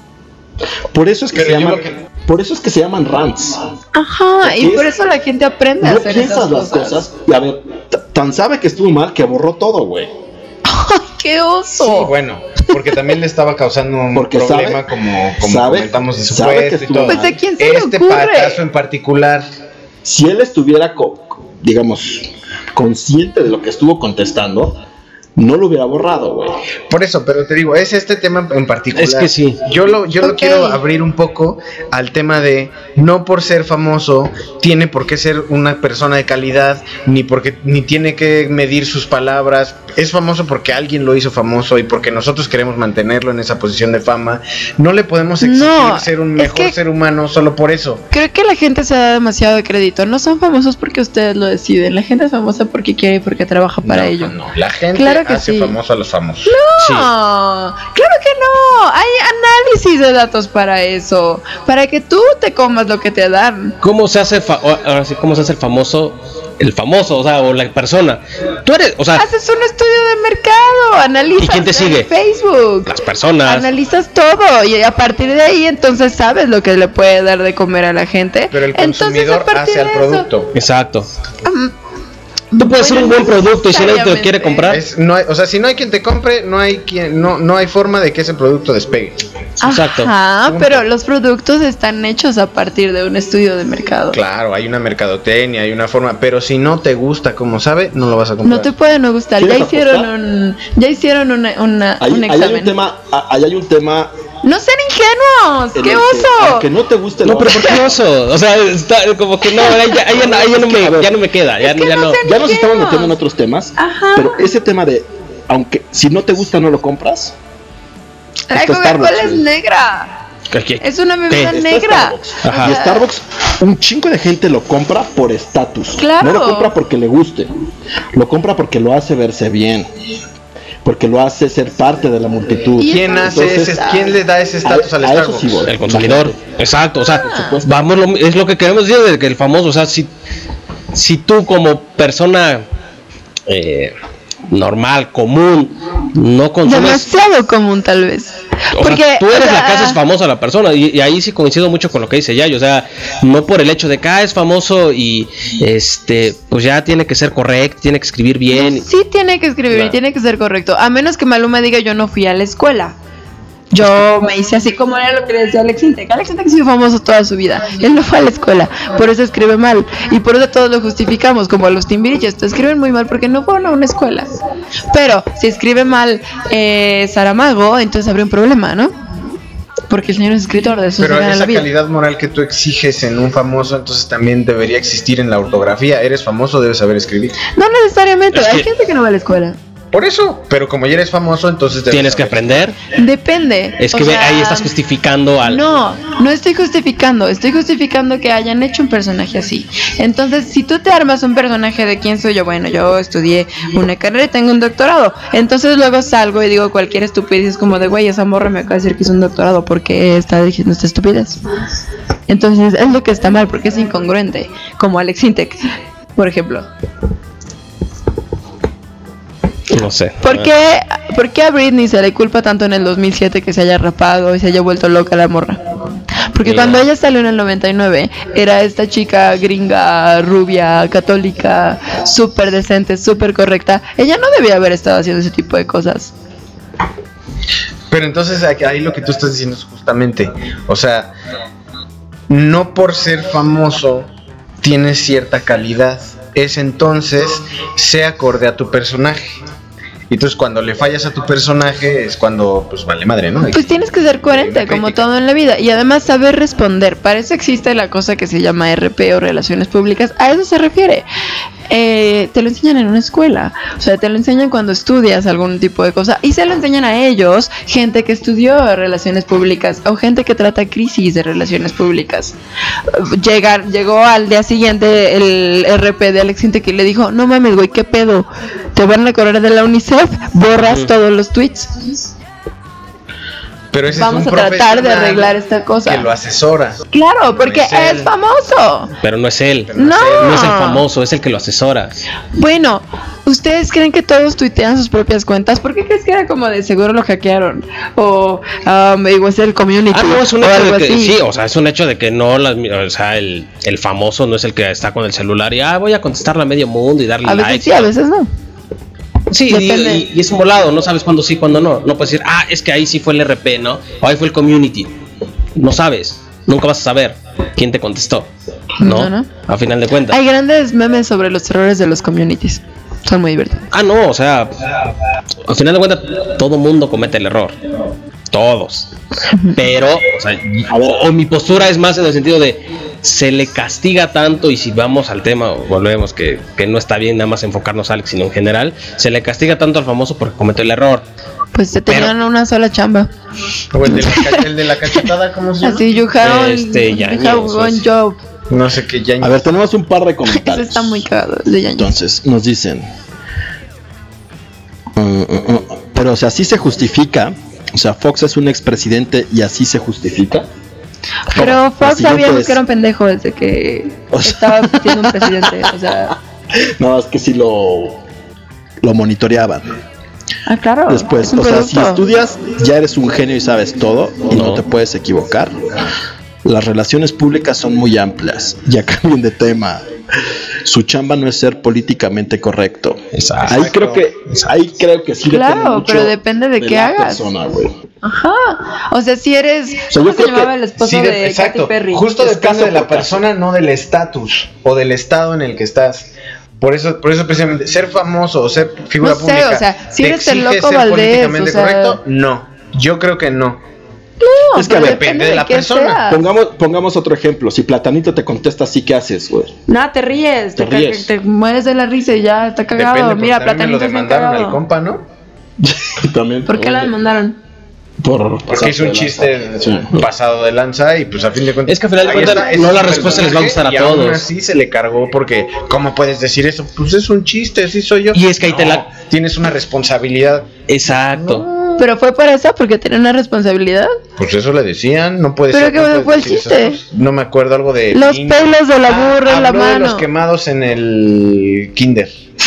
Por eso es que Pero se yo llaman, lo que- por eso es que se llaman rants. Ajá, y Porque por eso la gente aprende a No hacer esas piensas las cosas. cosas y a ver, tan sabe que estuvo mal que borró todo, güey. ¡Ay, qué oso! Sí, bueno, porque también le estaba causando un Porque problema sabe- como sabe- comentamos de su sabe que puesto y estuvo todo. mal. Pues, ¿a quién se le Este ocurre? patazo en particular. Si él estuviera, digamos, consciente de lo que estuvo contestando, no lo hubiera borrado, güey. Por eso, pero te digo, es este tema en particular. Es que sí. Yo lo Ok. quiero abrir un poco al tema de no por ser famoso tiene por qué ser una persona de calidad, ni tiene que medir sus palabras. Es famoso porque alguien lo hizo famoso y porque nosotros queremos mantenerlo en esa posición de fama. No le podemos exigir No, ser un es mejor que- ser humano solo por eso. Creo que la gente se da demasiado de crédito. No son famosos porque ustedes lo deciden. La gente es famosa porque quiere y porque trabaja para No, ello. no, la gente Claro que hace sí. famoso a los famosos. Sí. No, claro que no. Hay análisis de datos para eso. Para que tú te comas lo que te dan. ¿Cómo se hace ahora sí, cómo se hace el famoso, o sea, o la persona? Tú eres, o sea, Haces un estudio de mercado, analizas ¿Y quién te en sigue? Facebook. las personas. Analizas todo y a partir de ahí entonces sabes lo que le puede dar de comer a la gente. Pero el Entonces, consumidor a partir hace al de eso, producto. Exacto. Tú puedes ser un buen producto y si nadie te lo quiere comprar. O sea, si no hay quien te compre, no hay forma de que ese producto despegue. Exacto. Ajá, pero los productos están hechos a partir de un estudio de mercado. Claro, hay una mercadotecnia, hay una forma, pero si no te gusta como sabe, no lo vas a comprar. No te puede no gustar. Ya hicieron un examen. Ahí hay un tema. No sean ingenuos, qué oso. Que no te guste. No, pero ¿por qué oso? O sea, está como que no, ya no me queda, ya nos estamos metiendo en otros temas. Ajá. Pero ese tema de, aunque si no te gusta no lo compras. La Coca-Cola es negra. ¿Qué? Es una bebida Está negra. Starbucks. Y Starbucks, un chingo de gente lo compra por estatus. Claro. No lo compra porque le guste. Lo compra porque lo hace verse bien. Porque lo hace ser parte de la multitud. ¿Quién le da ese estatus al Starbucks? Sí, el consumidor. Exacto, o sea, es lo que queremos decir de que el famoso, o sea, si tú como persona normal, común, no consumes. Demasiado común, tal vez. Porque sea, tú eres la que haces famosa a la persona, y ahí sí coincido mucho con lo que dice Yayo. O sea, no por el hecho de que es famoso y pues ya tiene que ser correcto, tiene que escribir bien. Sí, tiene que escribir bien, tiene que ser correcto. A menos que Maluma diga yo no fui a la escuela. Yo me hice así como era lo que le decía Alex Intec. Alex Intec ha sido famoso toda su vida. Él no fue a la escuela, por eso escribe mal. Y por eso todos lo justificamos, como a los Timbiriches. Te escriben muy mal porque no fueron a una escuela. Pero si escribe mal Saramago, entonces habría un problema, ¿no? Porque el señor es escritor, de eso pero se gana la vida. Esa calidad moral que tú exiges en un famoso, entonces también debería existir en la ortografía. Eres famoso, debes saber escribir. No necesariamente, hay gente que no va a la escuela. Por eso, pero como ya eres famoso, entonces tienes que aprender. Depende. Es que ahí estás justificando al. No estoy justificando. Estoy justificando que hayan hecho un personaje así. Entonces, si tú te armas un personaje de quién soy yo, bueno, yo estudié una carrera y tengo un doctorado. Entonces luego salgo y digo cualquier estupidez, es como de güey, esa morra me acaba de decir que hizo un doctorado, porque está diciendo esta estupidez. Entonces es lo que está mal, porque es incongruente. Como Alex Intec, por ejemplo. No sé. ¿Por qué a Britney se le culpa tanto en el 2007 que se haya rapado y se haya vuelto loca la morra? Porque cuando ella salió en el 99 era esta chica gringa, rubia, católica, súper decente, súper correcta. Ella no debía haber estado haciendo ese tipo de cosas. Pero entonces ahí lo que tú estás diciendo es justamente, o sea, no por ser famoso tienes cierta calidad. Es entonces sea acorde a tu personaje. Y entonces cuando le fallas a tu personaje es cuando pues vale madre, ¿no? Pues tienes que ser coherente como todo en la vida y además saber responder. Para eso existe la cosa que se llama RP o Relaciones Públicas. A eso se refiere. Te lo enseñan en una escuela, o sea, te lo enseñan cuando estudias algún tipo de cosa y se lo enseñan a ellos, gente que estudió relaciones públicas o gente que trata crisis de relaciones públicas. Llegó al día siguiente el RP de Alex Intec y le dijo, no mames güey, ¿qué pedo? ¿Te van a correr de la UNICEF? ¿Borras todos los tweets? Pero ese vamos es un a tratar de arreglar esta cosa. Que lo asesora. Claro, porque no es famoso. Pero no es él. No es el famoso, es el que lo asesora. Bueno, ¿ustedes creen que todos tuitean sus propias cuentas? ¿Por qué crees que era como de seguro lo hackearon? O igual es el community. No, es un hecho de que sí, o sea, es un hecho de que no, o sea, el famoso no es el que está con el celular y voy a contestarle a medio mundo y darle like. A veces sí, a veces no. Sí, y es un volado, no sabes cuándo sí, cuándo no. No puedes decir, es que ahí sí fue el RP, ¿no? O ahí fue el community. No sabes, nunca vas a saber quién te contestó, ¿no? A final de cuentas. Hay grandes memes sobre los errores de los communities. Son muy divertidos. No, o sea, a final de cuentas, todo mundo comete el error. Todos. Pero, o sea, o mi postura es más en el sentido de se le castiga tanto, y si vamos al tema, volvemos que no está bien nada más enfocarnos a Alex, sino en general, se le castiga tanto al famoso porque cometió el error. Pues te tenían una sola chamba. O el de la cachetada, ¿cómo se llama? Así, you have one job. No sé qué Yañez. A ver, tenemos un par de comentarios. Está muy cagado, de Yañez. Entonces, nos dicen pero o sea, así se justifica. O sea, Fox es un expresidente y así se justifica. Pero Fox sabíamos que era un pendejo desde que estaba siendo un presidente, o sea. No, es que sí lo monitoreaban. Claro. Después, o sea, si estudias, ya eres un genio y sabes todo y no te puedes equivocar. Las relaciones públicas son muy amplias. Ya cambien de tema. Su chamba no es ser políticamente correcto. Exacto. Ahí creo que sí Claro, depende mucho pero depende de qué la hagas. persona, güey. Ajá. O sea, si eres. sea, ¿Cómo yo se creo llamaba que el esposo Sí, de exacto. Katy Perry? Justo Es depende caso de la por caso. persona, no del estatus o del estado en el que estás. Por eso precisamente, ser famoso o ser figura No sé, pública. o sea, si ¿te eres el exige Loco ser Valdés, políticamente o sea- correcto? No. Yo creo que no. No, Es que, a pero ver, depende de la qué persona. seas. Pongamos otro ejemplo. Si Platanito te contesta así, ¿qué haces, güey? No, te ríes, Te ríes. te mueres de la risa y ya está cagado. Depende, Mira, porque también me Platanito lo es bien demandaron cagado. al compa, ¿no? También. ¿Por qué la demandaron? Porque hizo un chiste Sí. pasado de lanza y pues a fin de cuentas. Es que a final de ahí cuentas está, es no un la respuesta les va a gustar a personaje y aún todos. así se le cargó porque ¿cómo puedes decir eso? Pues es un chiste, así soy yo. Y es que ahí te No, tienes una responsabilidad. Exacto. Pero fue por eso, porque tenía una responsabilidad. Pues eso le decían, no puede ¿Pero ser. qué no puedes fue el decir esas chiste? cosas. No me acuerdo algo de Los niño. pelos de la burra en la habló de mano. los quemados en el kinder.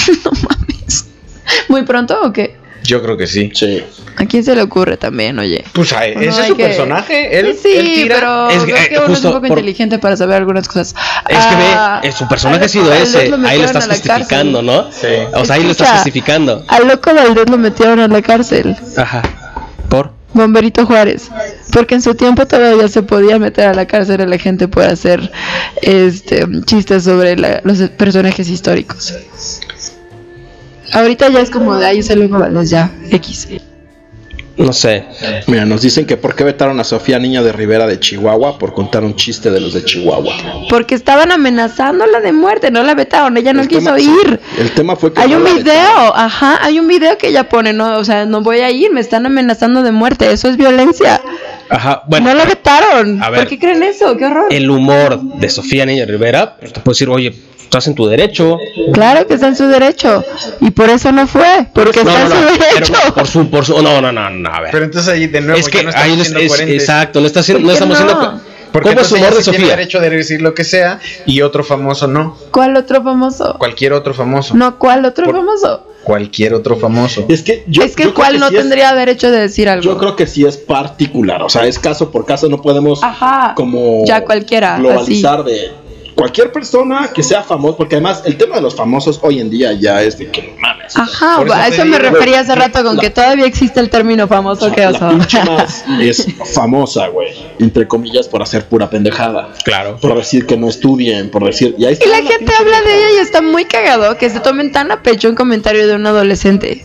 ¿Muy pronto o qué? Yo creo que sí. Sí. ¿A quién se le ocurre también, oye? Pues ese No, es hay su que- personaje. Él sí, tira. pero Es que, creo que uno es justo un poco por- inteligente para saber algunas cosas. Es que ve, su personaje ha sido ese. Ahí lo metieron estás a la justificando, cárcel. ¿no? Sí. O sea, ahí lo estás Escucha, justificando. Al Loco Valdés lo metieron a la cárcel. Ajá. ¿Por? Bomberito Juárez. Porque en su tiempo todavía se podía meter a la cárcel a la gente por hacer chistes sobre los personajes históricos. Ahorita ya es como de ahí es el Loco Valdés, ya, X. No sé. Mira, nos dicen que por qué vetaron a Sofía Niño de Rivera de Chihuahua por contar un chiste de los de Chihuahua. Porque estaban amenazándola de muerte, no la vetaron, ella no El quiso tema- ir. El tema fue que Hay no un la video, vetaron. ajá, hay un video que ella pone, no, o sea, no voy a ir, me están amenazando de muerte, eso es violencia. Ajá. Bueno, No la vetaron. a ver. ¿Por qué creen eso? Qué horror. el humor de Sofía Niño Rivera, pues te puedo decir, oye, estás en tu derecho. Claro que está en su derecho y por eso no fue, porque está en su derecho. pero por su, no, a ver. Pero entonces ahí de nuevo es que ya no estamos ahí siendo coherentes. exacto, no, está haciendo, no ¿Por qué estamos no? haciendo. Porque ¿Cómo es su entonces humor ella de sí tiene Sofía? derecho de decir lo que sea y otro famoso no. ¿Cuál otro famoso? Cualquier otro famoso. No, ¿cuál otro Por- famoso? Cualquier otro famoso. Es que yo, Es que yo creo cuál que no sí es- tendría derecho de decir algo. Yo creo que sí es particular, o sea, es caso por caso, no podemos Ajá. como Ya cualquiera, globalizar de cualquier persona que sea famoso, porque además el tema de los famosos hoy en día ya es de que no mames. Ajá, Por eso a te eso me digo, refería hace rato con la- que todavía existe el término famoso que La oso. pinche más es famosa, güey, entre comillas, por hacer pura pendejada. Claro. Por decir que no estudien, por decir... Y, ahí está Y la la gente pinche habla de pendejada. ella y está muy cagado que se tomen tan a pecho un comentario de un adolescente.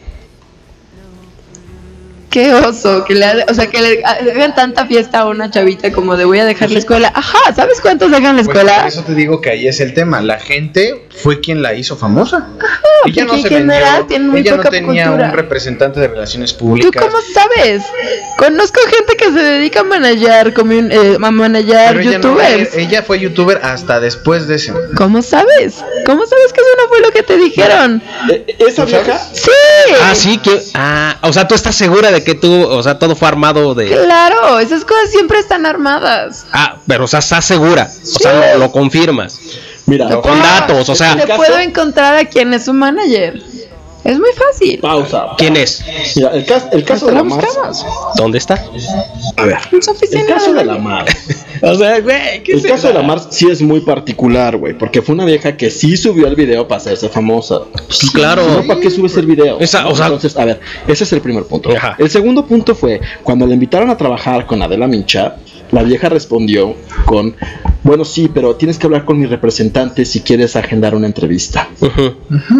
Qué oso, que le hagan tanta fiesta a una chavita como de voy a dejar la escuela. Ajá, ¿sabes cuántos dejan la Pues escuela? por eso te digo que ahí es el tema. La gente fue quien la hizo famosa. Ella no porque se en general vendió. tienen muy Ella no poca tenía cultura. un representante de relaciones ¿Tú públicas. cómo sabes? Conozco gente que se dedica a manejar, a manejar Pero ella, no, youtubers. ella fue youtuber hasta después de ese. ¿Cómo sabes? ¿Cómo sabes que eso no fue lo que te dijeron? ¿Esa vieja? Sí. Ah, sí, que. O sea, tú estás segura de que o sea, todo fue armado de. Claro, esas cosas siempre están armadas. Pero, o sea, estás segura. O sea, lo confirmas. Mira, Con datos, o sea. Te puedo encontrar a quien es su manager. Es muy fácil. pausa. ¿Quién es? Mira, el caso de la la Mars. buscamos. ¿Dónde está? A ver, En su oficina. el caso de la Mars. O sea, güey, ¿qué El caso de la Mars sí es muy particular, güey, porque fue una vieja que sí subió el video para hacerse famosa. Pues claro. Si no, ¿para qué subes el video? Esa, o sea- Entonces, a ver, ese es el primer punto. Ajá. El segundo punto fue, cuando le invitaron a trabajar con Adela Micha, la vieja respondió con, bueno, sí, pero tienes que hablar con mi representante si quieres agendar una entrevista. Ujú.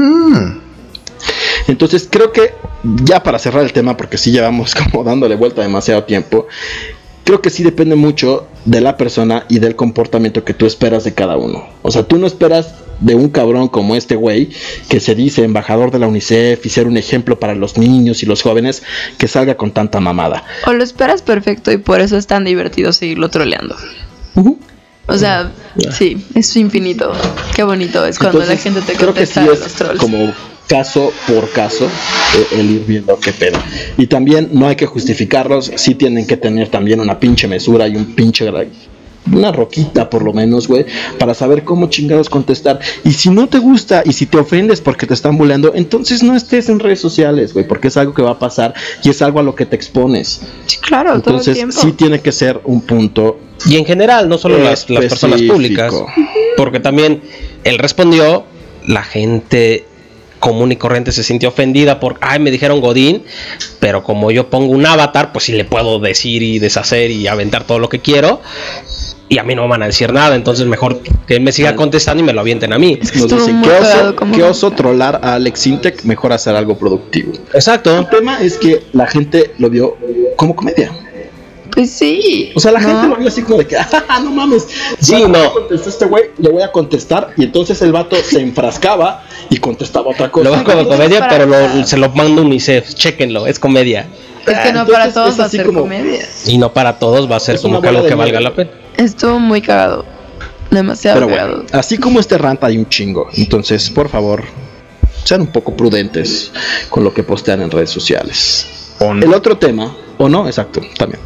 Entonces creo que, ya para cerrar el tema, porque sí llevamos como dándole vuelta demasiado tiempo, creo que sí depende mucho de la persona y del comportamiento que tú esperas de cada uno. O sea, tú no esperas de un cabrón como este güey, que se dice embajador de la UNICEF y ser un ejemplo para los niños y los jóvenes, que salga con tanta mamada. O lo esperas perfecto y por eso es tan divertido seguirlo troleando. O sea, sí, es infinito. Qué bonito es cuando Entonces, la gente te creo que contesta sí a es los trolls. como caso por caso el ir viendo qué pedo. Y también no hay que justificarlos, sí tienen que tener también una pinche mesura y un pinche una roquita por lo menos, güey, para saber cómo chingados contestar. Y si no te gusta y si te ofendes porque te están bulleando, entonces no estés en redes sociales, güey, porque es algo que va a pasar y es algo a lo que te expones. Sí, claro, todo el Entonces tiempo. sí tiene que ser un punto Y en general, no solo las personas específico. públicas. Porque también él respondió, la gente común y corriente se sintió ofendida por, me dijeron Godín, pero como yo pongo un avatar, pues sí le puedo decir y deshacer y aventar todo lo que quiero, y a mí no me van a decir nada, entonces mejor que él me siga contestando y me lo avienten a mí. Nos dicen, qué oso trolar a Alex Intec, mejor hacer algo productivo. Exacto. El tema es que la gente lo vio como comedia. Pues sí. O sea, la gente lo vio así como de que, no mames. Sí, no. Contestó este güey, le voy a contestar. Y entonces el vato se enfrascaba y contestaba otra cosa. Lo veo como comedia, pero se lo mando UNICEF. Chéquenlo, es comedia. Es que no para todos va a ser comedia. Y no para todos va a ser como que algo que valga la pena. Estuvo muy cagado. Demasiado cagado. Bueno, así como este rant hay un chingo. Entonces, por favor, sean un poco prudentes con lo que postean en redes sociales. El otro tema, o no, exacto, también.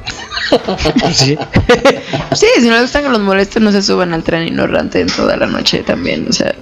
Sí. Sí, si no les gustan que los molesten, no se suban al tren y no ranten toda la noche también, o sea,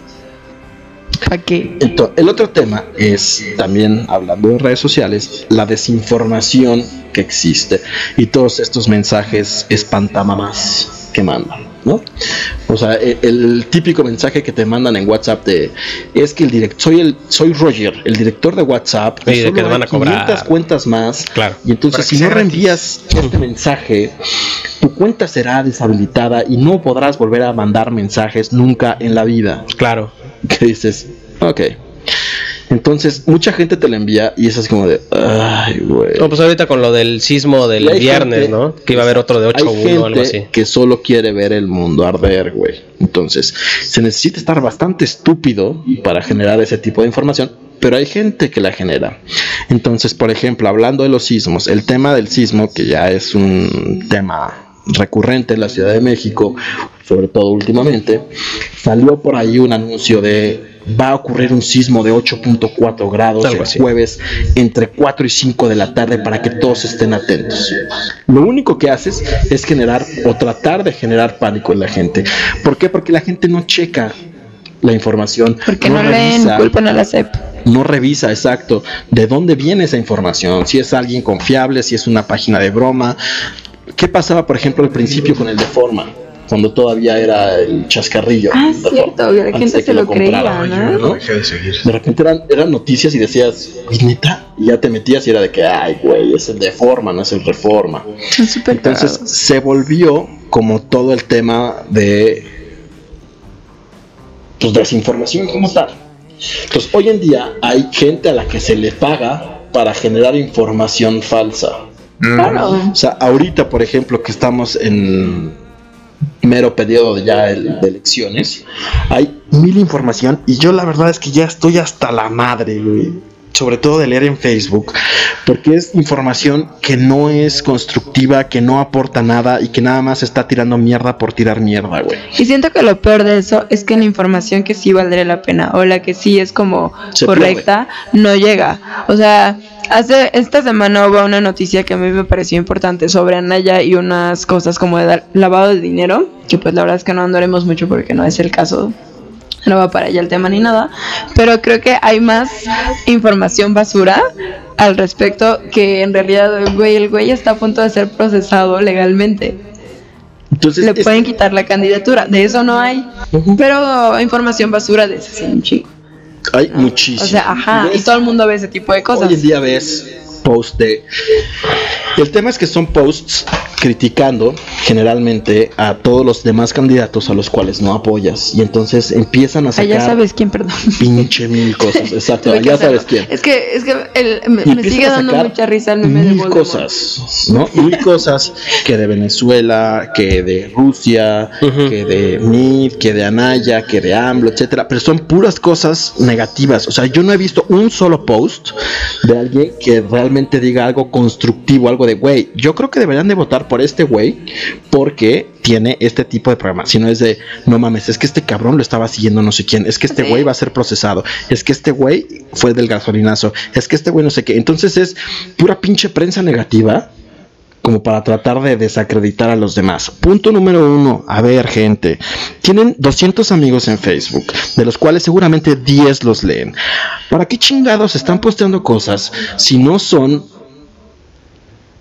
¿para qué? Entonces, el otro tema es, también hablando de redes sociales, la desinformación que existe y todos estos mensajes espantamamás que mandan, ¿no? O sea, el típico mensaje que te mandan en WhatsApp es que soy Roger, el director de WhatsApp, y de que te van a cobrar 500 cuentas más, claro. Y entonces si no reenvías este mensaje, tu cuenta será deshabilitada y no podrás volver a mandar mensajes nunca en la vida. Claro. ¿Qué dices? Ok. Entonces, mucha gente te la envía y es así como de, ay, güey. No, pues ahorita con lo del sismo del viernes, gente, ¿no? Que iba a haber otro de 8-1 o algo así. Que solo quiere ver el mundo arder, güey. Entonces, se necesita estar bastante estúpido para generar ese tipo de información, pero hay gente que la genera. Entonces, por ejemplo, hablando de los sismos, el tema del sismo, que ya es un tema recurrente en la Ciudad de México, sobre todo últimamente, salió por ahí un anuncio de va a ocurrir un sismo de 8.4 grados el jueves entre 4 y 5 de la tarde para que todos estén atentos. Lo único que haces es generar o tratar de generar pánico en la gente. ¿Por qué? Porque la gente no checa la información. Porque no leen, culpan a la SEP. No revisa, exacto, de dónde viene esa información, si es alguien confiable, si es una página de broma. ¿Qué pasaba, por ejemplo, al principio con el Deforma? Cuando todavía era el chascarrillo. Ah, es cierto, y la gente se lo creía, ¿no? Dejé de seguir. De repente eran noticias y decías, ¿neta? Y ya te metías y era de que, ay, güey, es el Deforma, no es el Reforma. Entonces se volvió como todo el tema de pues, desinformación como tal. Entonces hoy en día hay gente a la que se le paga para generar información falsa. Claro. O sea, ahorita, por ejemplo, que estamos en mero periodo de elecciones, hay mil información y yo la verdad es que ya estoy hasta la madre, güey, sobre todo de leer en Facebook, porque es información que no es constructiva, que no aporta nada y que nada más está tirando mierda por tirar mierda, güey. Y siento que lo peor de eso es que la información que sí valdría la pena o la que sí es como correcta no llega. O sea, esta semana hubo una noticia que a mí me pareció importante sobre Anaya y unas cosas como de lavado de dinero, que pues la verdad es que no andaremos mucho porque no es el caso, no va para allá el tema ni nada, pero creo que hay más información basura al respecto que en realidad el güey está a punto de ser procesado legalmente. Entonces, le pueden quitar la candidatura, de eso no hay, pero información basura de ese un chico. Hay muchísimo. O sea, y todo el mundo ve ese tipo de cosas. Hoy en día ves posts de... El tema es que son posts criticando generalmente a todos los demás candidatos a los cuales no apoyas. Y entonces empiezan a sacar... Ya sabes quién, perdón. Pinche mil cosas, exacto. Ya sabes quién. Es que me sigue dando mucha risa el meme de Voldemort. Cosas, ¿no? Mil cosas que de Venezuela, que de Rusia, que de MID, que de Anaya, que de AMLO, etcétera. Pero son puras cosas negativas. O sea, yo no he visto un solo post de alguien que realmente diga algo constructivo, algo de, güey, yo creo que deberían de votar por este güey porque tiene este tipo de programa. Si no es de, no mames, es que este cabrón lo estaba siguiendo no sé quién, es que este güey va a ser procesado, es que este güey fue del gasolinazo, es que este güey no sé qué. Entonces es pura pinche prensa negativa como para tratar de desacreditar a los demás. Punto número 1, a ver, gente, tienen 200 amigos en Facebook, de los cuales seguramente 10 los leen. ¿Para qué chingados están posteando cosas si no son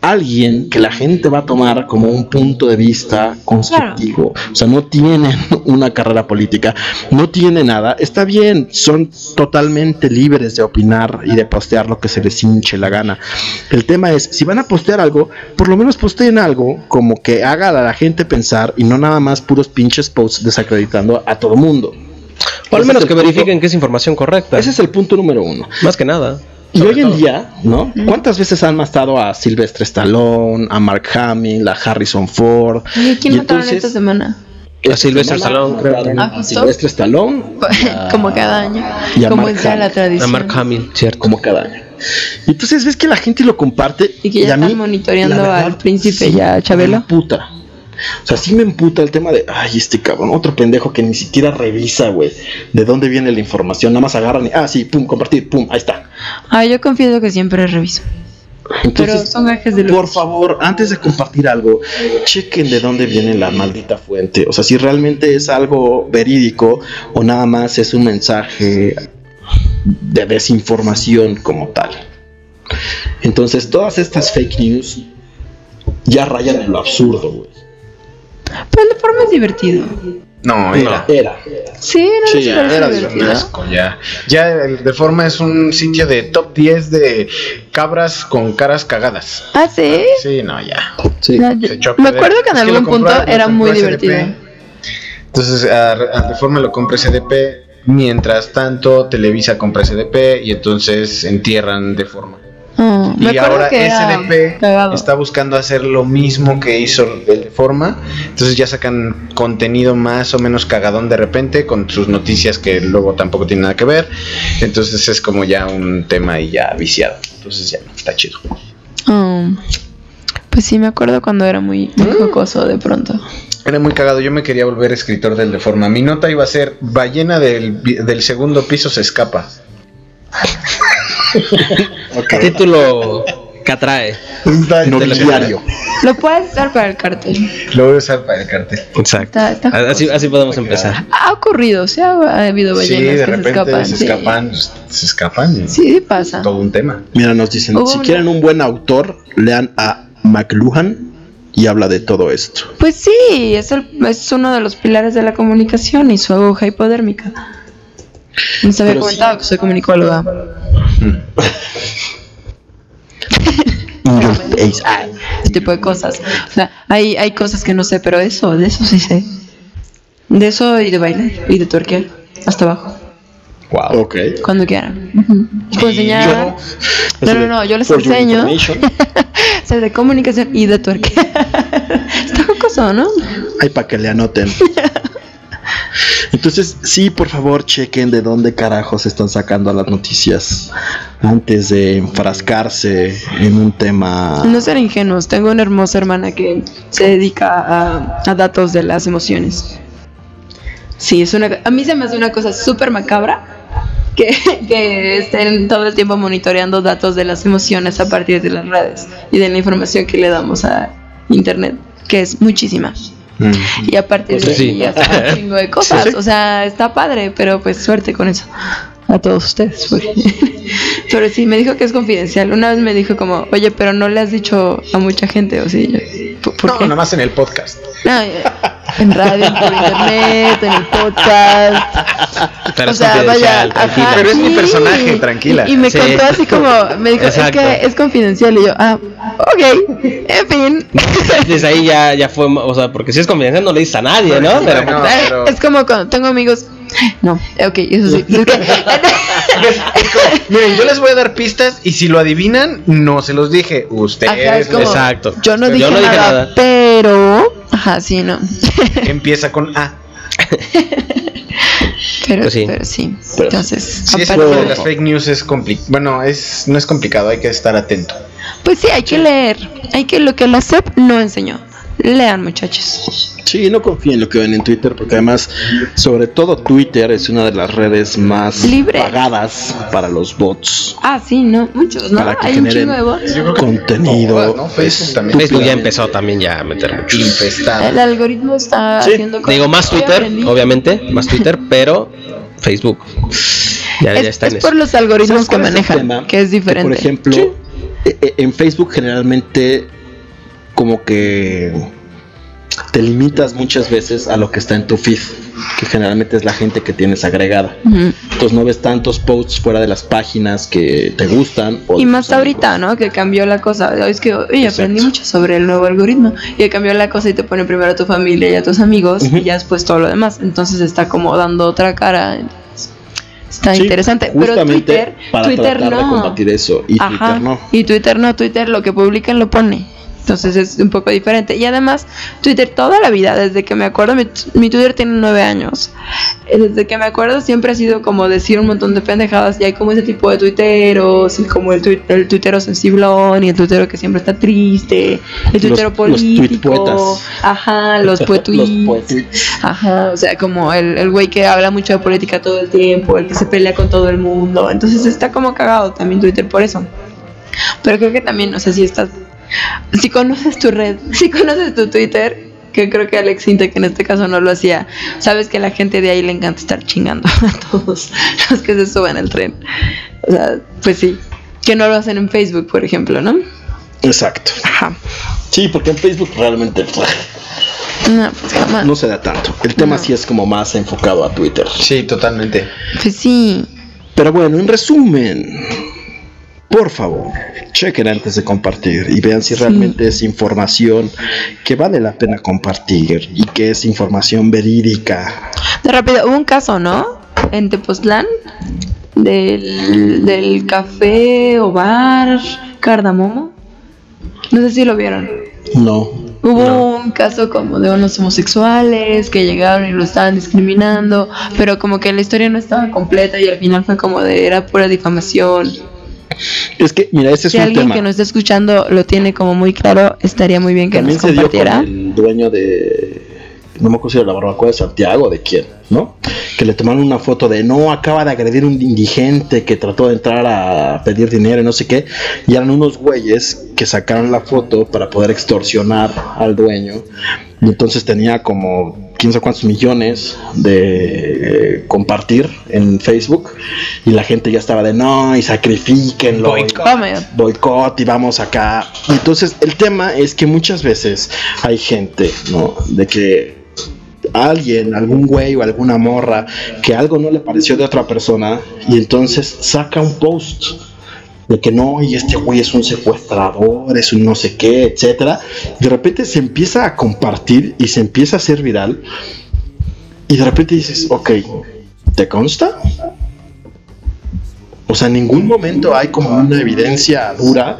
alguien que la gente va a tomar como un punto de vista constructivo. O sea, no tienen una carrera política, no tienen nada. Está bien, son totalmente libres de opinar y de postear lo que se les hinche la gana. El tema es, si van a postear algo, por lo menos posteen algo como que haga a la gente pensar y no nada más puros pinches posts desacreditando a todo mundo. O al menos que verifiquen que es información correcta. Ese es el punto número 1. Más que nada. Y hoy en día, ¿no? ¿Cuántas veces han matado a Sylvester Stallone, a Mark Hamill, a Harrison Ford? ¿Y quién mataron esta semana? A Sylvester Stallone, creo. A Sylvester Stallone. Como cada año. Y a Como Mark sea la Hamill. tradición. A Mark Hamill, cierto. Como cada año. Entonces ves que la gente lo comparte. Y que ya a mí, están monitoreando la verdad, al príncipe sí, ya, Chabelo. me emputa. O sea, sí me emputa el tema de, ay, este cabrón, otro pendejo que ni siquiera revisa, güey, de dónde viene la información. Nada más agarran y, sí, pum, compartir, pum, ahí está. Yo confieso que siempre reviso. Entonces, pero son gajes de por favor, antes de compartir algo, chequen de dónde viene la maldita fuente. O sea, si realmente es algo verídico o nada más es un mensaje de desinformación como tal. Entonces, todas estas fake news ya rayan en lo absurdo, güey. Pero de forma es divertido. No, era. Sí, Era divertido. Ya el de forma es un sitio de top 10 de cabras con caras cagadas. ¿Ah, sí? Sí, no, ya. Sí. No, me acuerdo que en Es que algún lo punto compró era muy SDP. divertido. Entonces, a de forma lo compra SDP. Mientras tanto, Televisa compra SDP y entonces entierran de forma. Me Y acuerdo ahora que era SDP cagado. está buscando hacer lo mismo que hizo el de forma. Entonces ya sacan contenido más o menos cagadón de repente con sus noticias que luego tampoco tienen nada que ver. Entonces es como ya un tema y ya viciado. Entonces ya no, está chido. Pues sí, me acuerdo cuando era muy jocoso de pronto. Era muy cagado, yo me quería volver escritor del de forma. Mi nota iba a ser: ballena del segundo piso se escapa. Título que atrae. Nobiliario. Lo puedes usar para el cartel. Lo voy a usar para el cartel. Exacto. Está Así podemos empezar. Ha ocurrido, ha habido ballenas Sí, de que repente se se escapan. Sí, pasa. Todo un tema. Mira, nos dicen, si quieren un buen autor, lean a McLuhan y habla de todo esto. Pues sí, es uno de los pilares de la comunicación y su aguja hipodérmica. Les había comentado que soy comunicóloga. Ese tipo de cosas. O sea, hay cosas que no sé, pero de eso sí sé. De eso y de bailar y de twerkear hasta abajo. Wow. Ok. Cuando quieran. Puedo enseñar. No, yo les enseño. Ser de comunicación y de twerkear. Está jocoso, ¿no? Ay, para que le anoten. Entonces, sí, por favor, chequen de dónde carajos están sacando las noticias antes de enfrascarse en un tema. No ser ingenuos. Tengo una hermosa hermana que se dedica a datos de las emociones. Sí, a mí se me hace una cosa súper macabra que estén todo el tiempo monitoreando datos de las emociones a partir de las redes y de la información que le damos a internet, que es muchísima. Y a partir de ahí ya saben un chingo de cosas. O sea, está padre, pero pues suerte con eso. A todos ustedes. Pero sí, me dijo que es confidencial. Una vez me dijo como, oye, pero no le has dicho a mucha gente. O sí, ¿por qué? Nada más en el podcast. No, en radio, por internet, en el podcast. Pero o sea, vaya, ajá, pero es mi sí. personaje, tranquila. Y me contó así como, me dijo, Exacto. es que es confidencial. Y yo, ok, en fin. Desde ahí ya fue, o sea, porque si es confidencial no le dices a nadie, ¿no? Pero Es como cuando tengo amigos. No, ok, eso sí. Es que, miren, yo les voy a dar pistas y si lo adivinan, no se los dije. Ustedes. ajá, es como, Exacto. Yo no dije nada, pero. Ajá, sí, no. Empieza con A. Pero, Pues sí. pero sí. Entonces, Sí, eso de las fake news es complicado. Bueno, no es complicado, hay que estar atento. pues sí, hay que leer. Hay que lo que la SEP no enseñó. Lean, muchachos. Sí, no confíen en lo que ven en Twitter, porque además, sobre todo Twitter es una de las redes más Libre. pagadas para los bots. Sí, no, muchos, ¿no? Para que Hay un generen chingo de bots. contenido. No, Facebook también. Facebook ya empezó también ya a meter mucho. Infestado. El algoritmo está haciendo cosas. Digo, más Twitter, obviamente, más Twitter, pero Facebook ya está en es eso. por los algoritmos ¿Sabes que cuál es el manejan, tema? que es diferente. Por ejemplo, en Facebook generalmente como que te limitas muchas veces a lo que está en tu feed, que generalmente es la gente que tienes agregada. Entonces no ves tantos posts fuera de las páginas que te gustan. Y más ahorita, ¿no? Que cambió la cosa. Es que oye, aprendí mucho sobre el nuevo algoritmo. Y cambió la cosa y te pone primero a tu familia y a tus amigos y ya después todo lo demás. Entonces está como dando otra cara. Está interesante. Pero Twitter tratar no. de combatir eso. Y Twitter no. Y Twitter no. Twitter lo que publican lo pone. Entonces es un poco diferente. Y además, Twitter toda la vida, desde que me acuerdo, mi Twitter tiene 9 años. Desde que me acuerdo siempre ha sido como decir un montón de pendejadas. Y hay como ese tipo de tuiteros, y como el tuitero sensiblón, y el tuitero que siempre está triste, el tuitero político. Los tuitpoetas. Ajá, los poetuits. Ajá, o sea, como el güey que habla mucho de política todo el tiempo, el que se pelea con todo el mundo. Entonces está como cagado también Twitter por eso. Pero creo que también, no sé si conoces tu red, si conoces tu Twitter, que creo que Alex Intec en este caso no lo hacía, sabes que a la gente de ahí le encanta estar chingando a todos los que se suben al tren. O sea, pues sí, que no lo hacen en Facebook, por ejemplo, ¿no? Exacto. Ajá. Sí, porque en Facebook realmente no, pues jamás. No se da tanto. El tema sí es como más enfocado a Twitter. Sí, totalmente. Pues sí. Pero bueno, en resumen, por favor, chequen antes de compartir y vean si realmente es información que vale la pena compartir y que es información verídica. De rápido, hubo un caso, ¿no? En Tepoztlán del café o bar Cardamomo. No sé si lo vieron. No. Hubo un caso como de unos homosexuales que llegaron y lo estaban discriminando, pero como que la historia no estaba completa y al final fue como era pura difamación. Es que, mira, ese es un tema. Si alguien que nos está escuchando lo tiene como muy claro, estaría muy bien que también nos compartiera. También se dio con el dueño de, no me acuerdo si era la barbacoa de Santiago, de quién, ¿no? Que le tomaron una foto de, no, acaba de agredir un indigente que trató de entrar a pedir dinero y no sé qué, y eran unos güeyes que sacaron la foto para poder extorsionar al dueño, y entonces tenía como quién sabe cuántos millones de compartir en Facebook, y la gente ya estaba de, no, y sacrifíquenlo, boicot y vamos acá. Y entonces el tema es que muchas veces hay gente, ¿no? De que alguien, algún güey o alguna morra que algo no le pareció de otra persona y entonces saca un post de que no, y este güey es un secuestrador, es un no sé qué, etcétera. De repente se empieza a compartir y se empieza a hacer viral y de repente dices, ok, ¿te consta? O sea, en ningún momento hay como una evidencia dura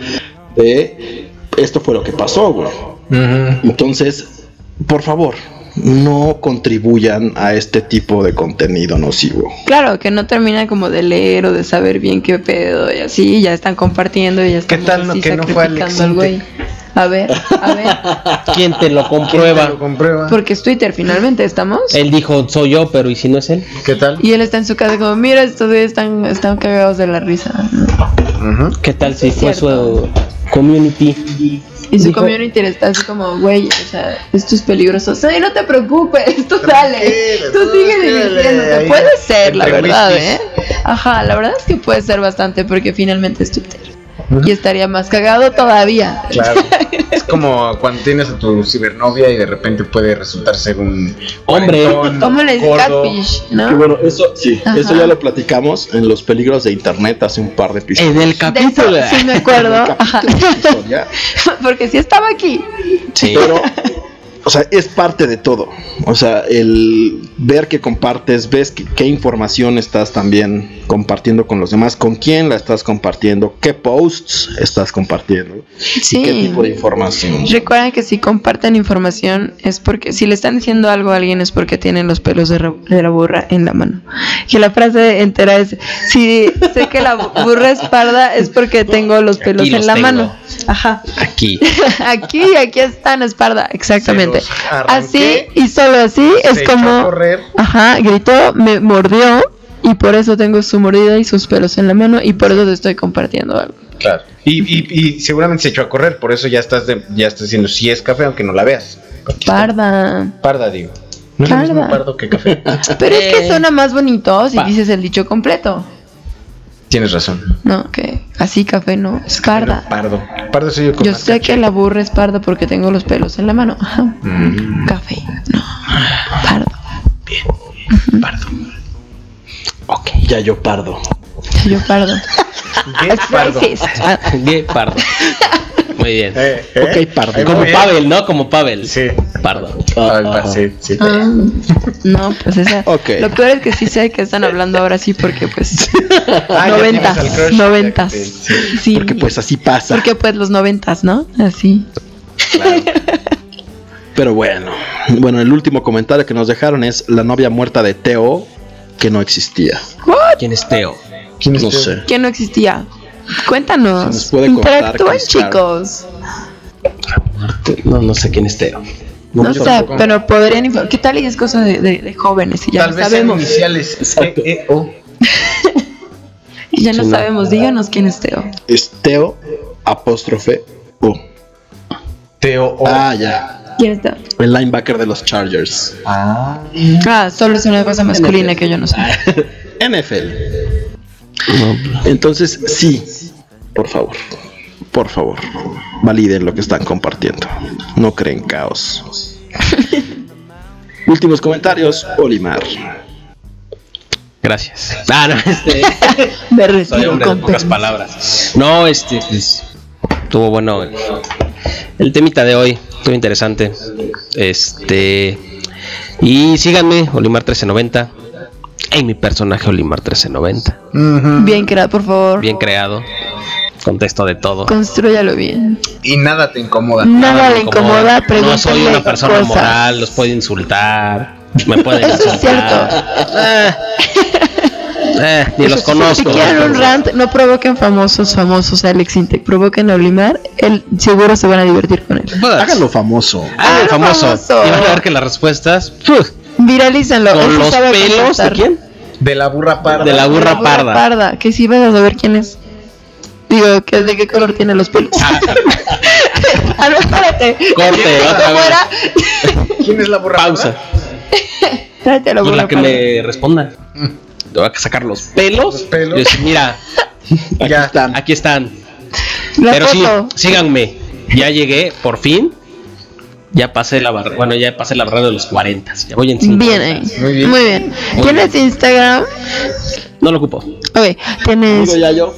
de esto fue lo que pasó, güey. Entonces, por favor, no contribuyan a este tipo de contenido nocivo. Claro, que no termina como de leer o de saber bien qué pedo y así, ya están compartiendo y ya están. ¿Qué tal no que no fue Alex al güey? A ver. ¿Quién te lo comprueba? ¿Quién te lo comprueba? Porque es Twitter, finalmente, ¿estamos? Él dijo, soy yo, pero ¿y si no es él? ¿Qué tal? Y él está en su casa como, mira, estos güeyes están cagados de la risa. ¿Qué tal si fue su community? Y su community está así como, güey, o sea, esto es peligroso. O sea, no te preocupes, tú dale, tú sigue divirtiéndote. Puede ser, la verdad, Ajá, la verdad es que puede ser bastante porque finalmente es Twitter. Y estaría más cagado todavía. Claro. Es como cuando tienes a tu cibernovia y de repente puede resultar ser un hombre. ¿Cómo le dice catfish, no? Que bueno, eso sí, eso ya lo platicamos en los peligros de internet hace un par de episodios. En el capítulo. De eso, sí me acuerdo. Ajá. Porque sí estaba aquí. Sí. Pero, o sea, es parte de todo. O sea, el ver que compartes, ves qué información estás también compartiendo con los demás, con quién la estás compartiendo, qué posts estás compartiendo, sí. Y qué tipo de información. Recuerden que si comparten información es porque, si le están diciendo algo a alguien es porque tienen los pelos de la burra en la mano. Que la frase entera es, si sé que la burra es parda es porque tengo los pelos en la mano. Ajá. Aquí están, es parda, exactamente. Así y solo así es como, ajá, gritó, me mordió y por eso tengo su mordida y sus pelos en la mano y por eso te estoy compartiendo algo. Claro. Y seguramente se echó a correr, por eso ya estás diciendo si es café aunque no la veas. Parda, digo. No es lo mismo pardo que café. Pero es que suena más bonito si dices el dicho completo. Tienes razón. No, que así café no, es parda. Pardo. Pardo soy yo con Yo más sé caché. que la burra es parda porque tengo los pelos en la mano. Ajá. Café, no. Pardo. Pardo. Ok, ya yo pardo. Yo pardo. Get pardo. Racist. Qué pardo. Muy bien. Ok, pardo. Ahí Como muy bien. Pavel, ¿no? Como Pavel. Sí. Pardo. Sí, sí. Ah, no, pues esa. Ok. Lo peor es que sí sé que están hablando ahora sí porque pues Ah, ya tienes al crush, noventas. ya que te- sí. Sí. Porque pues así pasa. Porque pues los 90s, ¿no? Así. Claro. Pero bueno, el último comentario que nos dejaron es la novia muerta de Teo que no existía. ¿Quién es Teo? ¿Quién es No Teo? sé. Que no existía. Cuéntanos. Se nos puede contar, Interactúen, Cristal. chicos. No sé quién es Teo. No yo sé, tampoco. pero podrían informar. ¿Qué tal y es cosa de jóvenes? Y ya Tal no vez en sabemos. iniciales. O. Y ya no Sí, no. sabemos. Díganos quién es Teo. Es Teo apóstrofe U. Teo O. Ah, ya. ¿Quién es Teo? El linebacker de los Chargers. Ah. Ah, solo es una cosa masculina que yo no sé. NFL. Entonces, sí. Por favor. Validen lo que están compartiendo. No creen caos. Últimos comentarios, Olimar. Gracias. Me Soy retiro hombre de con pocas permiso. palabras. No, pues estuvo bueno el temita de hoy, estuvo interesante. Y síganme, Olimar 1390. En mi personaje Olimar 1390. Bien creado, por favor. Bien creado. Contesto de todo. Construyalo bien. Y nada te incomoda. Nada me le incomoda, No pregúntale soy una persona cosas. moral, los puedo insultar. Me pueden Eso es insultar. Ni los Si conozco. quieren un rant, no provoquen famosos Alex Intec. Provoquen a Olimar, él seguro se van a divertir con él. Háganlo famoso. Háganlo famoso. famoso. Y van a ver que las respuestas. Viralícenlo. Con él sí los sabe pelos de contestar. quién? De la burra parda. De la burra parda. Parda, que si vas a saber quién es. Digo, ¿de qué color tiene los pelos? Ah, no, espérate. Corte, otra ¿Cómo vez. era? ¿Quién es la burra Pausa. Tráete a la Pues burra la que parda. me responda. Le voy a sacar los pelos. Los pelos. Y decir, mira, Ya están. aquí están. La Pero sí, foto. síganme. Ya llegué, por fin. Ya pasé la barrera. Bueno, ya pasé la barrera de los 40. Ya voy en 50. Bien ahí. Muy bien. Muy bien. ¿Tienes Instagram? No lo ocupo. Ok, tienes. Amigo Yayo.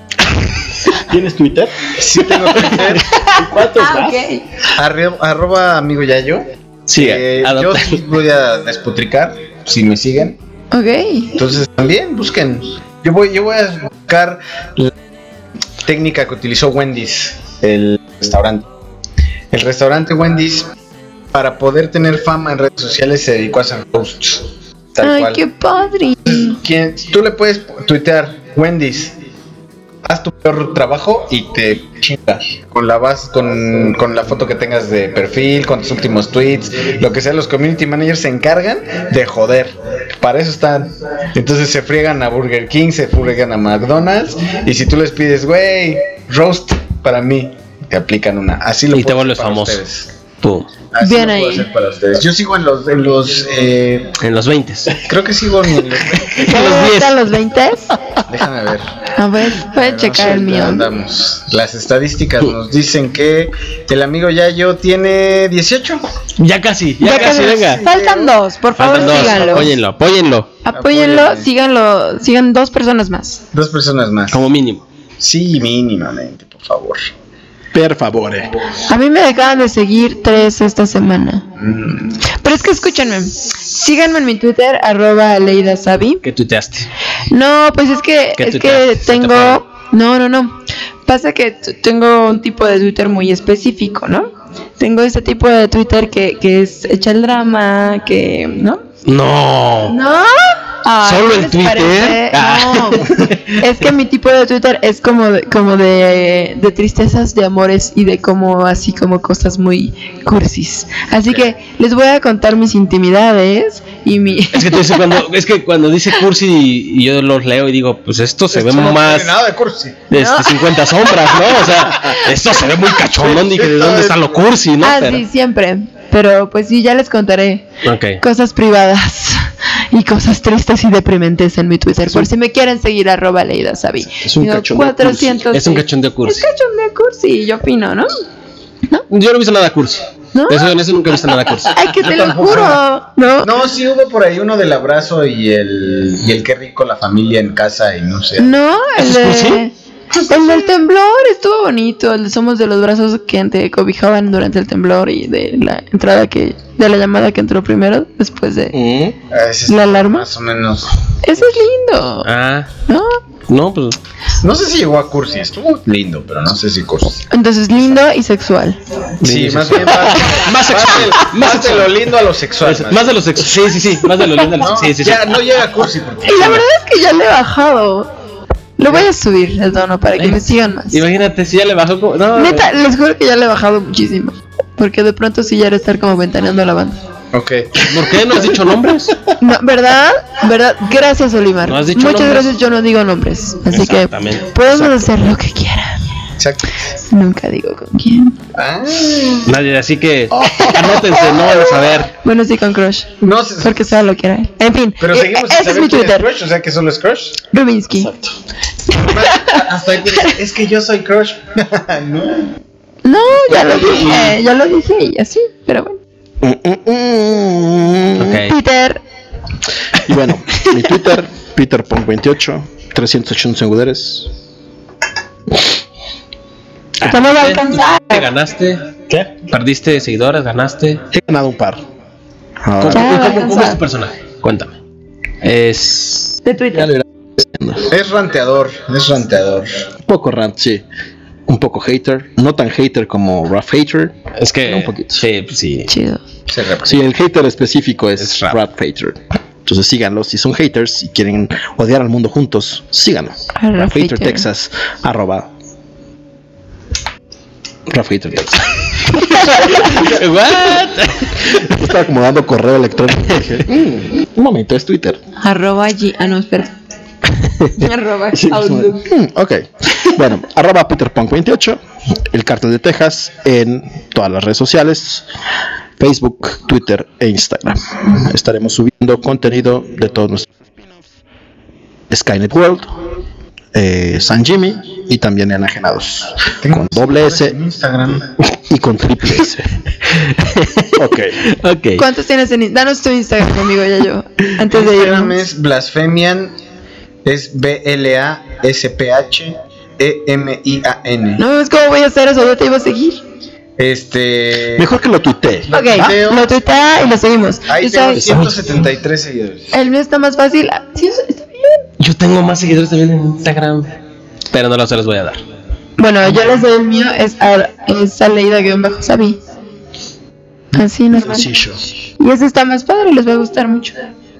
¿Tienes Twitter? Sí tengo Twitter. ¿Cuántos Ah, más? ok. Arroba amigo Yayo. Sí, Yo adopta. sí voy a despotricar si me siguen. Ok. Entonces también busquen. Yo voy a buscar la técnica que utilizó Wendy's, el restaurante. El restaurante Wendy's, para poder tener fama en redes sociales, se dedicó a hacer posts. Tal Ay, cual. qué padre. Tú le puedes tuitear Wendy's, haz tu peor trabajo y te chinga con la base, con la foto que tengas de perfil, con tus últimos tweets, lo que sea. Los community managers se encargan de joder. Para eso están. Entonces se friegan a Burger King, se friegan a McDonald's, y si tú les pides, güey, roast para mí, te aplican una. Así lo Y te puedo vuelves hacer para famoso. ustedes. Pum. Así Bien lo puedo ahí. hacer para ustedes. Yo sigo en los En los 20. creo que sigo en los ¿Cómo están los 20? déjame ver. A ver, voy a checar el mío. Andamos. Las estadísticas nos dicen que el amigo Yayo tiene 18. Ya casi, ya casi, venga. Faltan dos, por favor, Faltan dos. síganlo. Apóyenlo. Apóyenlo, Apóyenme. síganlo, sigan 2 personas más. 2 personas más. Como mínimo. Sí, mínimamente, por favor. Per favore. A mí me dejaban de seguir 3 esta semana. Pero es que escúchenme, síganme en mi Twitter, @leidasabi. ¿Qué tuiteaste? No, pues es que ¿Qué tuiteaste? ¿Se te tengo... No. Pasa que tengo un tipo de Twitter muy específico, ¿no? Tengo este tipo de Twitter que es echa el drama, que... ¿no? No. ¿No? Ay, ¿Solo ¿qué el les Twitter? parece? Ah. No. Es que mi tipo de Twitter es como de tristezas, de amores y de como así como cosas muy cursis. Así que les voy a contar mis intimidades y mi... Es que cuando dice cursi y yo los leo y digo, pues esto se ve Esto no más tiene nada de cursi. 50 sombras, ¿no? O sea, esto se ve muy cachondón. Dije, ¿de dónde está lo cursi, no? Ah, Pero- sí, siempre. Pero pues sí, ya les contaré Ok. cosas privadas y cosas tristes y deprimentes en mi Twitter. Por si me quieren seguir, @leidasabi. Es un cachondeo 400. Es un cachondeo cursi. Es cachondeo cursi, yo opino, ¿no? Yo no he visto nada cursi. ¿No? En eso nunca he visto nada cursi. Ay, que te lo juro. No. No, sí hubo por ahí uno del abrazo y el qué rico la familia en casa y no sé. No, ¿Eso es cursi? el del temblor estuvo bonito. El de Somos de los brazos que te cobijaban durante el temblor y de la entrada de la llamada que entró primero después de Ese la es alarma. más o menos. Eso es lindo. Ah, ¿No? no, pues. No sé si llegó a cursi, estuvo lindo, pero no sé si cursi. Entonces lindo y sexual. Sí, más bien más sexual. Más de lo lindo a lo sexual. Más de lo sexual. Sí. Más de lo lindo a lo No, sexual. Sí. ya no llega a cursi porque Y la verdad es que ya le he bajado. Lo voy a subir el tono para que me sigan más. Imagínate, si ya le bajó como. No, Neta, les juro que ya le he bajado muchísimo. Porque de pronto sí ya era estar como ventaneando a la banda. Ok. ¿Por qué no has dicho nombres? No, ¿verdad? Gracias, Olimar. No has dicho Muchas nombres. gracias, yo no digo nombres. Así que Exactamente. podemos hacer lo que quieran. Exacto. Nunca digo con quién. Nadie, así que anótense, no van a saber. Bueno, sí, con Crush. No sé. Porque sea lo que era. En fin, Pero seguimos sin ese es saber mi quién es Twitter. Crush, o sea que solo es Crush. Rubinsky. Exacto. Hasta ahí es que yo soy Crush. No. No, ya lo dije y así, pero bueno. Ok. Peter. Y bueno, mi Twitter, PeterPunk28, 381 seguidores. Ya me va a alcanzar. ¿Ganaste? ¿Qué? ¿Perdiste seguidores? ¿Ganaste? He ganado un par. ¿Cómo, Ya, cómo es alcanzar. tu personaje? Cuéntame. Es. De Twitter. Es ranteador. Un poco rant, sí. Un poco hater. No tan hater como Rough Hater. Es que. Un poquito. Sí. Chido. Sí, el hater específico es Rough. Rough Hater. Entonces síganlos. Si son haters y quieren odiar al mundo juntos, síganlo. Rough Rough Hater Hater. Texas. @Rough Hater Texas. ¿What? Estaba como dando correo electrónico. Dije, un momento, es Twitter. @G. Ah, no, espera. @Outlook. Ok. Bueno, @PeterPunk28, el Cártel de Texas, en todas las redes sociales, Facebook, Twitter e Instagram. Estaremos subiendo contenido de todos nuestros Skynet World, San Jimmy y también Enajenados. Con doble S Instagram. y con triple S. Ok. ¿Cuántos tienes en Instagram? Danos tu Instagram, conmigo ya yo. Antes de Instagram irnos. es Blasphemian. Es BLASPHEMIAN. No es cómo voy a hacer eso, yo te iba a seguir. Mejor que lo tuitee. Ok, lo tuitea y lo seguimos. Ahí Yo tengo soy- 173 seguidores. El mío está más fácil. Sí, está bien. Yo tengo más seguidores también en Instagram. Pero no se los voy a dar. Bueno, yo les doy el mío, es Aleida-Sabi. Así normal. Sencillo. Y ese está más padre, les va a gustar mucho.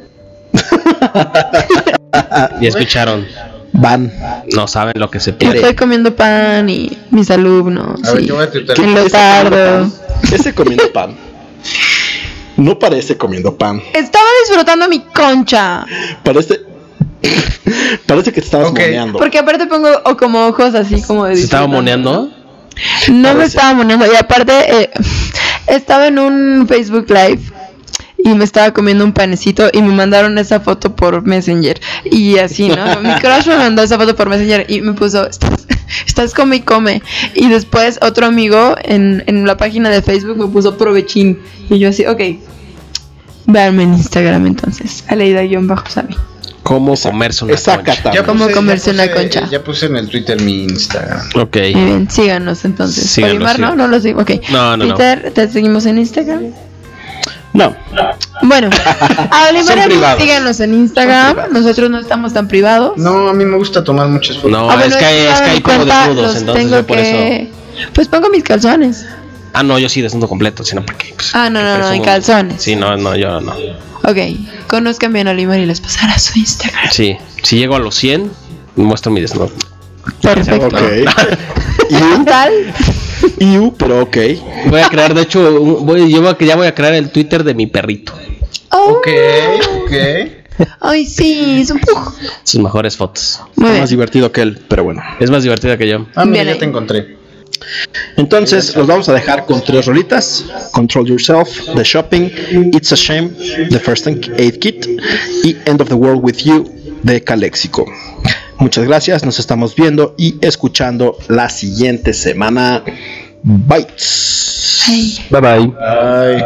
Y escucharon. Van. No saben lo que se Yo pierde. estoy comiendo pan y mis alumnos. A ver, y yo voy a tuitear. el leotardo. Ese comiendo pan. No parece comiendo pan. Estaba disfrutando mi concha. Parece que te estabas Ok. moneando. Porque aparte pongo como ojos así como de ¿Se estaba disfrutando. moneando? No me estaba moneando. Y aparte estaba en un Facebook Live y me estaba comiendo un panecito y me mandaron esa foto por Messenger. Y así, ¿no? Mi crush me mandó esa foto por Messenger y me puso, estás come y come. Y después otro amigo en la página de Facebook me puso provechín. Y yo así, ok, véanme en Instagram entonces. Aleida-Sabi. ¿Cómo comerse una Esa concha? cata. ¿Cómo comerse una concha? Ya puse en el Twitter mi Instagram. Ok. Muy bien, síganos entonces. Síganos, Olimar, ¿no? sí. No lo sigo, ok. No. Peter, ¿te seguimos en Instagram? No. Bueno, a Olimar Son y a mí privados. síganos en Instagram. Nosotros no estamos tan privados. No, a mí me gusta tomar muchas fotos. No, Bueno, es que hay me doy como cuenta, desnudos, los entonces tengo yo por que... eso. Pues pongo mis calzones. Ah, no, yo sí desnudo completo, sino porque. Pues, Ah, no, que en presumo. calzones. Sí, no, yo no. Ok, conozcan bien a Olimar y les pasará su Instagram. Sí, si llego a los 100, muestro mi desnudo. Perfecto. Ok. ¿Qué tal? Pero ok. Voy a crear, de hecho, ya voy a crear el Twitter de mi perrito. Oh, Ok. Ay, sí, es un pug. Sus mejores fotos. Muy Está bien. más divertido que él, pero bueno. Es más divertida que yo. Ah, mira, Bien ya ahí. te encontré. Entonces los vamos a dejar con 3 rolitas: Control Yourself, The Shopping, It's a Shame, The First Aid Kit y End of the World With You de Calexico. Muchas gracias, nos estamos viendo y escuchando la siguiente semana. Bites. Bye. Bye bye.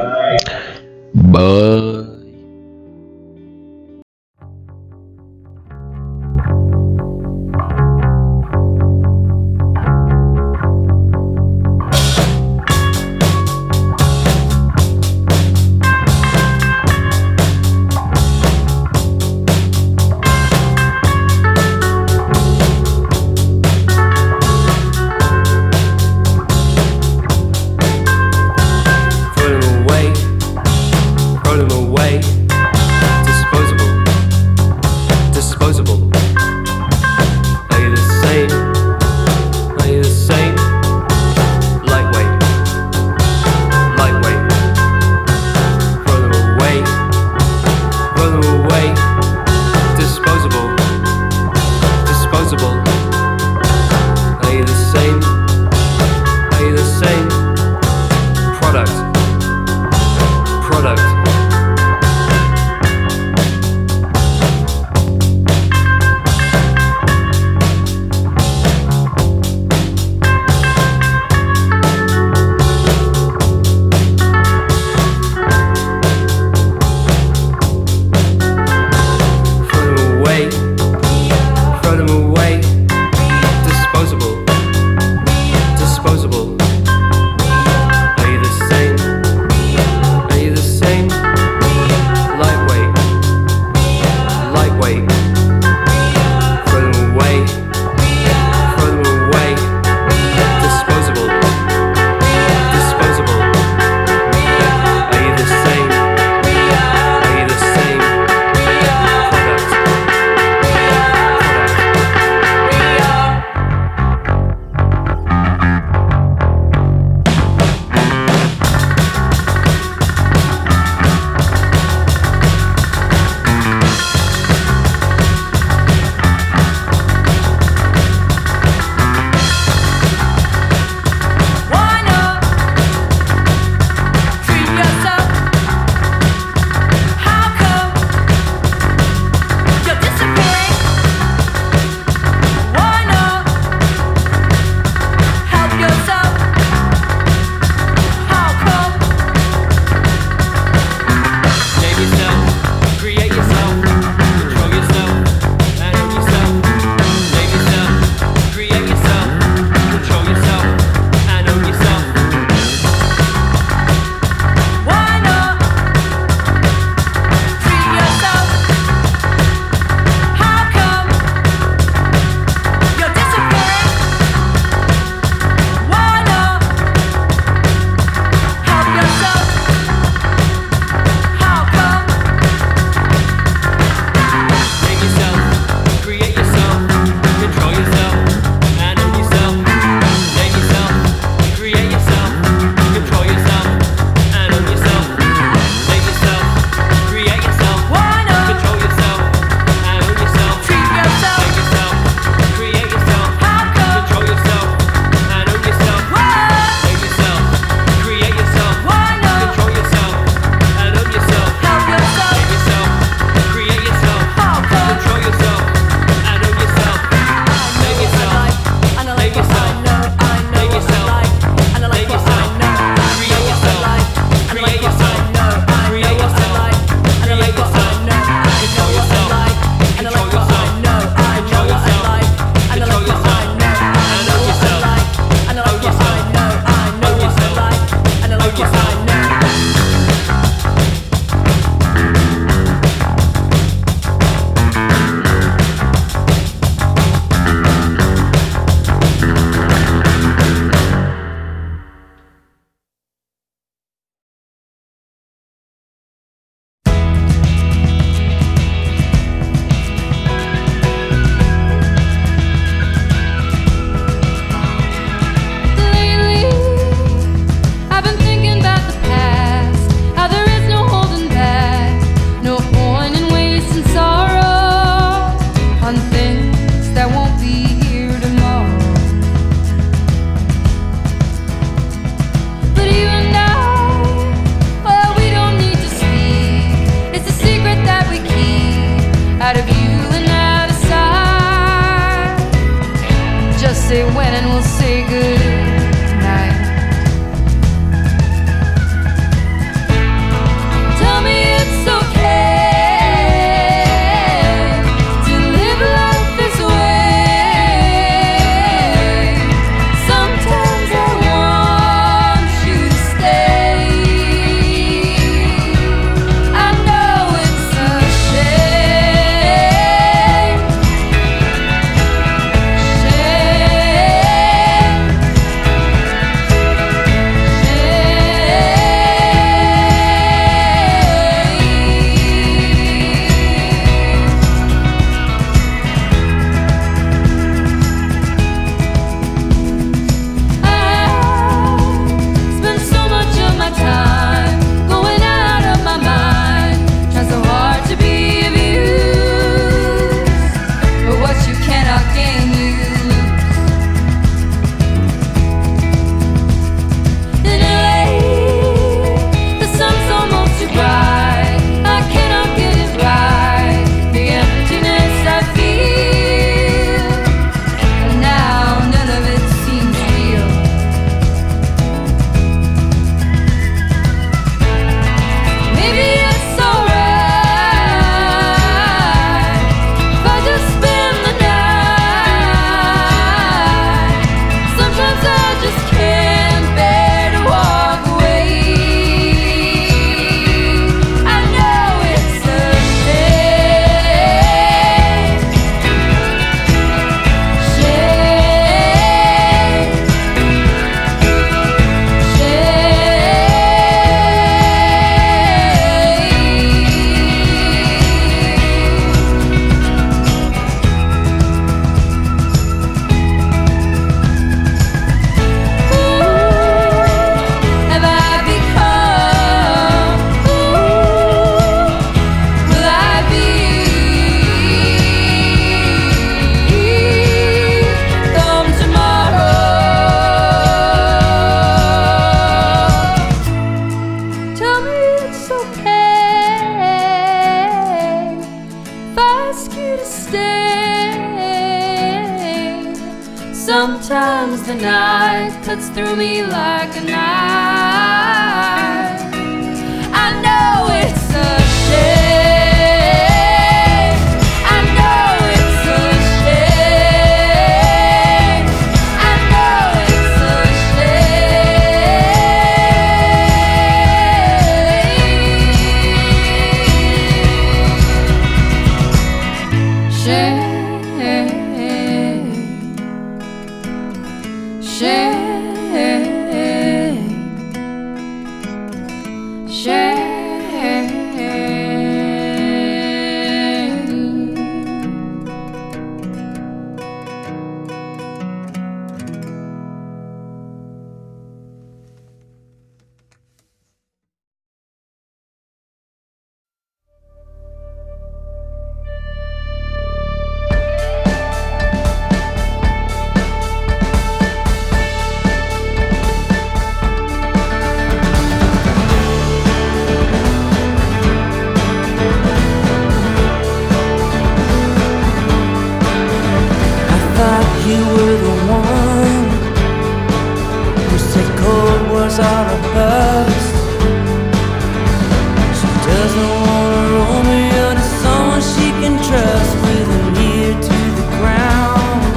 Bye. Rolling away, say when and we'll say good night. Tell me it's okay to live life this way. Sometimes I want you to stay. I know it's a shame. Spend so much of my time going out of my mind, trying so hard to be of use, but what you cannot gain you lose. In LA, the sun's almost too bright, I cannot get it right, the emptiness I feel, and now none of it seems real. Maybe it's alright if I just spend the night. Sometimes I just can't bear to walk away. I know it's a shame. Have I become? Will I be come tomorrow? Tell me it's okay if I ask you to stay. Sometimes the night cuts through me like a knife. I know it's a shame. I know it's a shame. I know it's a You were the one who said cold was all a bust. She doesn't wanna roll me out as someone she can trust with an ear to the ground.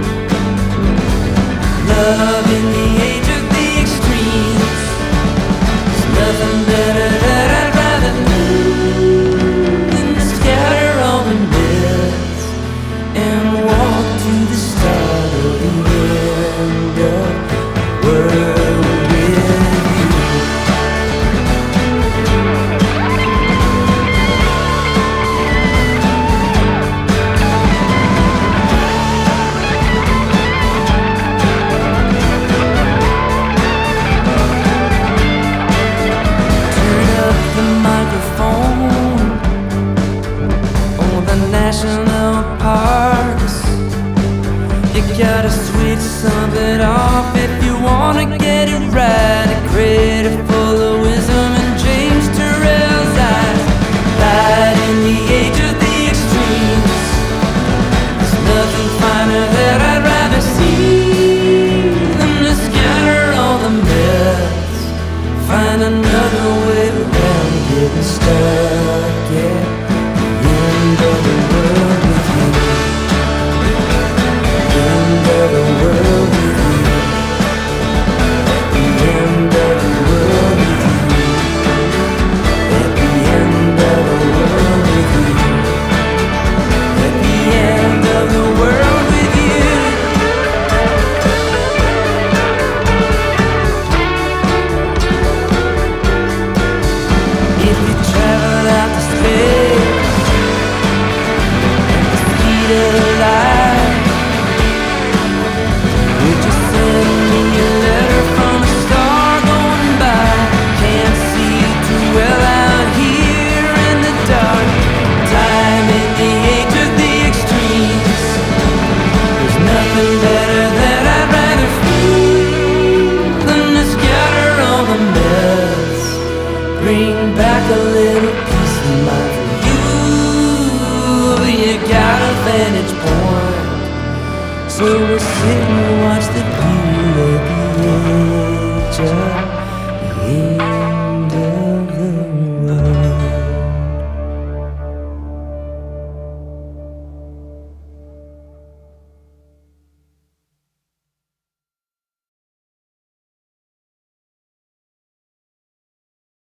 Love in the age of the extremes. There's nothing better that I'd rather do than to scatter all the myths and walk to the start of the end of the world with you. vantage point. So we'll sit and watch the view at the edge of